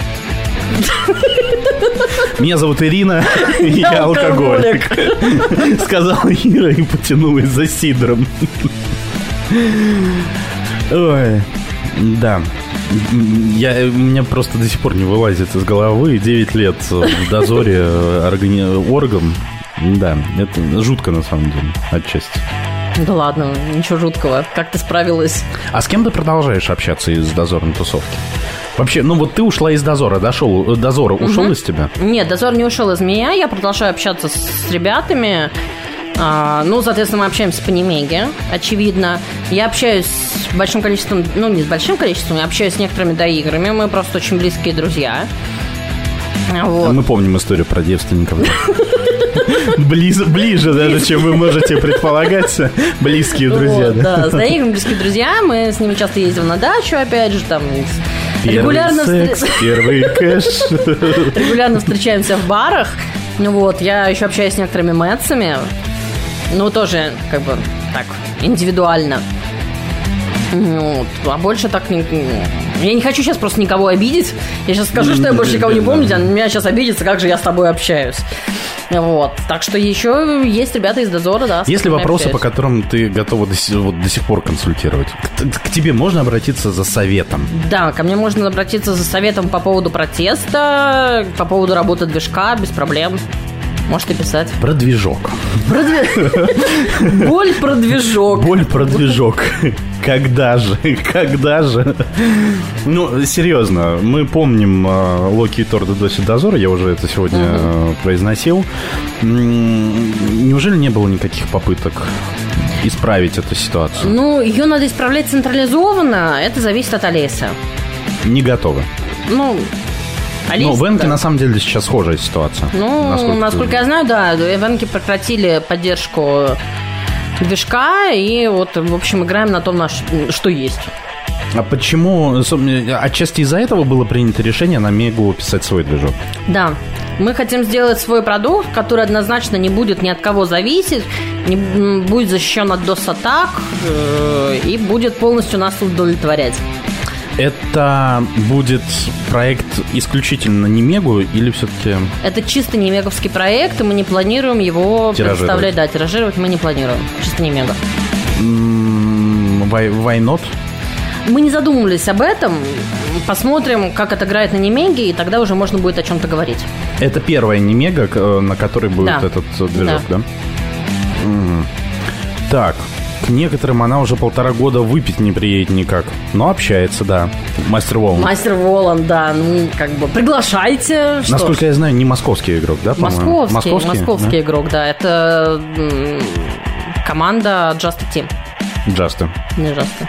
Меня зовут Ирина, и я алкоголик. Сказала Ира и потянулась за сидром. Ой, да. Я, у меня просто до сих пор не вылазит из головы. девять лет в дозоре органи... оргом. Да, это жутко на самом деле, отчасти. Да ладно, ничего жуткого. Как ты справилась? А с кем ты продолжаешь общаться из дозорной тусовки? Вообще, ну вот ты ушла из дозора, дошел, дозора ушел угу. из тебя? Нет, дозор не ушел из меня. Я продолжаю общаться с ребятами. А, ну, соответственно, мы общаемся по Немеге, очевидно. Я общаюсь с большим количеством, ну, не с большим количеством, я общаюсь с некоторыми доиграми. Мы просто очень близкие друзья. Вот. Мы помним историю про девственников. Ближе, ближе даже, чем вы можете предполагать. Близкие друзья. Вот, да, с доиграми близкие друзья. Мы с ними часто ездим на дачу, опять же, там... Первый регулярно секс, встр... первый кэш. Регулярно встречаемся в барах. Ну вот, я еще общаюсь с некоторыми мэтсами. Ну, тоже, как бы, так, индивидуально. Вот. А больше так не... Я не хочу сейчас просто никого обидеть. Я сейчас скажу, что я больше никого не помню, а меня сейчас обидится, как же я с тобой общаюсь. Вот. Так что еще есть ребята из дозора, да. Есть ли вопросы, по которым ты готова до сих, вот, до сих пор консультировать? К, к тебе можно обратиться за советом? Да, ко мне можно обратиться за советом по поводу протеста, по поводу работы движка, без проблем. Можете писать. Про движок. Боль про движок. Боль про движок. Когда же? Когда же? Ну, серьезно, мы помним Локи и Тор Додоси Дозора, я уже это сегодня uh-huh. произносил. Неужели не было никаких попыток исправить эту ситуацию? Ну, ее надо исправлять централизованно. Это зависит от Олеся. Не готовы. Ну, Олесь, Ну, в Энке да. на самом деле сейчас схожая ситуация. Ну, насколько, насколько я знаю, да, в Энке прекратили поддержку движка, и вот, в общем, играем на том, на ш- что есть. А почему? Отчасти из-за этого было принято решение на Мегу писать свой движок. Да. Мы хотим сделать свой продукт, который однозначно не будет ни от кого зависеть, не будет защищен от дос-атак э, и будет полностью нас удовлетворять. Это будет проект исключительно не Мегу или все-таки... Это чисто не меговский проект, и мы не планируем его представлять. Да, тиражировать мы не планируем. Чисто не мега. Why, why not? Мы не задумывались об этом. Посмотрим, как это играет на немеге, и тогда уже можно будет о чем-то говорить. Это первая немега, на которой будет Да. этот движок, да? Да. Угу. Так, к некоторым она уже полтора года выпить не приедет никак. Но общается, да. Мастер Волан. Мастер Волан, да. Ну, как бы, приглашайте. Что Насколько ж. я знаю, не московский игрок, да, по-моему? Московский, московский, московский да? игрок, да. Это м, команда Just a Team. Джаста. Не Just a.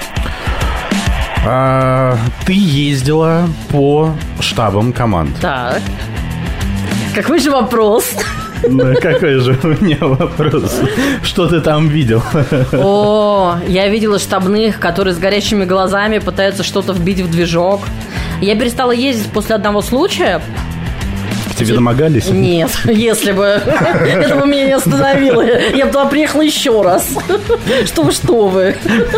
А, ты ездила по штабам команд. Так. Какой же вопрос? Да, какой же у меня вопрос? Что ты там видел? О, я видела штабных, которые с горящими глазами пытаются что-то вбить в движок. Я перестала ездить после одного случая. К тебе домогались? Нет, если бы это бы меня не остановило, я бы туда приехала еще раз. Что вы, что вы.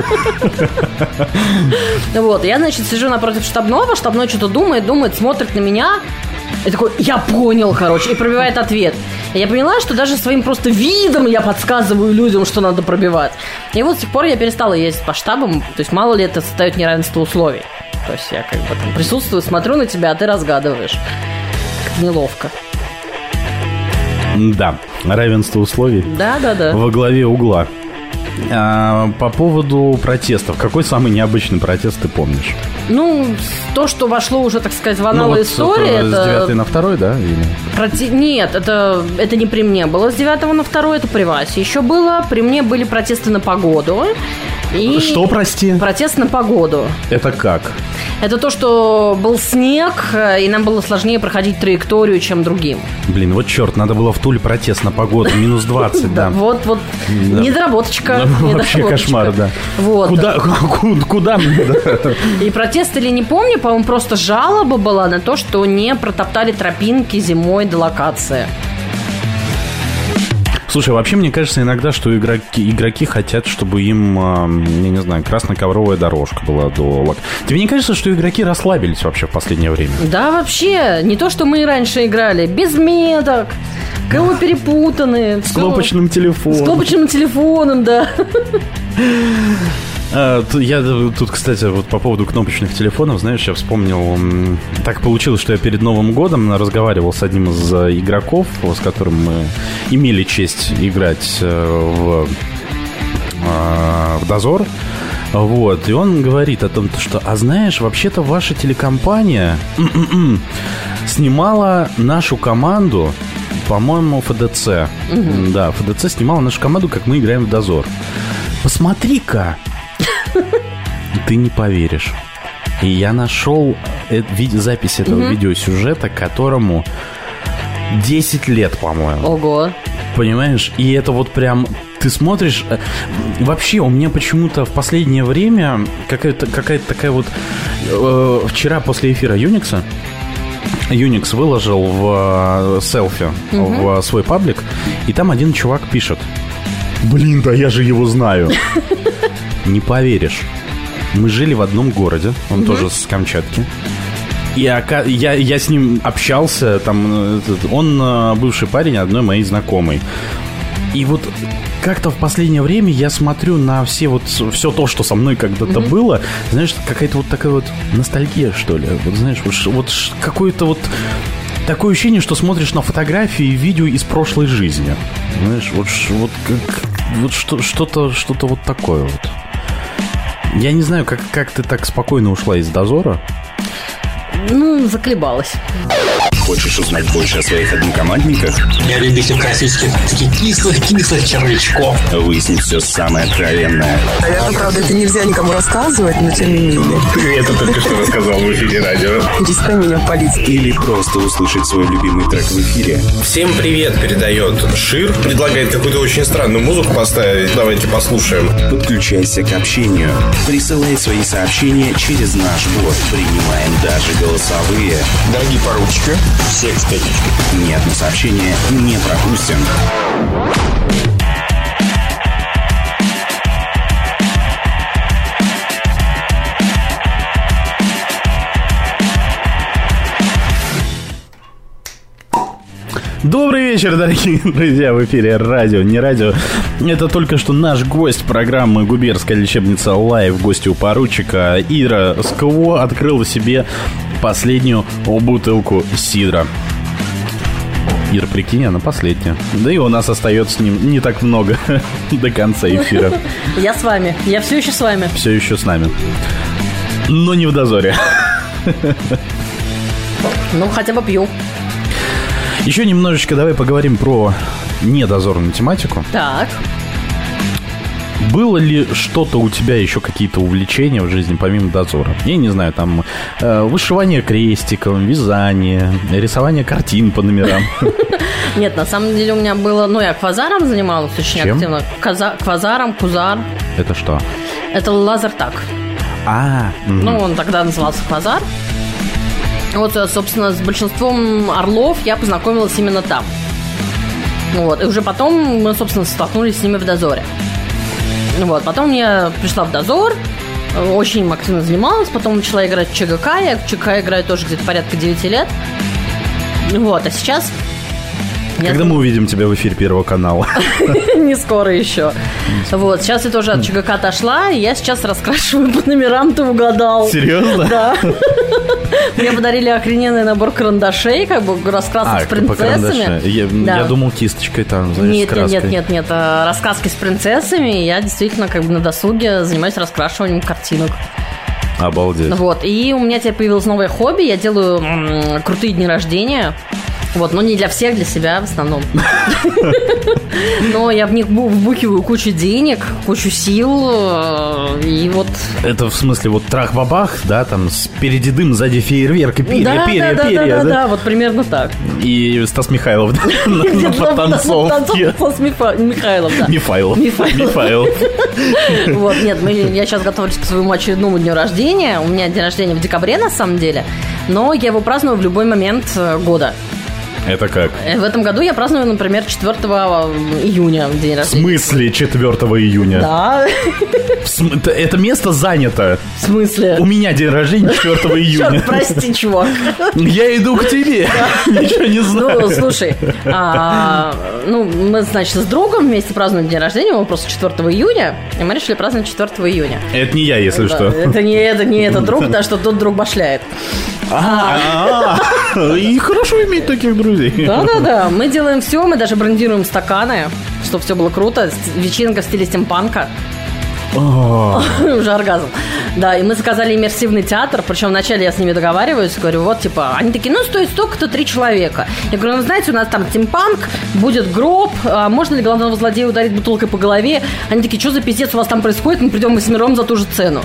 Вот, я, значит, сижу напротив штабного, штабной что-то думает, думает, смотрит на меня. И такой, я понял, короче, и пробивает ответ. И я поняла, что даже своим просто видом я подсказываю людям, что надо пробивать. И вот с тех пор я перестала ездить по штабам. То есть мало ли это создает неравенство условий. То есть я как бы там присутствую, смотрю на тебя, а ты разгадываешь. Как неловко. Да, равенство условий. Да, да, да. Во главе угла. А, по поводу протестов. Какой самый необычный протест ты помнишь? Ну, то, что вошло уже, так сказать, в аналы ну, вот истории, это... это... С девятой на второй, да? Или... Проте... Нет, это, это не при мне было с девятого на второй, это при Васе. Еще было, при мне были протесты на погоду. И... Что, прости? Протест на погоду. Это как? Это то, что был снег, и нам было сложнее проходить траекторию, чем другим. Блин, вот черт, надо было в Туле протест на погоду, минус двадцать, да. Вот, вот, недоработочка. Вообще кошмар, да. Куда, куда мне? И протест или не помню, по-моему, просто жалоба была на то, что не протоптали тропинки зимой до локации. Слушай, вообще мне кажется иногда, что игроки, игроки хотят, чтобы им, я не знаю, красноковровая дорожка была до лак. Тебе не кажется, что игроки расслабились вообще в последнее время? Да, вообще. Не то, что мы и раньше играли. Без меток. Кого перепутаны. С кнопочным телефоном. С кнопочным телефоном, да. Я тут, кстати, вот по поводу кнопочных телефонов, знаешь, я вспомнил, так получилось, что я перед Новым годом разговаривал с одним из игроков, с которым мы имели честь играть в, в Дозор. Вот, и он говорит о том, что, а знаешь, вообще-то ваша телекомпания снимала нашу команду, по-моему, эф дэ цэ. Mm-hmm. Да, эф дэ цэ снимала нашу команду, как мы играем в Дозор. Посмотри-ка. Ты не поверишь. И я нашел запись этого mm-hmm. видеосюжета, которому десять лет, по-моему. Ого. Понимаешь? И это вот прям... Ты смотришь... Вообще, у меня почему-то в последнее время какая-то, какая-то такая вот... Э, вчера после эфира Unix Unix выложил в селфи mm-hmm. в свой паблик, и там один чувак пишет: блин, да я же его знаю. Не поверишь. Мы жили в одном городе, он mm-hmm. тоже с Камчатки. И я, я с ним общался, там, он бывший парень одной моей знакомой. И вот как-то в последнее время я смотрю на все вот все то, что со мной когда-то mm-hmm. было. Знаешь, какая-то вот такая вот ностальгия, что ли. Вот знаешь, вот, вот какое-то вот такое ощущение, что смотришь на фотографии и видео из прошлой жизни. Знаешь, вот, вот, как, вот что, что-то, что-то вот такое вот. Я не знаю, как, как ты так спокойно ушла из Дозора. Ну, заколебалась. Хочешь узнать больше о своих однокомандниках? Я любитель классических таких кислых-кислых червячков. Выяснить все самое откровенное. Наверное, правда, это нельзя никому рассказывать, но тем не менее. Ты это только что рассказал в эфире радио. Перестань меня палить. Или просто услышать свой любимый трек в эфире. Всем привет передает Шир. Предлагает какую-то очень странную музыку поставить. Давайте послушаем. Подключайся к общению. Присылай свои сообщения через наш бот. Принимаем даже голосовые. Дорогие поручики, все к статичке. Ни одно сообщение не пропустим. Добрый вечер, дорогие друзья, в эфире радио, не радио. Это только что наш гость программы «Губерская лечебница Лайв», гости у поручика Ира Скво открыла себе последнюю бутылку сидра. Ира, прикинь, она последняя. Да и у нас остается с ним не так много до конца эфира. Я с вами, я все еще с вами. Все еще с нами. Но не в дозоре. Ну, хотя бы пью. Еще немножечко давай поговорим про недозорную тематику. Так. Было ли что-то у тебя еще, какие-то увлечения в жизни помимо дозора? Я не знаю, там э, вышивание крестиком, вязание, рисование картин по номерам. Нет, на самом деле у меня было... Ну, я квазаром занималась очень активно. Квазаром, кузар. Это что? Это лазертаг. А. Ну, он тогда назывался квазар. Вот, собственно, с большинством орлов я познакомилась именно там. Вот, и уже потом мы, собственно, столкнулись с ними в дозоре. Вот, потом я пришла в дозор, очень им активно занималась, потом начала играть в ЧГК, я в ЧГК играю тоже где-то порядка девяти лет. Вот, а сейчас... Когда я... мы увидим тебя в эфире Первого канала? Не скоро еще. Вот, сейчас я тоже от ЧГК отошла, и я сейчас раскрашиваю по номерам, ты угадал. Серьезно? Да. Мне подарили охрененный набор карандашей, как бы раскрасок а, с принцессами. Я, да. я думал, кисточкой там, знаешь, нет, с краской. Нет, нет, нет, нет. Раскраски с принцессами. Я действительно как бы на досуге занимаюсь раскрашиванием картинок. Обалдеть. Вот. И у меня теперь появилось новое хобби. Я делаю м- крутые дни рождения. Вот, но не для всех, для себя в основном. Но я в них вбухиваю кучу денег, кучу сил, и вот... Это в смысле вот трах-бабах, да, там спереди дым, сзади фейерверк, и перья, да, перья, да, перья, да? да? Да, вот примерно так. И Стас Михайлов на подтанцовке. Стас Михайлов, да. Михайлов. Михайлов. Вот, нет, я сейчас готовлюсь к своему очередному дню рождения. У меня день рождения в декабре, на самом деле, но я его праздную в любой момент года. Это как? В этом году я праздную, например, четвёртого июня день рождения. В смысле четвёртого июня? Да. См... Это место занято. В смысле? У меня день рождения четвёртого июня. Черт, прости, чувак. Я иду к тебе. Ничего не знаю. Ну, слушай, а, ну, мы, значит, с другом вместе празднуем день рождения, он просто четвёртого июня, и мы решили праздновать четвёртого июня. Это не я, если да, что. Это не, это не этот друг, да, что тот друг башляет. А, и хорошо иметь таких друзей. Да-да-да, мы делаем все, мы даже брендируем стаканы, чтобы все было круто. Вечеринка в стиле стимпанка. Уже оргазм. Да, и мы заказали иммерсивный театр. Причем вначале я с ними договариваюсь, говорю, вот, типа, они такие, ну, стоит столько-то, три человека. Я говорю, ну, знаете, у нас там стимпанк, будет гроб, а можно ли главного злодея ударить бутылкой по голове? Они такие, что за пиздец у вас там происходит? Мы придем восьмером за ту же цену.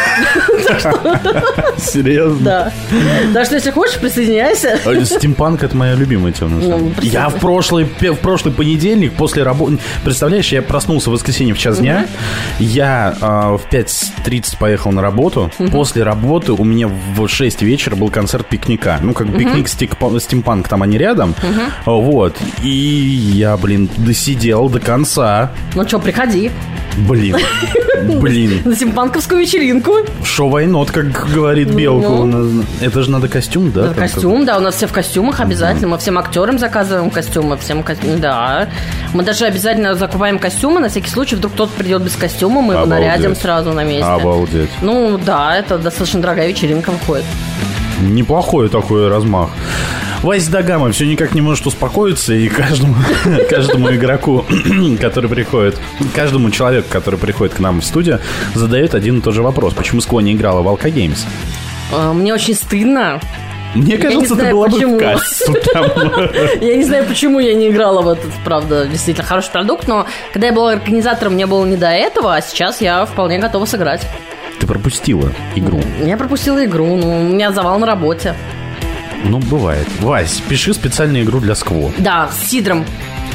Серьезно? Да. Так что, если хочешь, присоединяйся. Стимпанк — это моя любимая тема. Я в прошлый в прошлый понедельник после работы... Представляешь, я проснулся в воскресенье в час дня, я в пять тридцать поехал на работу. Uh-huh. После работы у меня в шесть вечера был концерт пикника. Ну, как бы пикник, uh-huh. стимпанк, там они рядом. Uh-huh. Вот. И я, блин, досидел до конца. Ну что, приходи. Блин. Блин. На стимпанковскую вечеринку. Шо вайнот, как говорит Белка. У нас... Это же надо костюм, да? Это костюм, да. У нас все в костюмах обязательно. Мы всем актерам заказываем костюмы. Всем ко... Да. Мы даже обязательно закупаем костюмы. На всякий случай, вдруг кто-то придет без костюма, мы его нарядим сразу на месте. Обалдеть. Ну, да, это достаточно дорогая вечеринка выходит. Неплохой такой размах. Вася Дагама все никак не может успокоиться, и каждому, каждому игроку, который приходит, каждому человеку, который приходит к нам в студию, задает один и тот же вопрос. Почему Скво не играла в Алка Геймс? Мне очень стыдно. Мне кажется, ты была бы в кассу там. Я не знаю, почему я не играла в этот, правда, действительно хороший продукт, но когда я была организатором, мне было не до этого, а сейчас я вполне готова сыграть. Ты пропустила игру. Я пропустила игру, ну, у меня завал на работе. Ну, бывает. Вась, пиши специальную игру для Скво. Да, с сидром.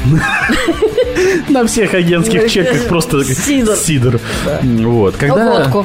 На всех агентских чеках просто сидр. Вот. Когда... Водку.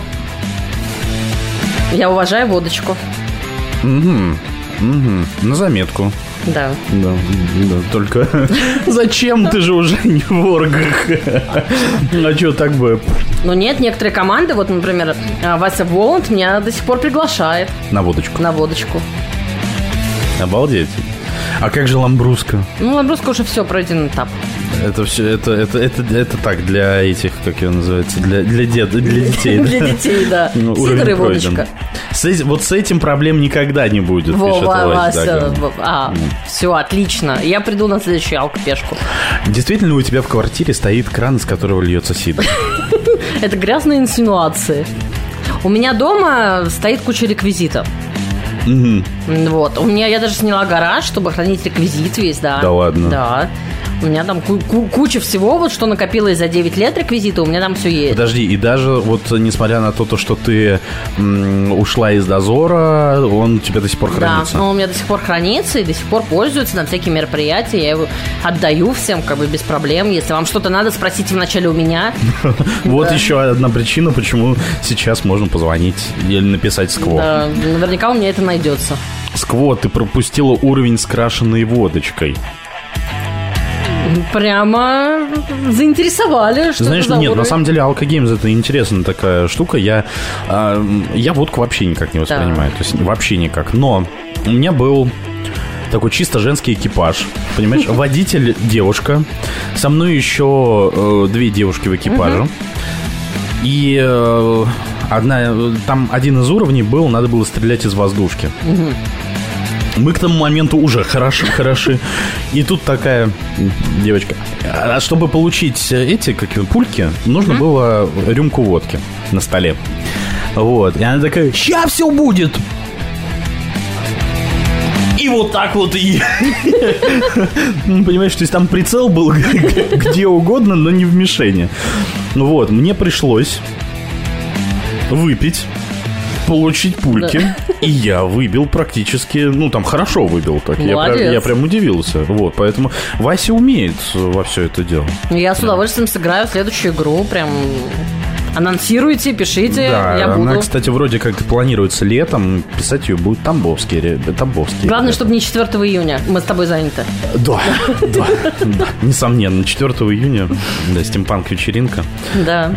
Я уважаю водочку. Угу. Угу. На заметку. Да. Да, да. Только зачем, ты же уже не в оргах? А что так бы? Ну нет, некоторые команды, вот, например, Вася Воланд меня до сих пор приглашает. На водочку? На водочку. Обалдеть. А как же ламбруска? Ну, ламбруска уже все, пройденный этап. Это все, это, это, это, это так, для этих, как ее называется, для, для, дет, для детей. Для детей, да. Сидор и водочка. Вот с этим проблем никогда не будет, пишет Вася. А, все, отлично. Я приду на следующую алкопешку. Действительно, у тебя в квартире стоит кран, из которого льется сидр? Это грязные инсинуации. У меня дома стоит куча реквизита. Угу. Вот. У меня, я даже сняла гараж, чтобы хранить реквизит весь, да. Да ладно? Да. У меня там ку- ку- куча всего, вот что накопилось за девять лет реквизита, у меня там все есть. Подожди, и даже вот несмотря на то, то что ты м, ушла из дозора, он у тебя до сих пор хранится? Да, он у меня до сих пор хранится и до сих пор пользуется на всякие мероприятия. Я его отдаю всем как бы без проблем. Если вам что-то надо, спросите вначале у меня. Вот еще одна причина, почему сейчас можно позвонить или написать Скво. Да, наверняка у меня это найдется. Скво, ты пропустила уровень с крашеной водочкой. Прямо заинтересовали, что Знаешь, за нет, уровень. на самом деле Alka Games это интересная такая штука. Я, э, я водку вообще никак не воспринимаю. Да. То есть вообще никак. Но у меня был такой чисто женский экипаж. Понимаешь, водитель девушка. Со мной еще э, две девушки в экипаже. И э, одна, там один из уровней был, надо было стрелять из воздушки. Мы к тому моменту уже хороши, хороши. И тут такая девочка. А чтобы получить эти как пульки, нужно mm-hmm. было рюмку водки на столе. Вот. И она такая: ща все будет. И вот так вот и... Понимаешь, то есть там прицел был где угодно, но не в мишени. Вот. Мне пришлось выпить, получить пульки, да. И я выбил практически, ну там хорошо выбил, так я прям, я прям удивился. Вот, поэтому Вася умеет во все это дело. Я с удовольствием да. сыграю следующую игру, прям анонсируйте, пишите, да, я буду. Она, кстати, вроде как планируется летом, писать ее будет Тамбовский, Тамбовский. Главное, ребята. Чтобы не четвёртого июня, мы с тобой заняты. Да, да, да, несомненно, четвёртого июня, да, стимпанк-вечеринка. Да.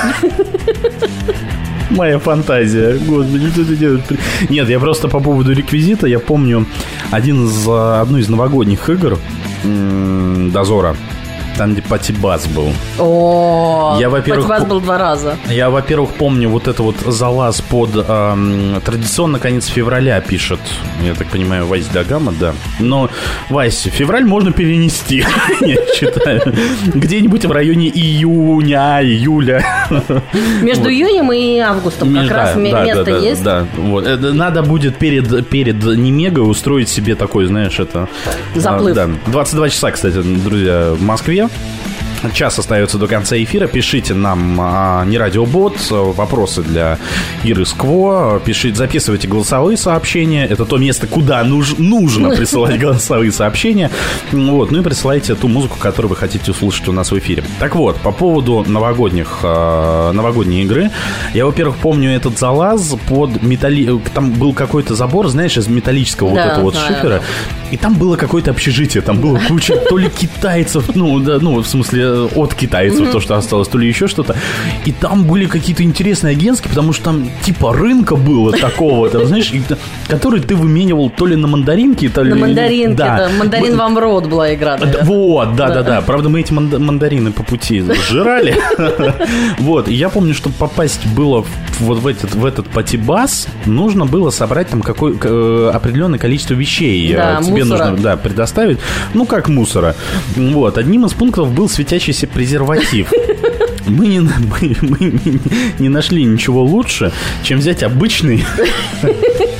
Моя фантазия. Господи, что ты делаешь? Нет, я просто по поводу реквизита. Я помню один из, одну из новогодних игр м- Дозора. Там, где Пати-бас был. О, я, во-первых, Пати-бас был два раза. Я, во-первых, помню вот это вот залаз под эм, традиционно конец февраля пишет. Я так понимаю, Вась Дагама, да. Но, Вась, февраль можно перенести, я считаю. Где-нибудь в районе июня, июля. Между июнем и августом как раз место есть. Да, вот. Надо будет перед, перед Немегой устроить себе такой, знаешь, это... Заплыв. Да. двадцать два часа, кстати, друзья, в Москве. Час остается до конца эфира. Пишите нам а, не радиобот, вопросы для Иры Скво. Пишите, записывайте голосовые сообщения. Это то место, куда нуж, нужно присылать голосовые сообщения. Вот, ну и присылайте ту музыку, которую вы хотите услышать у нас в эфире. Так вот, по поводу новогодних а, новогодней игры. Я, во-первых, помню этот залаз под металли... Там был какой-то забор, знаешь, из металлического да, вот этого вот да, шифера. Да. И там было какое-то общежитие. Там было куча то ли китайцев, ну, да, ну, в смысле, от китайцев, mm-hmm. то, что осталось, то ли еще что-то. И там были какие-то интересные агентские, потому что там типа рынка было такого, там, знаешь, который ты выменивал то ли на мандаринки, то ли... На мандаринки, да. да. Мандарин вам в рот была игра. Наверное. Вот, да-да-да. Правда, мы эти мандарины по пути сжирали. Вот. И я помню, чтобы попасть было вот в этот, в этот Пати-бас, нужно было собрать там какое определенное количество вещей. Тебе нужно, да, предоставить. Ну, как мусора. Вот. Одним из пунктов был светящийся презерватив. Мы не, мы, мы не нашли ничего лучше, чем взять обычный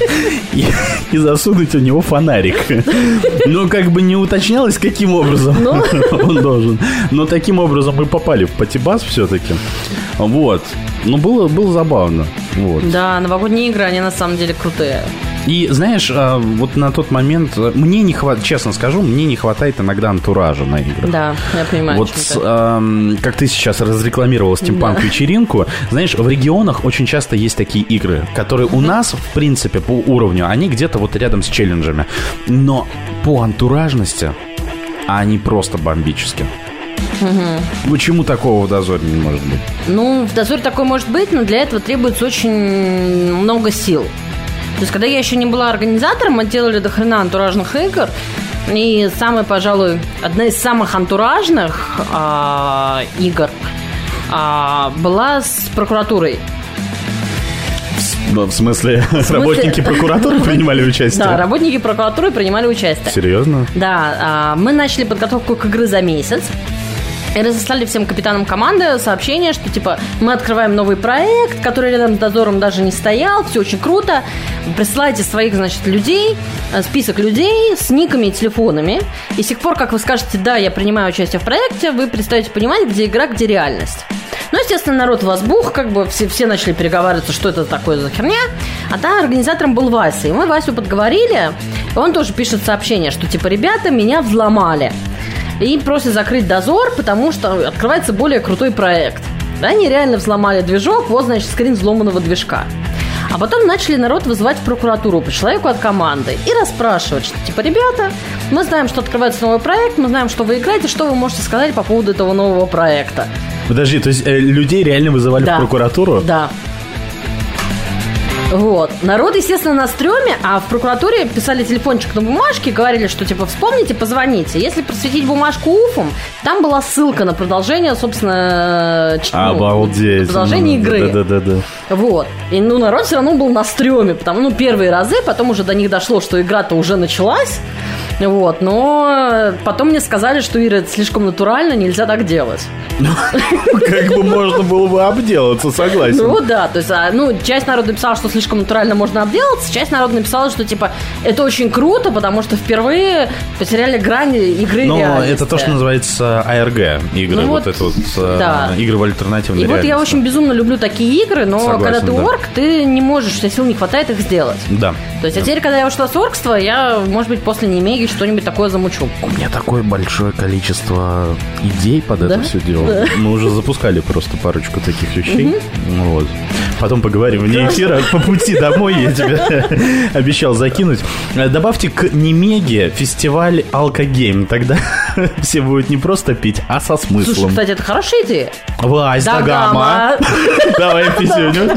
и, и засунуть у него фонарик. Ну, как бы не уточнялось, каким образом ну? он должен. Но таким образом мы попали в патибас все-таки. Вот. Ну, было, было забавно. Вот. Да, новогодние игры, они на самом деле крутые. И, знаешь, вот на тот момент, мне не хватает, честно скажу, мне не хватает иногда антуража на играх. Да, я понимаю. Вот э, как ты сейчас разрекламировал стимпанк-вечеринку, да. Знаешь, в регионах очень часто есть такие игры, которые у нас, в принципе, по уровню, они где-то вот рядом с челленджами. Но по антуражности они просто бомбические. Угу. Почему такого в дозоре не может быть? Ну, в дозоре такое может быть, но для этого требуется очень много сил. То есть, когда я еще не была организатором, мы делали до хрена антуражных игр. И самая, пожалуй, одна из самых антуражных а, игр а, была с прокуратурой. В смысле, в смысле, работники прокуратуры принимали участие? Да, работники прокуратуры принимали участие. Серьезно? Да, а, мы начали подготовку к игры за месяц. И разослали всем капитанам команды сообщение, что типа мы открываем новый проект, который рядом с дозором даже не стоял, все очень круто. Присылайте своих, значит, людей, список людей с никами и телефонами. И с тех пор, как вы скажете, да, я принимаю участие в проекте, вы перестаете понимать, где игра, где реальность. Ну, естественно, народ возбух, как бы все, все начали переговариваться, что это такое за херня. А там организатором был Вася. И мы Васю подговорили, и он тоже пишет сообщение, что типа, ребята, меня взломали. И просят закрыть дозор, потому что открывается более крутой проект. Да, они реально взломали движок, вот, значит, скрин взломанного движка. А потом начали народ вызывать в прокуратуру по человеку от команды и расспрашивать, что типа, ребята, мы знаем, что открывается новый проект, мы знаем, что вы играете, что вы можете сказать по поводу этого нового проекта. Подожди, то есть э, людей реально вызывали да. в прокуратуру? Да. Вот. Народ, естественно, на стреме, а в прокуратуре писали телефончик на бумажке, говорили, что, типа, вспомните, позвоните. Если просветить бумажку уфом, там была ссылка на продолжение, собственно, ну, обалдеть. Продолжение игры. Да-да-да. Вот. И, ну, народ все равно был на стреме, потому, ну, первые разы, потом уже до них дошло, что игра-то уже началась. Вот, но потом мне сказали, что, Ира, это слишком натурально, нельзя так делать. Как бы можно было бы обделаться, согласен. Ну да, то есть, ну, часть народа написала, что слишком натурально можно обделаться, часть народа написала, что, типа, это очень круто, потому что впервые потеряли грань игры реальности. Но это то, что называется эй ар джи игры, вот это вот игры в альтернативной реальности. И вот я очень безумно люблю такие игры, но когда ты орк, ты не можешь, у тебя сил не хватает их сделать. Да. То есть, а теперь, когда я ушла с оркства, я, может быть, после Немеги что-нибудь такое замучу. У меня такое большое количество идей под это да? все дело. Да. Мы уже запускали просто парочку таких вещей. Угу. Вот. Потом поговорим вне эфира. По пути домой я тебе обещал закинуть. Добавьте к Немеге фестиваль Алкогейм. Тогда все будут не просто пить, а со смыслом. Слушай, кстати, это хорошая идея. Власть Дагама. Давай писюню.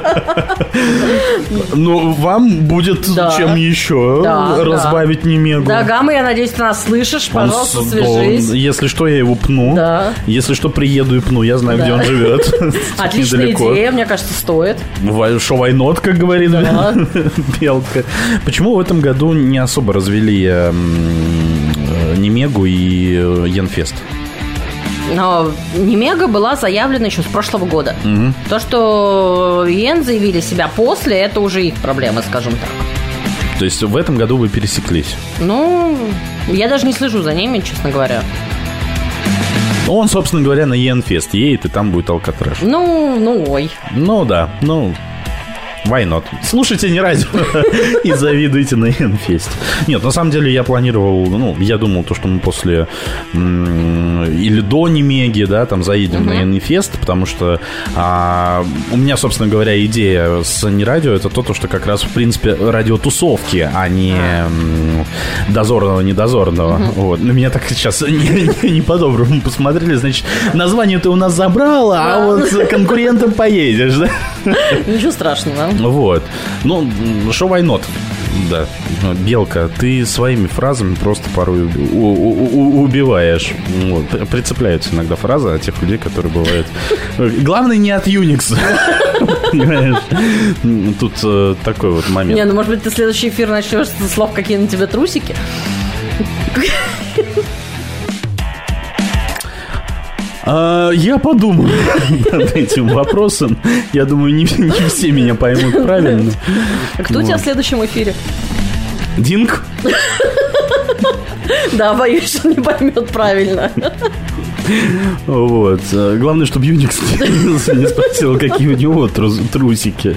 Ну, вам будет чем еще разбавить Немегу. Дагама, я надеюсь, ты нас слышишь. Пожалуйста, он, свяжись. Он, если что, я его пну. Да. Если что, приеду и пну. Я знаю, да. где он живет. Отличная идея, мне кажется, стоит. Шо why not, как говорит да. Белка. Почему в этом году не особо развели э, Немегу и э, Янфест? Но Немега была заявлена еще с прошлого года. Угу. То, что Йен заявили себя после, это уже их проблемы, скажем так. То есть в этом году вы пересеклись? Ну, я даже не слежу за ними, честно говоря. Он, собственно говоря, на Йенфест едет, и там будет алкотрэш. Ну, ну, ой. Ну, да, ну... Why not? Слушайте не радио и завидуйте на Йенфест. Нет, на самом деле я планировал, ну, я думал, то, что мы после м- или до Немеги, да, там заедем uh-huh. на Йенфест, потому что а, у меня, собственно говоря, идея с не радио, это то, что как раз, в принципе, радиотусовки, а не м- дозорного, недозорного. Uh-huh. Вот. На меня так сейчас не, не, не по-доброму посмотрели, значит, название ты у нас забрала, а вот с конкурентом поедешь, да? Ничего страшного. Вот. Ну, шо why not? Да. Белка, ты своими фразами просто порой у- у- у- убиваешь. Вот. Прицепляются иногда фразы от тех людей, которые бывают. Главное, не от Unix. Понимаешь? Тут э, такой вот момент. Не, ну может быть, ты следующий эфир начнешь с слов, какие на тебе трусики. А, я подумал над этим вопросом. Я думаю, не, не все меня поймут правильно. А кто вот. У тебя в следующем эфире? Динг. Да, боюсь, что он не поймет правильно. Вот. Главное, чтобы Юникс не спросил, какие у него трусики.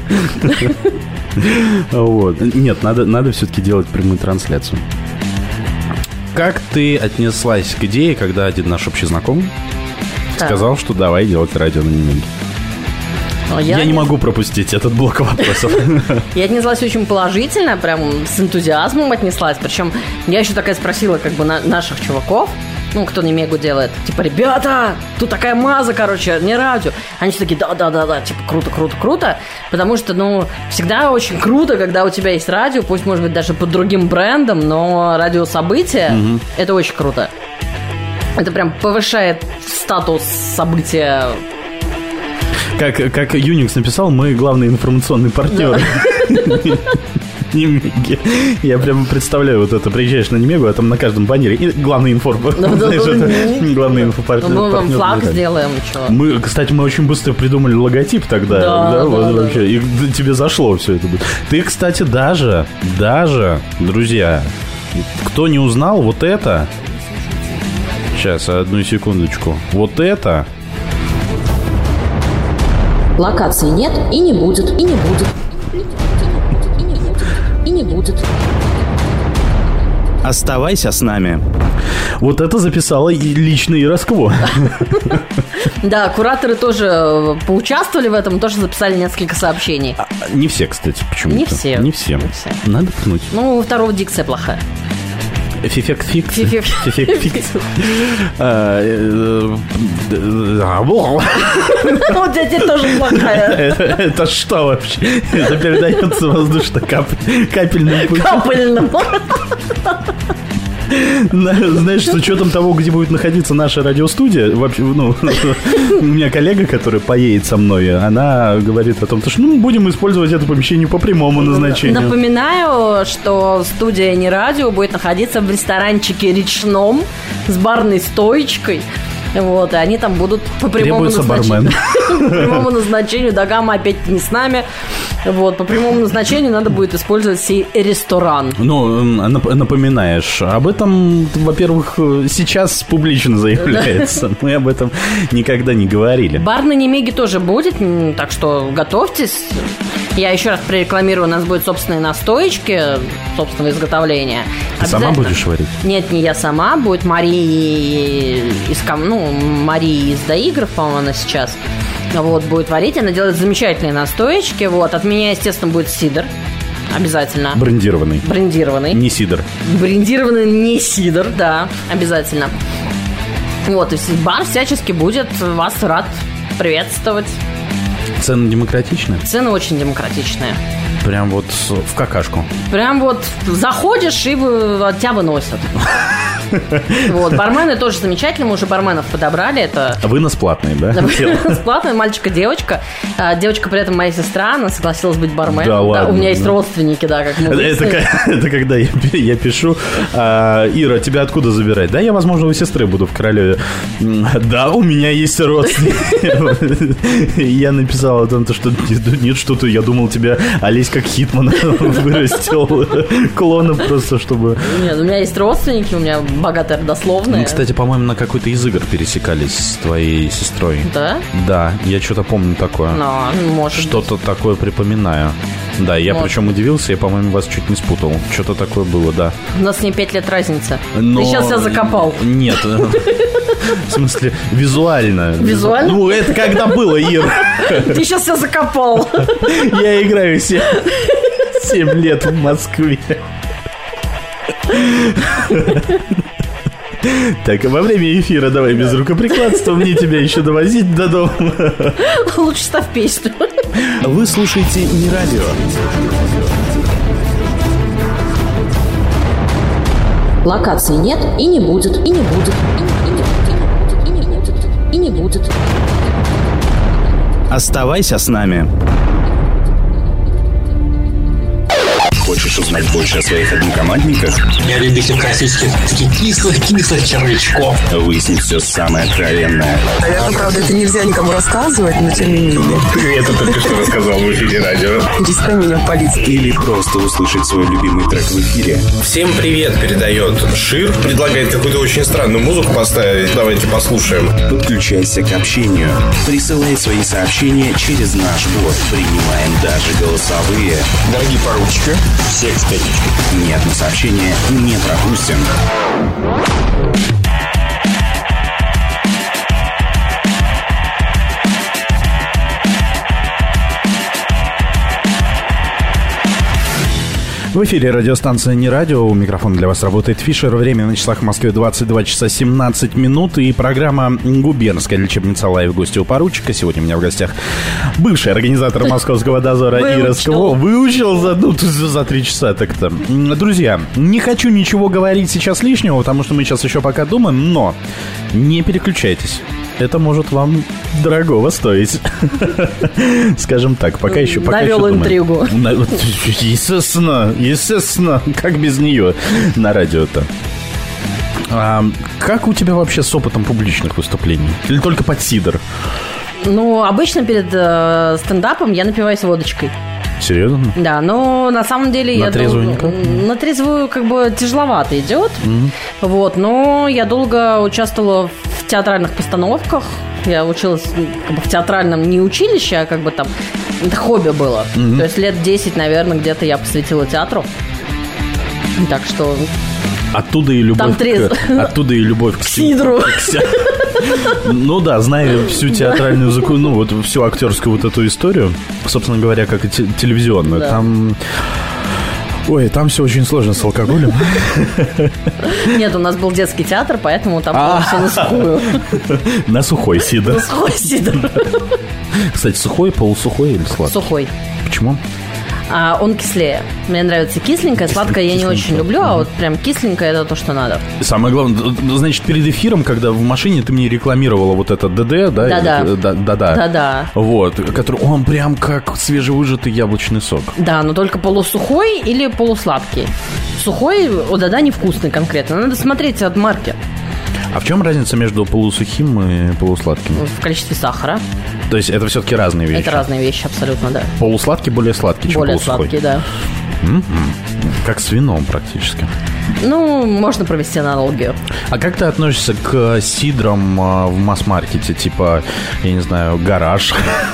Вот. Нет, надо, надо все-таки делать прямую трансляцию. Как ты отнеслась к идее, когда один наш общий знакомый да. сказал, что давай делать радио на немеге? Я, я не могу пропустить этот блок вопросов. Я отнеслась очень положительно, прям с энтузиазмом отнеслась. Причем я еще такая спросила как бы на наших чуваков, ну, кто Немегу делает, типа, ребята, тут такая маза, короче, не радио. Они все такие, да-да-да-да, типа, круто, круто, круто. Потому что, ну, всегда очень круто, когда у тебя есть радио, пусть, может быть, даже под другим брендом, но радиособытие, угу. это очень круто. Это прям повышает статус события. Как, как Юникс написал, мы главный информационный партнер. Немеги. Я прямо представляю вот это. Приезжаешь на Немегу, а там на каждом баннере и главный инфор. Главный инфопартнер. Мы вам флаг сделаем. Мы, кстати, мы очень быстро придумали логотип тогда. Вообще. И тебе зашло все это. Ты, кстати, даже, даже, друзья, кто не узнал, вот это... Сейчас, одну секундочку. Вот это... Локации нет и не будет, и не будет. И не будет. Оставайся с нами. Вот это записала лично Яроскво. Да, кураторы тоже поучаствовали в этом, тоже записали несколько сообщений. Не все, кстати, почему-то. Не все. Не все. Надо пнуть. Ну, у второго дикция плохая. Фифек фикс. Фифек фикс. Вот здесь тоже плохая. Это что вообще? Это передается воздушно-капельным путем. Капельным. Знаешь, с учетом того, где будет находиться наша радиостудия, вообще, ну, у меня коллега, которая поедет со мной, она говорит о том, что ну, будем использовать это помещение по прямому назначению. Напоминаю, что студия «Не радио» будет находиться в ресторанчике «Речном» с барной стоечкой. Вот, и они там будут по прямому назначению. По прямому назначению. Дагама опять не с нами. Вот, по прямому назначению надо будет использовать сей ресторан. Ну, напоминаешь. Об этом, во-первых, сейчас публично заявляется. Мы об этом никогда не говорили. Бар на Немеге тоже будет, так что готовьтесь. Я еще раз прорекламирую, у нас будет собственные настоечки собственного изготовления. Ты сама будешь варить? Нет, не я сама. Будет Мария из, ну, Мария из Доигров, по-моему, она сейчас. Вот, будет варить. Она делает замечательные настоечки. Вот. От меня, естественно, будет сидр. Обязательно. Брендированный. Брендированный. Не сидр. Брендированный не сидр, да. Обязательно. Вот. И бар всячески будет вас рад приветствовать. Цены демократичные? Цены очень демократичные. Прям вот в какашку. Прям вот заходишь, и от тебя выносят. Вот, бармены тоже замечательные. Мы уже барменов подобрали. Это... Вынос платный, да? Вынос платный, мальчик и девочка. Девочка при этом моя сестра, она согласилась быть барменом. Да, ладно. У меня есть родственники, да, как мы выяснили. Это когда я пишу: Ира, тебя откуда забирать? Да, я, возможно, у сестры буду в Королеве. Да, у меня есть родственники. Я написал о том, что нет, что-то, я думал, тебя Олесь как Хитман вырастил клонов просто, чтобы... Нет, у меня есть родственники, у меня богатые родословные. Мы, кстати, по-моему, на какой-то из игр пересекались с твоей сестрой. Да? Да, я что-то помню такое. Но, может Что-то быть. Такое припоминаю. Да, я может. Причем удивился, я, по-моему, вас чуть не спутал. Что-то такое было, да. У нас с ней пять лет разница. Но... Ты сейчас себя закопал. Нет. В смысле, визуально. Визуально? Ну, это когда было, Ир. Ты сейчас себя закопал. Я играю семь лет в Москве. Так, а во время эфира давай без рукоприкладства. Мне тебя еще довозить до дома. Лучше ставь песню. Вы слушаете «Не радио». Локаций нет и не будет, и не будет, и не будет, и не будет. Оставайся с нами. Хочешь узнать больше о своих однокомандниках? Я любитель классических таких кислых-кислых червячков. Выяснить все самое откровенное. Наверное, правда, это нельзя никому рассказывать, но тем не менее. Ты это только что рассказал в эфире радио. Перестань меня в полиции. Или просто услышать свой любимый трек в эфире. Всем привет передает Шир. Предлагает какую-то очень странную музыку поставить. Давайте послушаем. Подключайся к общению. Присылай свои сообщения через наш бот. Принимаем даже голосовые. Дорогие поручики, все к пятничке. Ни одно сообщение не пропустим. В эфире радиостанция «Не радио». У микрофона для вас работает Фишер. Время на часах в Москве двадцать два часа семнадцать минут. И программа «Губернская лечебница Лайв». Гости у поручика. Сегодня у меня в гостях бывший организатор московского дозора Ира Скво. Выучил за, ну, за три часа так-то. Друзья, не хочу ничего говорить сейчас лишнего, потому что мы сейчас еще пока думаем, но не переключайтесь. Это может вам дорогого стоить. Скажем так, пока еще... Пока Навел еще интригу. Естественно, естественно, как без нее на радио-то. А как у тебя вообще с опытом публичных выступлений? Или только под сидр? Ну, обычно перед э, стендапом я напиваюсь водочкой. Серьезно? Да, но на самом деле на я трезвую дол... никак? На трезвую как бы тяжеловато идет. Mm-hmm. Вот, но я долго участвовала в театральных постановках. Я училась как бы в театральном не училище, а как бы там это хобби было. Mm-hmm. То есть лет десять, наверное, где-то я посвятила театру. Так что... Оттуда и любовь, к, оттуда и любовь к сидру. Ну да, зная всю театральную, ну вот всю актерскую вот эту историю, собственно говоря, как и телевизионную, да. Там... Ой, там все очень сложно с алкоголем. Нет, у нас был детский театр, поэтому там было все на сухую. На сухой сидр. На сухой сидр. Кстати, сухой, полусухой или сладкий? Сухой. Почему? А он кисленькое. Мне нравится кисленькое, сладкое я не очень люблю, а вот прям кисленькое это то, что надо. Самое главное, значит, перед эфиром, когда в машине ты мне рекламировала вот это ДД, да? Да-да. Да-да. Да-да. Вот, который, он прям как свежевыжатый яблочный сок. Да, но только полусухой или полусладкий. Сухой у ДД невкусный конкретно. Надо смотреть от марки. А в чем разница между полусухим и полусладким? В количестве сахара. То есть это все-таки разные вещи? Это разные вещи, абсолютно, да. Полусладкий более сладкий, чем более полусухой? Более сладкий, да. Mm-hmm. Как с вином практически. Ну, можно провести аналогию. А как ты относишься к сидрам в масс-маркете? Типа, я не знаю, гараж?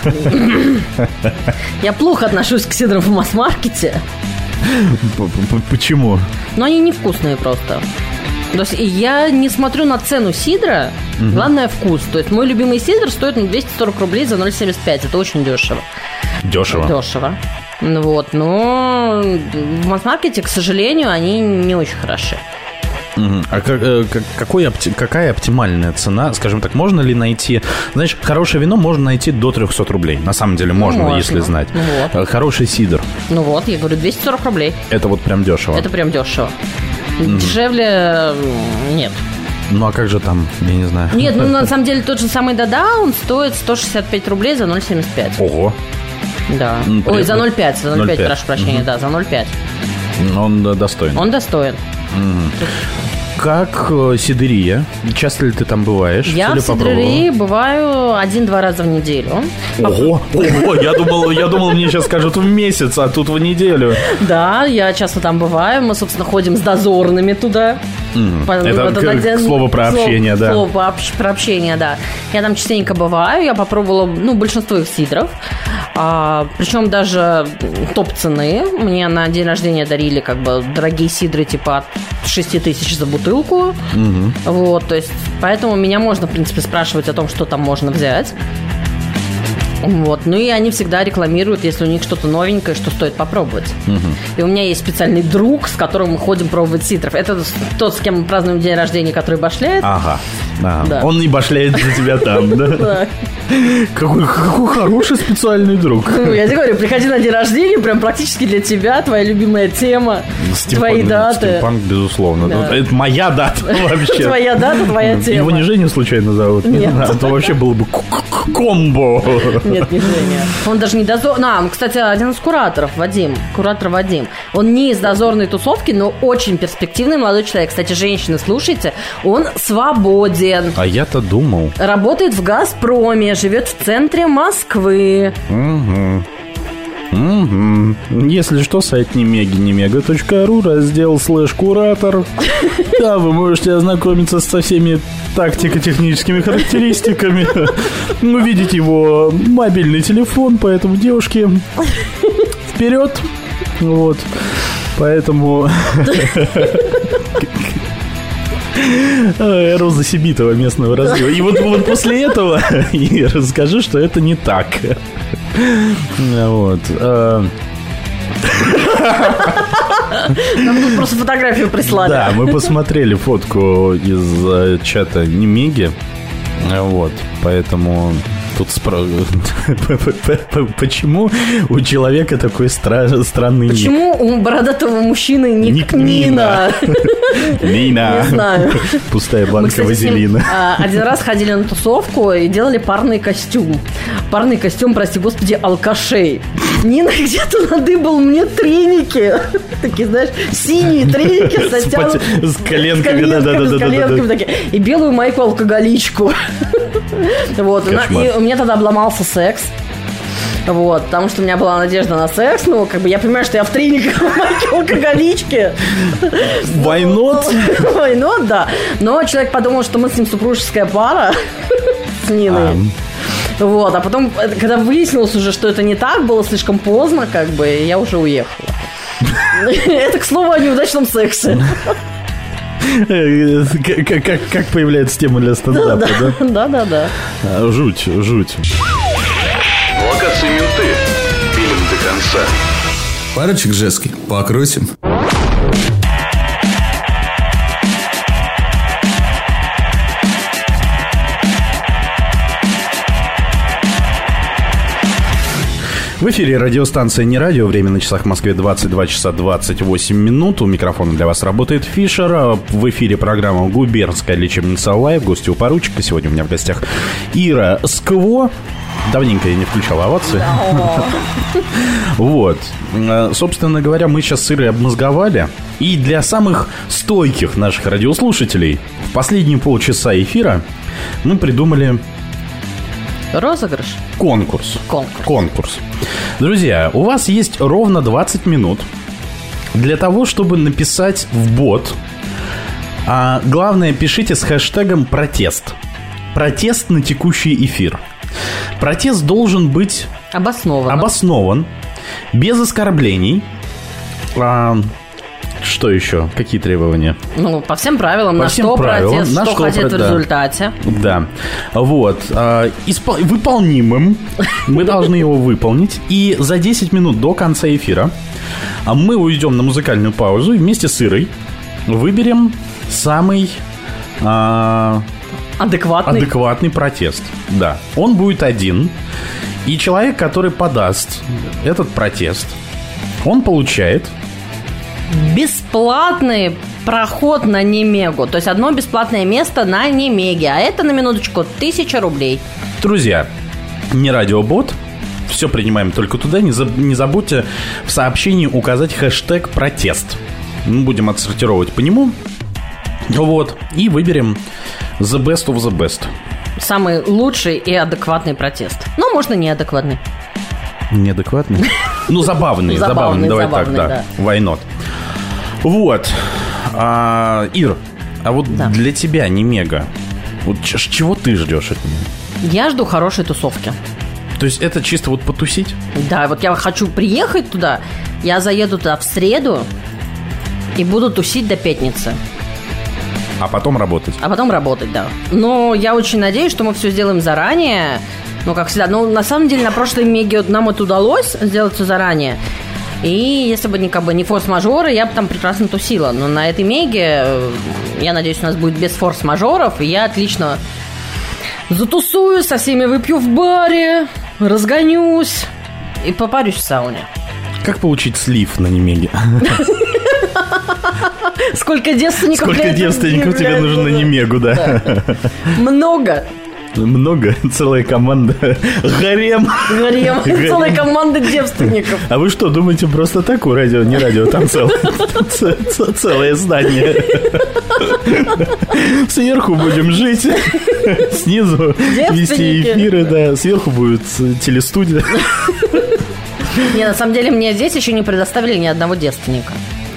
Я плохо отношусь к сидрам в масс-маркете. Почему? Ну, они невкусные просто. То есть я не смотрю на цену сидра, угу. Главное вкус. То есть мой любимый сидр стоит ну, двести сорок рублей за ноль семьдесят пять. Это очень дешево. Дешево? Дешево. Вот. Но в масс-маркете, к сожалению, они не очень хороши. Угу. А как, как, какой, какая оптимальная цена? Скажем так, можно ли найти... Знаешь, хорошее вино можно найти до триста рублей. На самом деле можно, можно. Если знать. Ну вот. Хороший сидр. Ну вот, я говорю, двести сорок рублей. Это вот прям дешево? Это прям дешево. Дешевле нет. Ну а как же там, я не знаю. Нет, ну на самом деле тот же самый Дада, он стоит сто шестьдесят пять рублей за ноль семьдесят пять. Ого. Да. Ну, ой, за ноль пять, за ноль пять, прошу прощения, угу. Да, за ноль пять. Он достоин. Он достоин. Угу. Как э, сидерия? Часто ли ты там бываешь? Я в сидерии бываю один-два раза в неделю. Ого, ого, я думал, я думал, мне сейчас скажут в месяц, а тут в неделю. Да, я часто там бываю. Мы, собственно, ходим с дозорными туда. Mm. По, это, к, один, к слову про общение, слово, да. Слово про общение, да. Я там частенько бываю. Я попробовала, ну, большинство их сидров. А, причем даже топ-цены. Мне на день рождения дарили как бы дорогие сидры типа от шесть тысяч за бутылку. Mm-hmm. Вот, то есть, поэтому меня можно, в принципе, спрашивать о том, что там можно взять. Вот. Ну и они всегда рекламируют, если у них что-то новенькое, что стоит попробовать. Угу. И у меня есть специальный друг, с которым мы ходим пробовать сидров. Это тот, с кем мы празднуем день рождения, который башляет. Ага. А, Да. Он не башляет за тебя там, да? Да. Какой, какой хороший специальный друг. Ну, я тебе говорю, приходи на день рождения, прям практически для тебя, твоя любимая тема, твои даты. Стимпанк, безусловно. Да. Ну, это моя дата вообще. Твоя дата, твоя тема. Его не Женя случайно зовут? Нет. А то вообще было бы ку- ку- комбо. Нет, не Женя. Он даже не дозор... На, кстати, один из кураторов, Вадим. Куратор Вадим. Он не из дозорной тусовки, но очень перспективный молодой человек. Кстати, женщины, слушайте, он свободен. А я-то думал. Работает в «Газпроме», живет в центре Москвы. Угу. Угу. Если что, сайт немеги, немега точка ру, раздел слэш куратор. Да, вы можете ознакомиться со всеми тактико-техническими характеристиками, увидеть его мобильный телефон, поэтому, девушки, вперед. Вот. Поэтому... Роза Сибитова местного разлива. И вот, вот после этого я расскажу, что это не так. Вот. Нам тут просто фотографию прислали. Да, мы посмотрели фотку из э, чата Немеги. Вот, поэтому тут спрашивают, почему у человека такой стра- странный ник? Почему у бородатого мужчины ник, Ник Нина? Нина. Не знаю. Пустая Мы, банка кстати, с ним, вазелина. а, один раз ходили на тусовку и делали парный костюм. Парный костюм, прости господи, алкашей. Нина где-то надыбал мне треники. Такие, знаешь, синие треники с натянут- С коленками, с да-да-да-да-да-да. с коленками такие. И белую майку-алкоголичку. Вот. И на- Кошмар. И у меня тогда обломался секс. Вот, потому что у меня была надежда на секс. Ну, как бы я понимаю, что я в трениках, в майке алкоголичке. Why not? Why not, да. Но человек подумал, что мы с ним супружеская пара с Ниной. Вот, а потом, когда выяснилось уже, что это не так, было слишком поздно, как бы, и я уже уехала. Это, к слову, о неудачном сексе. Как, как, как появляется тема для стендапа, да? Да, да, да. А, Жуть, жуть. Локации менты. Пилим до конца. Парочек женских покрутим. В эфире радиостанция «Не радио». Время на часах в Москве двадцать два часа двадцать восемь минут. У микрофона для вас работает Фишер. В эфире программа «Губернская лечебница Лайв». Гости у поручика. Сегодня у меня в гостях Ира Скво. Давненько я не включал овации. Вот. Собственно говоря, мы сейчас с Ирой обмозговали. И для самых стойких наших радиослушателей в последние полчаса эфира мы придумали... Розыгрыш? Конкурс. Конкурс. Конкурс. Друзья, у вас есть ровно двадцать минут для того, чтобы написать в бот. А главное, пишите с хэштегом «протест». Протест на текущий эфир. Протест должен быть Обоснован. обоснован, без оскорблений. А, что еще? Какие требования? Ну, по всем правилам, По на всем что правилам, протест, на что что хотят про- в да. результате. Да. Вот. А, испол- выполнимым. Мы должны его выполнить. И за десять минут до конца эфира а мы уйдем на музыкальную паузу и вместе с Ирой выберем самый а, Адекватный. адекватный протест. Да. Он будет один. И человек, который подаст этот протест, он получает... Бесплатный проход на Немегу. То есть одно бесплатное место на Немеге. А это, на минуточку, тысяча рублей. Друзья, не радиобот. Все принимаем только туда. Не, за- не забудьте в сообщении указать хэштег «протест». Мы будем отсортировать по нему. Вот. И выберем the best of the best. Самый лучший и адекватный протест. Ну, можно неадекватный. Неадекватный? Ну, забавный. Забавный, Забавный. Давай забавный, так, да. Why not? Вот. А, Ир, а вот Да. для тебя, Немега, вот ч- чего ты ждешь от меня? Я жду хорошей тусовки. То есть это чисто вот потусить? Да, вот я хочу приехать туда. Я заеду туда в среду и буду тусить до пятницы. А потом работать? А потом работать, да. Но я очень надеюсь, что мы все сделаем заранее. Ну, как всегда. Но на самом деле на прошлой Меге нам это удалось сделать все заранее. И если бы не, как бы, не форс-мажоры, я бы там прекрасно тусила. Но на этой меге, я надеюсь, у нас будет без форс-мажоров, и я отлично затусую, со всеми выпью в баре, разгонюсь и попарюсь в сауне. Как получить слив на Немеге? Сколько девственников Сколько девственников тебе нужно на Немегу, да? Много. Много? Целая команда. Гарем. Гарем. Целая команда девственников. А вы что, думаете, просто так у радио, не радио? Там целое здание. Сверху будем жить. Снизу вести эфиры, да. Сверху будет телестудия. Не, на самом деле, мне здесь еще не предоставили ни одного девственника.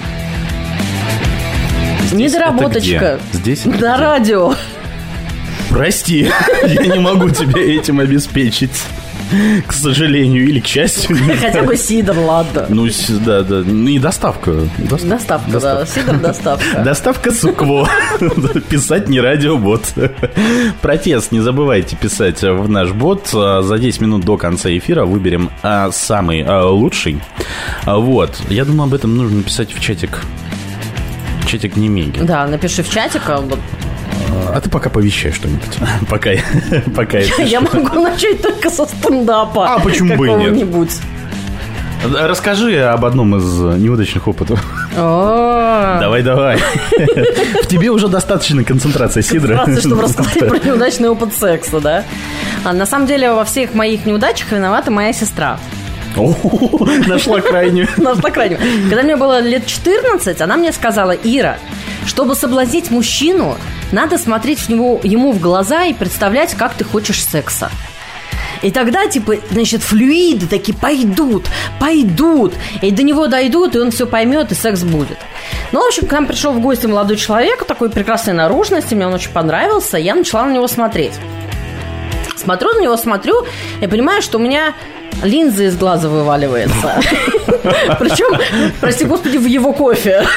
Недоработочка. Здесь? На радио. Прости, я не могу тебе этим обеспечить. К сожалению или к счастью. Хотя бы сидр, ладно. Ну, да, да. Ну и доставка. Доставка, доставка, доставка. Да. Сидр, доставка. Доставка сукво. Писать не радиобот. Протест не забывайте писать в наш бот. За десять минут до конца эфира выберем самый лучший. Вот. Я думаю, об этом нужно написать в чатик. Чатик Немеги. Да, напиши в чатик. А ты пока повещай что-нибудь. Пока я, пока я, я могу начать только со стендапа. А почему бы и нет? Расскажи об одном из неудачных опытов. О-о-о. Давай, давай. В тебе уже достаточно концентрации сидра. Концентрации, чтобы рассказать про неудачный опыт секса, да? А на самом деле во всех моих неудачах виновата моя сестра. О, нашла крайнюю. Нашла крайнюю. Когда мне было лет четырнадцать, она мне сказала: Ира, чтобы соблазнить мужчину, надо смотреть в него, ему в глаза и представлять, как ты хочешь секса. И тогда, типа, значит, флюиды такие пойдут, пойдут. И до него дойдут, и он все поймет, и секс будет. Ну, в общем, к нам пришел в гости молодой человек, такой прекрасной наружности, мне он очень понравился. Я начала на него смотреть. Смотрю на него, смотрю, и понимаю, что у меня линза из глаза вываливается. Причем, прости господи, в его кофе.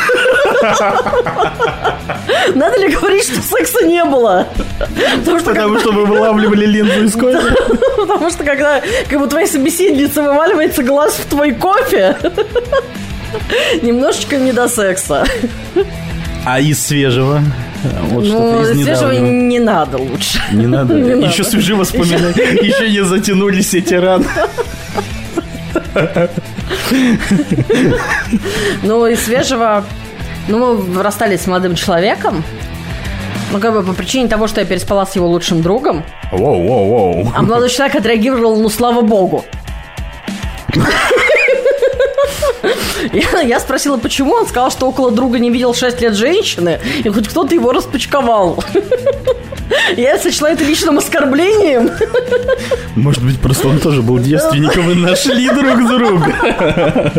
Надо ли говорить, что секса не было? Потому что, Потому что вы вылавливали линзу из кофе? Потому что когда как бы твоей собеседнице вываливается глаз в твой кофе, немножечко не до секса. А из свежего? Вот ну, из свежего не надо лучше. Не надо? Не Еще надо. Свежие воспоминания. Еще... Еще не затянулись эти раны. Ну, из свежего... Ну, мы расстались с молодым человеком. Ну, как бы по причине того, что я переспала с его лучшим другом. Воу-воу-воу. А молодой человек отреагировал: ну, слава богу. Я, я спросила, почему. Он сказал, что около друга не видел шесть лет женщины, и хоть кто-то его распочковал. Я сочла это личным оскорблением. Может быть, просто он тоже был девственником и нашли друг друга.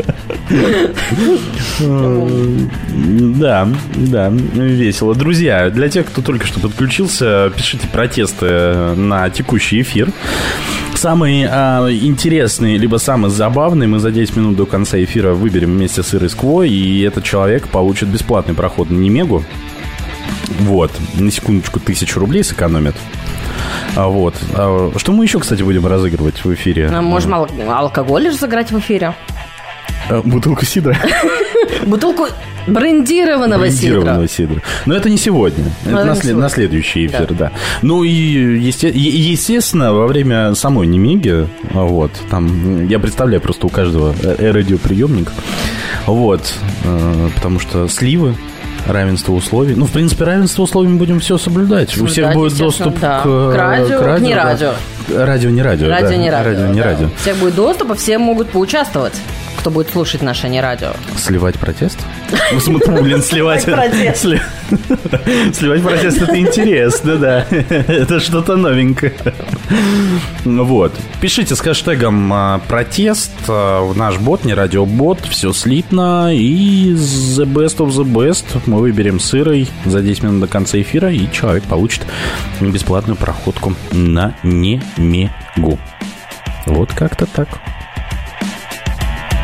Да, да, весело. Друзья, для тех, кто только что подключился, пишите протесты на текущий эфир. Самый а, интересный, либо самый забавный мы за десять минут до конца эфира выберем вместе с Ирой Скво, и этот человек получит бесплатный проход на Немегу. Вот, на секундочку тысячу рублей сэкономит. А вот. А что мы еще, кстати, будем разыгрывать в эфире? Мы можем ал- алкоголь разыграть в эфире. А, бутылку сидра. Бутылку брендированного, брендированного сидра. сидра. Но это не сегодня. Но это на, след... на следующий эфир, да. да. Ну и, есте... естественно, во время самой Немеги, вот, там, я представляю просто у каждого радиоприемник, вот, потому что сливы, равенство условий. Ну, в принципе, равенство условий мы будем все соблюдать. У всех будет доступ да. к, к радио, к радио. Не радио. Радио, не радио. Радио, да. не радио. Радио, не да. радио. У всех будет доступ, и все могут поучаствовать, кто будет слушать наше не радио. Сливать протест? Ну, смотри, блин, сливать... Сливать протест, это интересно, да. Это что-то новенькое. Вот. Пишите с хэштегом протест в наш бот, не радиобот, все слитно. И the best of the best мы выберем с Ирой за десять минут до конца эфира, и человек получит бесплатную проходку на Немегу. Вот как-то так.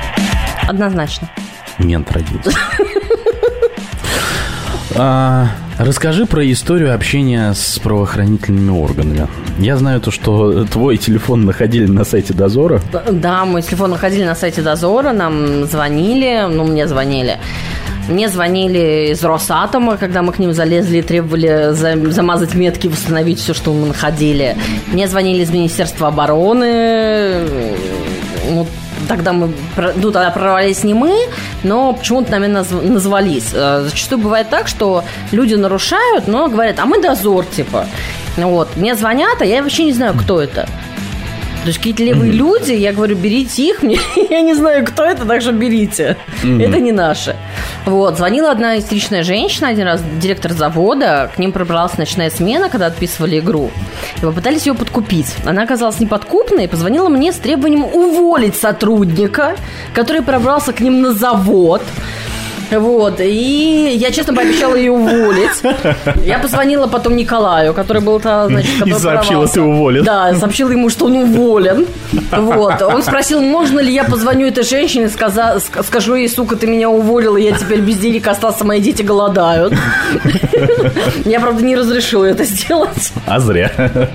Однозначно. Мент родился. а, Расскажи про историю общения с правоохранительными органами. Я знаю то, что твой телефон находили на сайте Дозора. Да, мой телефон находили на сайте Дозора, нам звонили, ну, мне звонили. Мне звонили из Росатома, когда мы к ним залезли и требовали за, замазать метки, восстановить все, что мы находили. Мне звонили из Министерства обороны. Ну, тогда мы, ну, тогда прорвались не мы, но почему-то нами наз, назвались. Зачастую бывает так, что люди нарушают, но говорят, а мы Дозор, типа. Вот. Мне звонят, а я вообще не знаю, кто это. То есть какие-то левые mm-hmm. люди, я говорю, берите их, мне, я не знаю, кто это, так что берите. Mm-hmm. Это не наши. Вот, звонила одна истеричная женщина один раз, директор завода, к ним пробралась ночная смена, когда отписывали игру, и попытались ее подкупить. Она оказалась неподкупной и позвонила мне с требованием уволить сотрудника, который пробрался к ним на завод. Вот, и я, честно, пообещала ее уволить. Я позвонила потом Николаю, который был, значит, который и сообщила, порвался. Ты уволен. Да, сообщила ему, что он уволен. Вот, он спросил, можно ли я позвоню этой женщине, сказа, скажу ей, сука, ты меня уволила, я теперь без денег остался, мои дети голодают. Я, правда, не разрешила это сделать. А зря.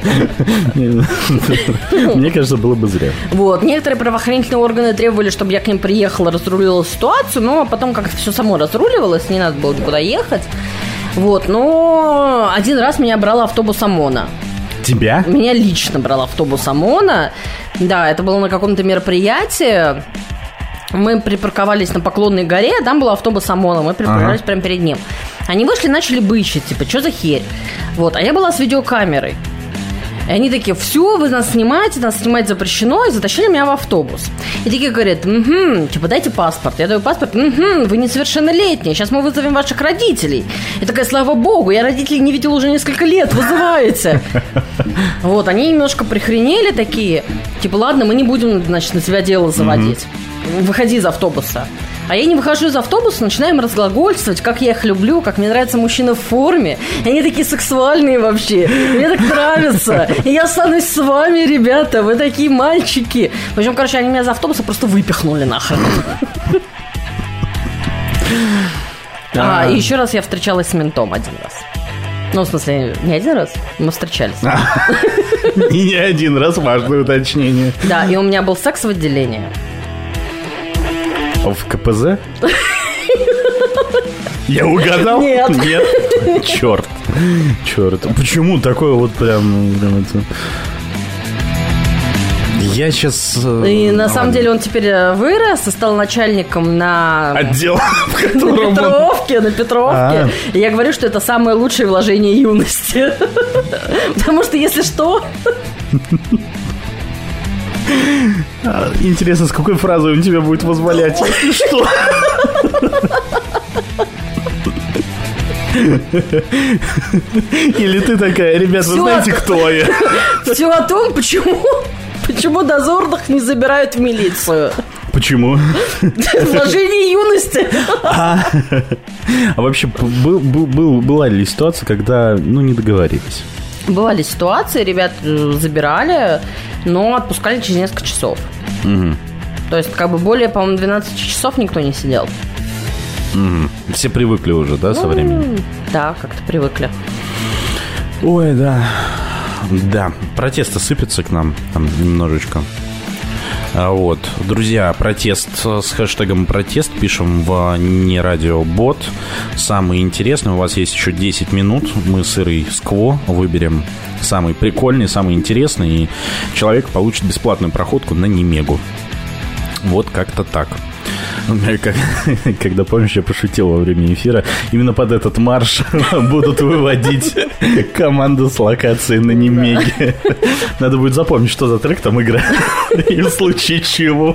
Мне кажется, было бы зря. Вот, некоторые правоохранительные органы требовали, чтобы я к ним приехала, разрулила ситуацию, но потом как-то все само разруливалось, не надо было никуда ехать. Вот, но один раз меня брал автобус ОМОНа. Тебя? Меня лично брал автобус ОМОНа. Да, это было на каком-то мероприятии. Мы припарковались на Поклонной горе, а там был автобус ОМОНа. Мы припарковались ага. прямо перед ним. Они вышли, начали бычить, типа, что за херь? Вот, а я была с видеокамерой. И они такие, все, вы нас снимаете, нас снимать запрещено, и затащили меня в автобус. И такие говорят, угу, типа, дайте паспорт. Я даю паспорт, угу, вы несовершеннолетние, сейчас мы вызовем ваших родителей. И такая, слава богу, я родителей не видела уже несколько лет, вызываете. Вот, они немножко прихренели такие, типа, ладно, мы не будем, значит, на тебя дело заводить. Выходи из автобуса. А я не выхожу из автобуса, начинаем разглагольствовать, как я их люблю, как мне нравятся мужчины в форме. И они такие сексуальные вообще. Мне так нравится. И я останусь с вами, ребята. Вы такие мальчики. В общем, короче, они меня из автобуса просто выпихнули нахрен. А, и еще раз я встречалась с ментом один раз. Ну, в смысле, не один раз, мы встречались. И не один раз, важное уточнение. Да, и у меня был секс в отделении. В КПЗ? Я угадал? Нет. Нет? Черт. Черт. Почему такое вот прям... прям это... Я сейчас... И на самом деле он теперь вырос и стал начальником на... Отдел, в котором... На Петровке, на Петровке. И я говорю, что это самое лучшее вложение юности. Потому что, если что... Интересно, с какой фразой он тебя будет возволять, если что? Или ты такая, ребят, вы знаете, кто я? Все о том, почему... Почему дозорных не забирают в милицию? Почему? Вложение юности. А, а вообще был, был, был, была ли ситуация, когда ну, не договорились? Бывали ситуации, ребят забирали, но отпускали через несколько часов. Угу. То есть, как бы более, по-моему, двенадцать часов никто не сидел. Угу. Все привыкли уже, да, со временем? Да, как-то привыкли. Ой, да. Да, протесты сыпятся к нам там немножечко. А вот, друзья, протест с хэштегом протест пишем в не радиобот. Самый интересный, у вас есть еще десять минут. Мы с Ирой Скво выберем самый прикольный, самый интересный, и человек получит бесплатную проходку на Немегу. Вот как-то так. Когда, помнишь, я пошутил во время эфира, именно под этот марш будут выводить команду с локации на Немеге. Надо будет запомнить, что за трек там играет и в случае чего.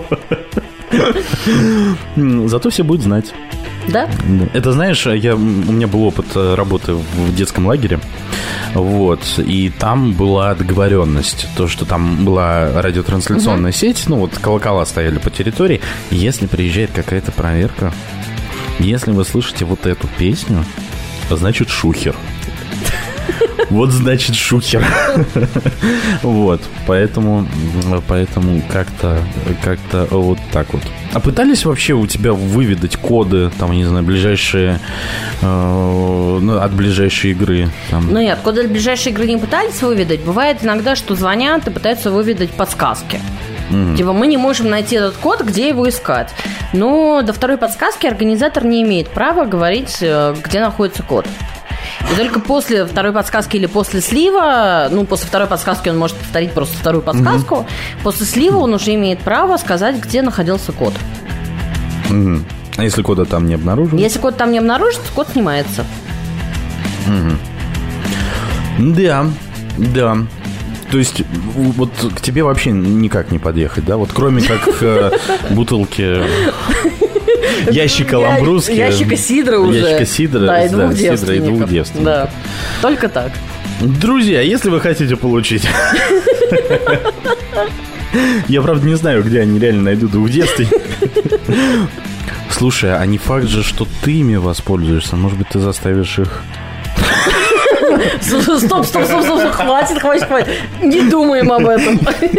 Зато все будут знать. Да? Это, знаешь, я, у меня был опыт работы в детском лагере. Вот, и там была договоренность, то, что там была радиотрансляционная uh-huh. сеть, ну вот колокола стояли по территории. Если приезжает какая-то проверка, если вы слышите вот эту песню, значит шухер. Вот значит шухер. Вот, поэтому, поэтому как-то, как-то вот так вот. А пытались вообще у тебя выведать коды, там, не знаю, ближайшие, э, от ближайшей игры? Там? Ну нет, коды от ближайшей игры не пытались выведать. Бывает иногда, что звонят и пытаются выведать подсказки. Mm-hmm. Типа мы не можем найти этот код, где его искать. Но до второй подсказки организатор не имеет права говорить, где находится код. И только после второй подсказки или после слива, ну, после второй подсказки он может повторить просто вторую подсказку, mm-hmm. после слива он уже имеет право сказать, где находился код. Mm-hmm. А если кода там не обнаружен? Если код там не обнаружен, код снимается. Mm-hmm. Да, да. То есть вот к тебе вообще никак не подъехать, да? Вот кроме как э, бутылки... Ящика ламбрусски. Ящика сидра уже. Ящика сидра, да, и двух да, девственников. сидра и двух девственников. Да, только так. Друзья, если вы хотите получить... Я, правда, не знаю, где они реально найдут двух девственников. Слушай, а не факт же, что ты ими воспользуешься. Может быть, ты заставишь их... Стоп, стоп, стоп, стоп, стоп, хватит, хватит, хватит. Не думаем об этом.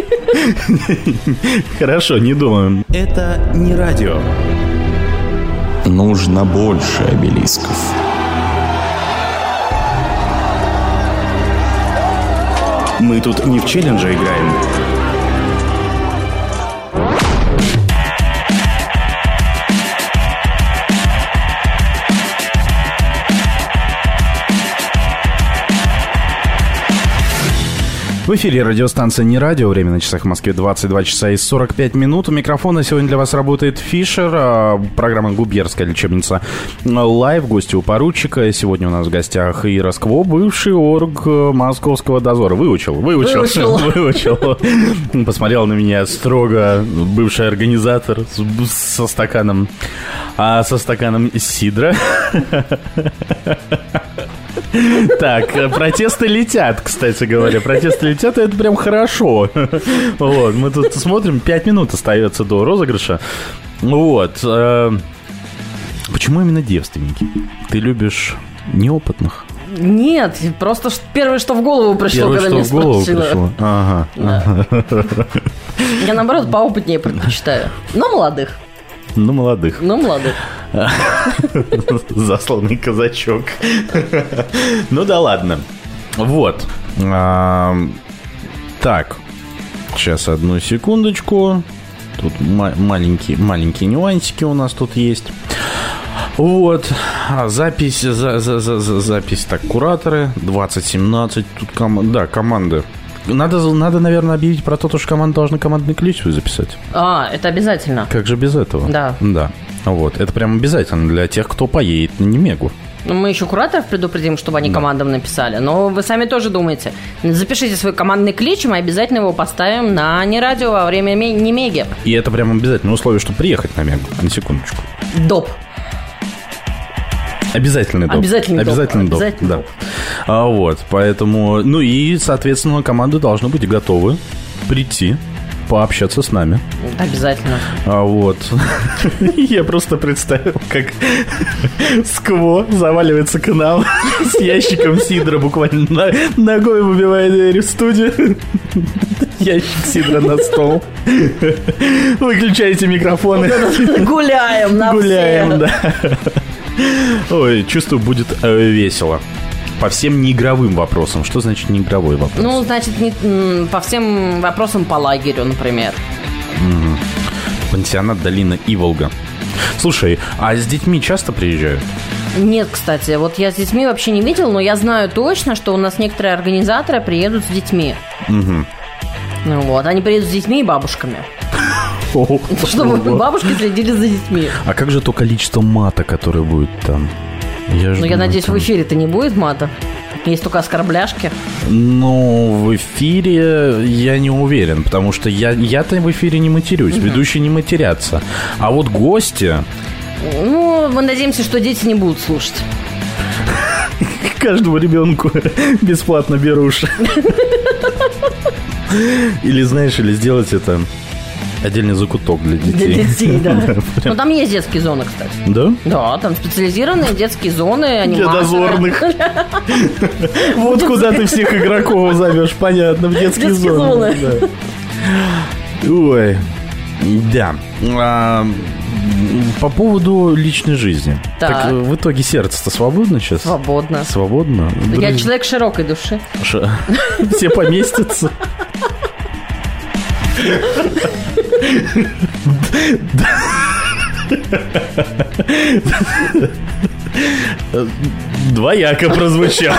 Хорошо, не думаем. Это не радио. Нужно больше обелисков. Мы тут не в челлендже играем. В эфире радиостанция «Не радио». Время на часах в Москве двадцать два часа и сорок пять минут. У микрофона сегодня для вас работает Фишер. Программа «Губерская лечебница Лайв». Гости у поручика. Сегодня у нас в гостях Ира Скво, бывший орг московского дозора. Выучил, выучил, выучил. выучил. Посмотрел на меня строго бывший организатор со стаканом, а со стаканом сидра. Так, протесты летят, кстати говоря. Протесты летят, и это прям хорошо. Вот, мы тут смотрим, пять минут остается до розыгрыша. Вот. Почему именно девственники? Ты любишь неопытных? Нет, просто первое, что в голову пришло, первое, когда меня спросила. Ага. Да. Я, наоборот, поопытнее предпочитаю. Но молодых. Ну, молодых. Ну, молодых. Засланный казачок. Ну да ладно. Вот. Так. Сейчас одну секундочку. Тут маленькие, маленькие нюансики у нас тут есть. Вот. Запись, за, за, за, за, запись. Так, кураторы. двадцать семнадцать. Тут ком... да, команды. Надо, надо, наверное, объявить про то, что команда должна командный ключ свой записать. А, это обязательно. Как же без этого? Да. Да. Вот. Это прям обязательно для тех, кто поедет на Немегу. Мы еще кураторов предупредим, чтобы они да. командам написали. Но вы сами тоже думаете. Запишите свой командный клич, и мы обязательно его поставим на Не радио во время Немеги. И это прям обязательное условие, чтобы приехать на Мегу. На секундочку. Доп. Обязательный доп. Обязательный доп. Обязательный доп. Обязательный да. доп. А, вот, поэтому... Ну и, соответственно, команды должны быть готовы прийти, пообщаться с нами. Обязательно. А, вот. Я просто представил, как Скво заваливается к нам с ящиком сидра, буквально ногой выбивая дверь в студию. Ящик сидра на стол. Выключайте микрофоны. Гуляем на Гуляем, да. Ой, чувствую, будет э, весело. По всем неигровым вопросам. Что значит неигровой вопрос? Ну, значит, не, по всем вопросам по лагерю, например. Угу. Пансионат Долина Иволга. Слушай, а с детьми часто приезжают? Нет, кстати, вот я с детьми вообще не видел, но я знаю точно, что у нас некоторые организаторы приедут с детьми. Угу. Ну вот, они приедут с детьми и бабушками. Чтобы бабушки следили за детьми. А как же то количество мата, которое будет там? Я ну, я надеюсь, там... в эфире-то не будет мата. Есть только оскорбляшки. Ну, в эфире я не уверен, потому что я, я-то в эфире не матерюсь, угу. Ведущие не матерятся. А вот гости... Ну, мы надеемся, что дети не будут слушать. Каждому ребенку бесплатно беруши. Или, знаешь, или сделать это... Отдельный закуток для детей. Для детей, да. Ну, там есть детские зоны, кстати. Да? Да, там специализированные детские зоны, аниматоры. Для дозорных. Вот куда ты всех игроков зовешь, понятно, в детские зоны. Ой, да. По поводу личной жизни. Так, в итоге сердце-то свободно сейчас? Свободно. Свободно? Я человек широкой души. Все поместятся? Двояко прозвучало.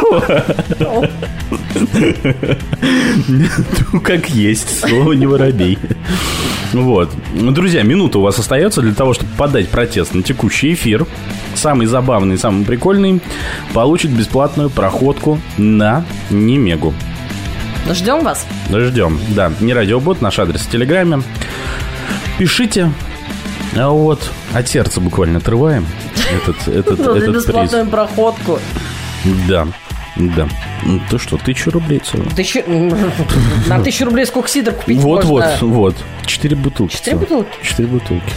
Ну, как есть, слово не воробей. Вот. Друзья, минута у вас остается для того, чтобы подать протест на текущий эфир. Самый забавный, самый прикольный получит бесплатную проходку на Немегу. Ждем вас. Ждем, да. Не радиобот, наш адрес в Телеграме. Пишите. А вот от сердца буквально отрываем этот, этот, этот бесплатную приз. проходку. Да, да. Ну, ты что, тысячу рублей целую? Тысячу... На тысячу рублей сколько сидр купить вот, можно? Вот, вот, Четыре бутылки. Четыре бутылки? Четыре бутылки.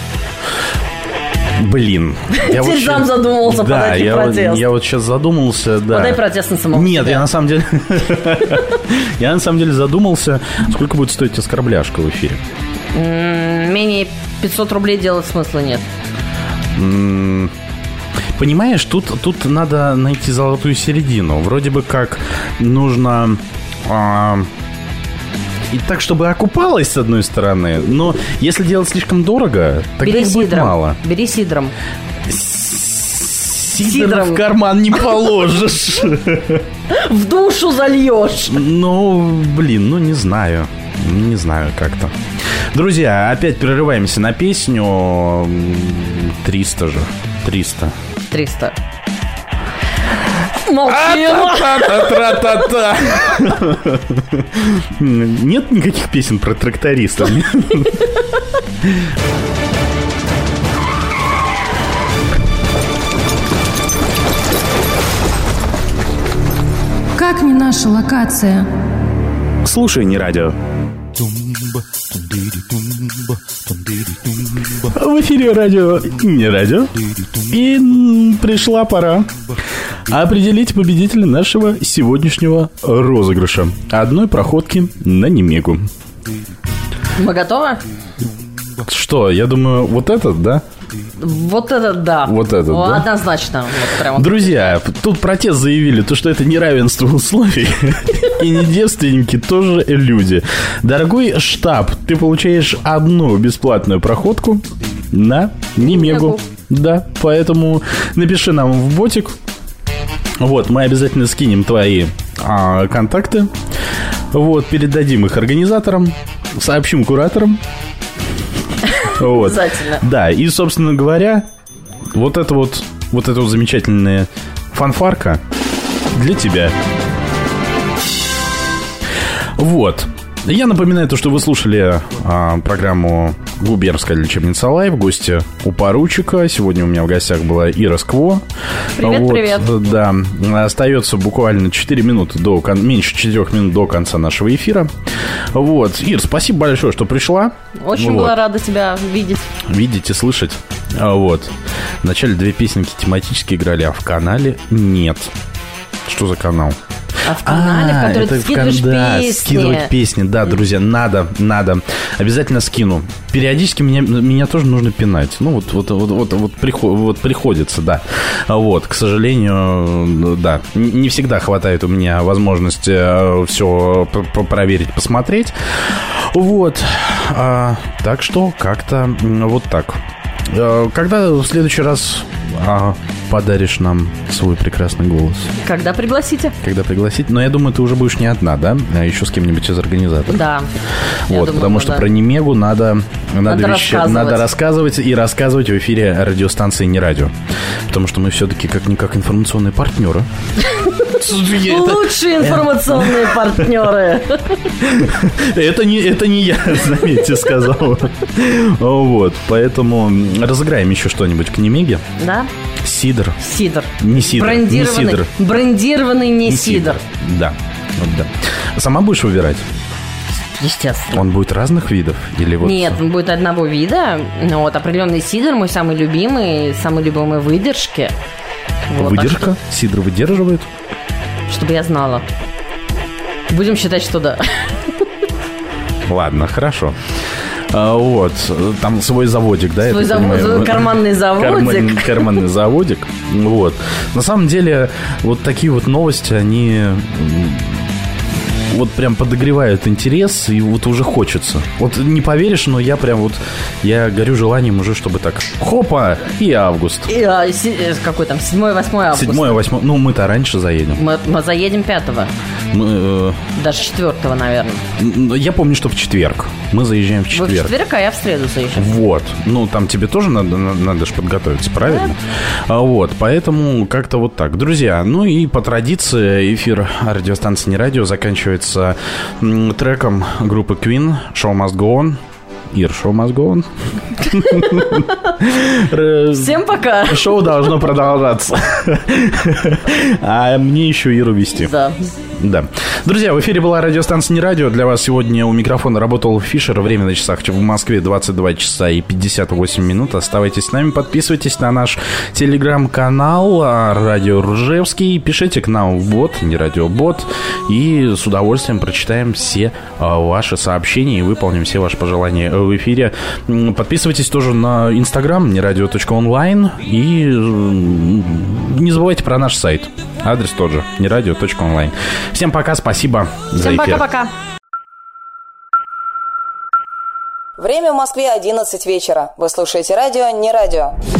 Блин. Теперь вот сам сейчас... задумался да, подать я протест. Вот, я вот сейчас задумался, да. Подай протест на самого Нет, себя. я на самом деле... Я на самом деле задумался, сколько будет стоить оскорбляшка в эфире. Менее пятьсот рублей делать смысла нет. Понимаешь, тут, тут надо найти золотую середину. Вроде бы как нужно... А... И так, чтобы окупалось, с одной стороны. Но если делать слишком дорого, тогда Бери их будет сидром. мало. Бери сидром. Сидром в карман не положишь. В душу зальешь. Ну, блин, ну не знаю. Не знаю как-то. Друзья, опять прерываемся на песню. Триста же. Триста. Триста. Тра-та-та-та-та-та. Нет никаких песен про трактористов. Как не наша локация? Слушай, не радио. В эфире радио не радио. И пришла пора определить победителя нашего сегодняшнего розыгрыша. Одной проходки на Немегу. Мы готовы? Что, я думаю, вот этот, да? Вот это да. Вот это, ну, да? Однозначно. Вот прям. Друзья, тут протест заявили, то, что это неравенство условий. И не девственники тоже люди. Дорогой штаб, ты получаешь одну бесплатную проходку на Немегу. Да, поэтому напиши нам в ботик. Вот, мы обязательно скинем твои а, контакты. Вот, передадим их организаторам, сообщим кураторам. Вот. Обязательно. Да, и, собственно говоря, вот это вот, вот эта вот замечательная фанфарка для тебя. Вот. Я напоминаю то, что вы слушали а, программу «Губернская лечебница Лайв». Гости у поручика. Сегодня у меня в гостях была Ира Скво. Привет, вот, привет. Да, остается буквально четыре минуты до кон... меньше четырёх минут до конца нашего эфира. Вот, Ир, спасибо большое, что пришла. Очень вот. была рада тебя видеть. Видеть и слышать. Вот. Вначале две песенки тематически играли, а в канале нет. Что за канал? А в канале, а, в который ты скидываешь кан... да, песни. Скидывать песни, да, друзья, надо, надо. Обязательно скину. Периодически меня, меня тоже нужно пинать. Ну, вот, вот, вот, вот, вот, приход, вот приходится, да. Вот, к сожалению, да. Не всегда хватает у меня возможности все проверить, посмотреть. Вот. А, так что как-то вот так. Когда в следующий раз а, подаришь нам свой прекрасный голос? Когда пригласите. Когда пригласите. Но я думаю, ты уже будешь не одна, да? А еще с кем-нибудь из организаторов. Да. Вот, думаю, потому что да. Про Немегу надо, надо, надо, вещи, рассказывать. надо рассказывать и рассказывать в эфире радиостанции «Не радио». Потому что мы все-таки как-никак информационные партнеры. Лучшие информационные партнеры. Это не, это не я, заметьте, сказал. Вот, поэтому разыграем еще что-нибудь к Немеге. Да. Сидр. Сидр. Не сидр. Брендированный. Не сидр. Брендированный не, не сидр. сидр. Да. Вот, да. Сама будешь выбирать? естественно. Он будет разных видов? Или вот... Нет, он будет одного вида. Ну, вот определенный сидр, мой самый любимый, самые любимые выдержки. Вот, Выдержка? что... Сидр выдерживает? Чтобы я знала. Будем считать, что да. Ладно, хорошо. А, вот, там свой заводик, да? Свой завод, понимаю? Карманный заводик. Карман, карманный заводик. Вот. На самом деле, вот такие вот новости, они... вот прям подогревают интерес, и вот уже хочется. Вот не поверишь, но я прям вот, я горю желанием уже, чтобы так, хопа, и август. И, а, си, какой там, седьмое-восьмое августа. седьмое-восьмое, ну мы-то раньше заедем. Мы, мы заедем пятого. Мы, э... Даже четвертого, наверное. Я помню, что в четверг. Мы заезжаем в четверг. Вы в четверг, а я в среду заезжаю. Вот. Ну, там тебе тоже надо, надо же подготовиться, правильно? Да. А, вот, поэтому как-то вот так. Друзья, ну и по традиции эфир радиостанции «Не радио» заканчивается м, треком группы Queen «Show Must Go On». Ир, шоу must go on. Всем пока. Шоу должно продолжаться. А мне еще Иру вести. Да. Да. Друзья, в эфире была радиостанция «Не радио». Для вас сегодня у микрофона работал Фишер. Время на часах в Москве двадцать два часа и пятьдесят восемь минут. Оставайтесь с нами, подписывайтесь на наш телеграм-канал «Радио Ржевский». Пишите к нам в бот, не радиобот. И с удовольствием прочитаем все ваши сообщения и выполним все ваши пожелания в эфире. Подписывайтесь тоже на инстаграм не радио точка онлайн. И не забывайте про наш сайт. Адрес тот же, не радио точка онлайн. Всем пока, спасибо за эфир. Всем пока-пока. Время в Москве одиннадцать вечера. Вы слушаете радио «Не радио».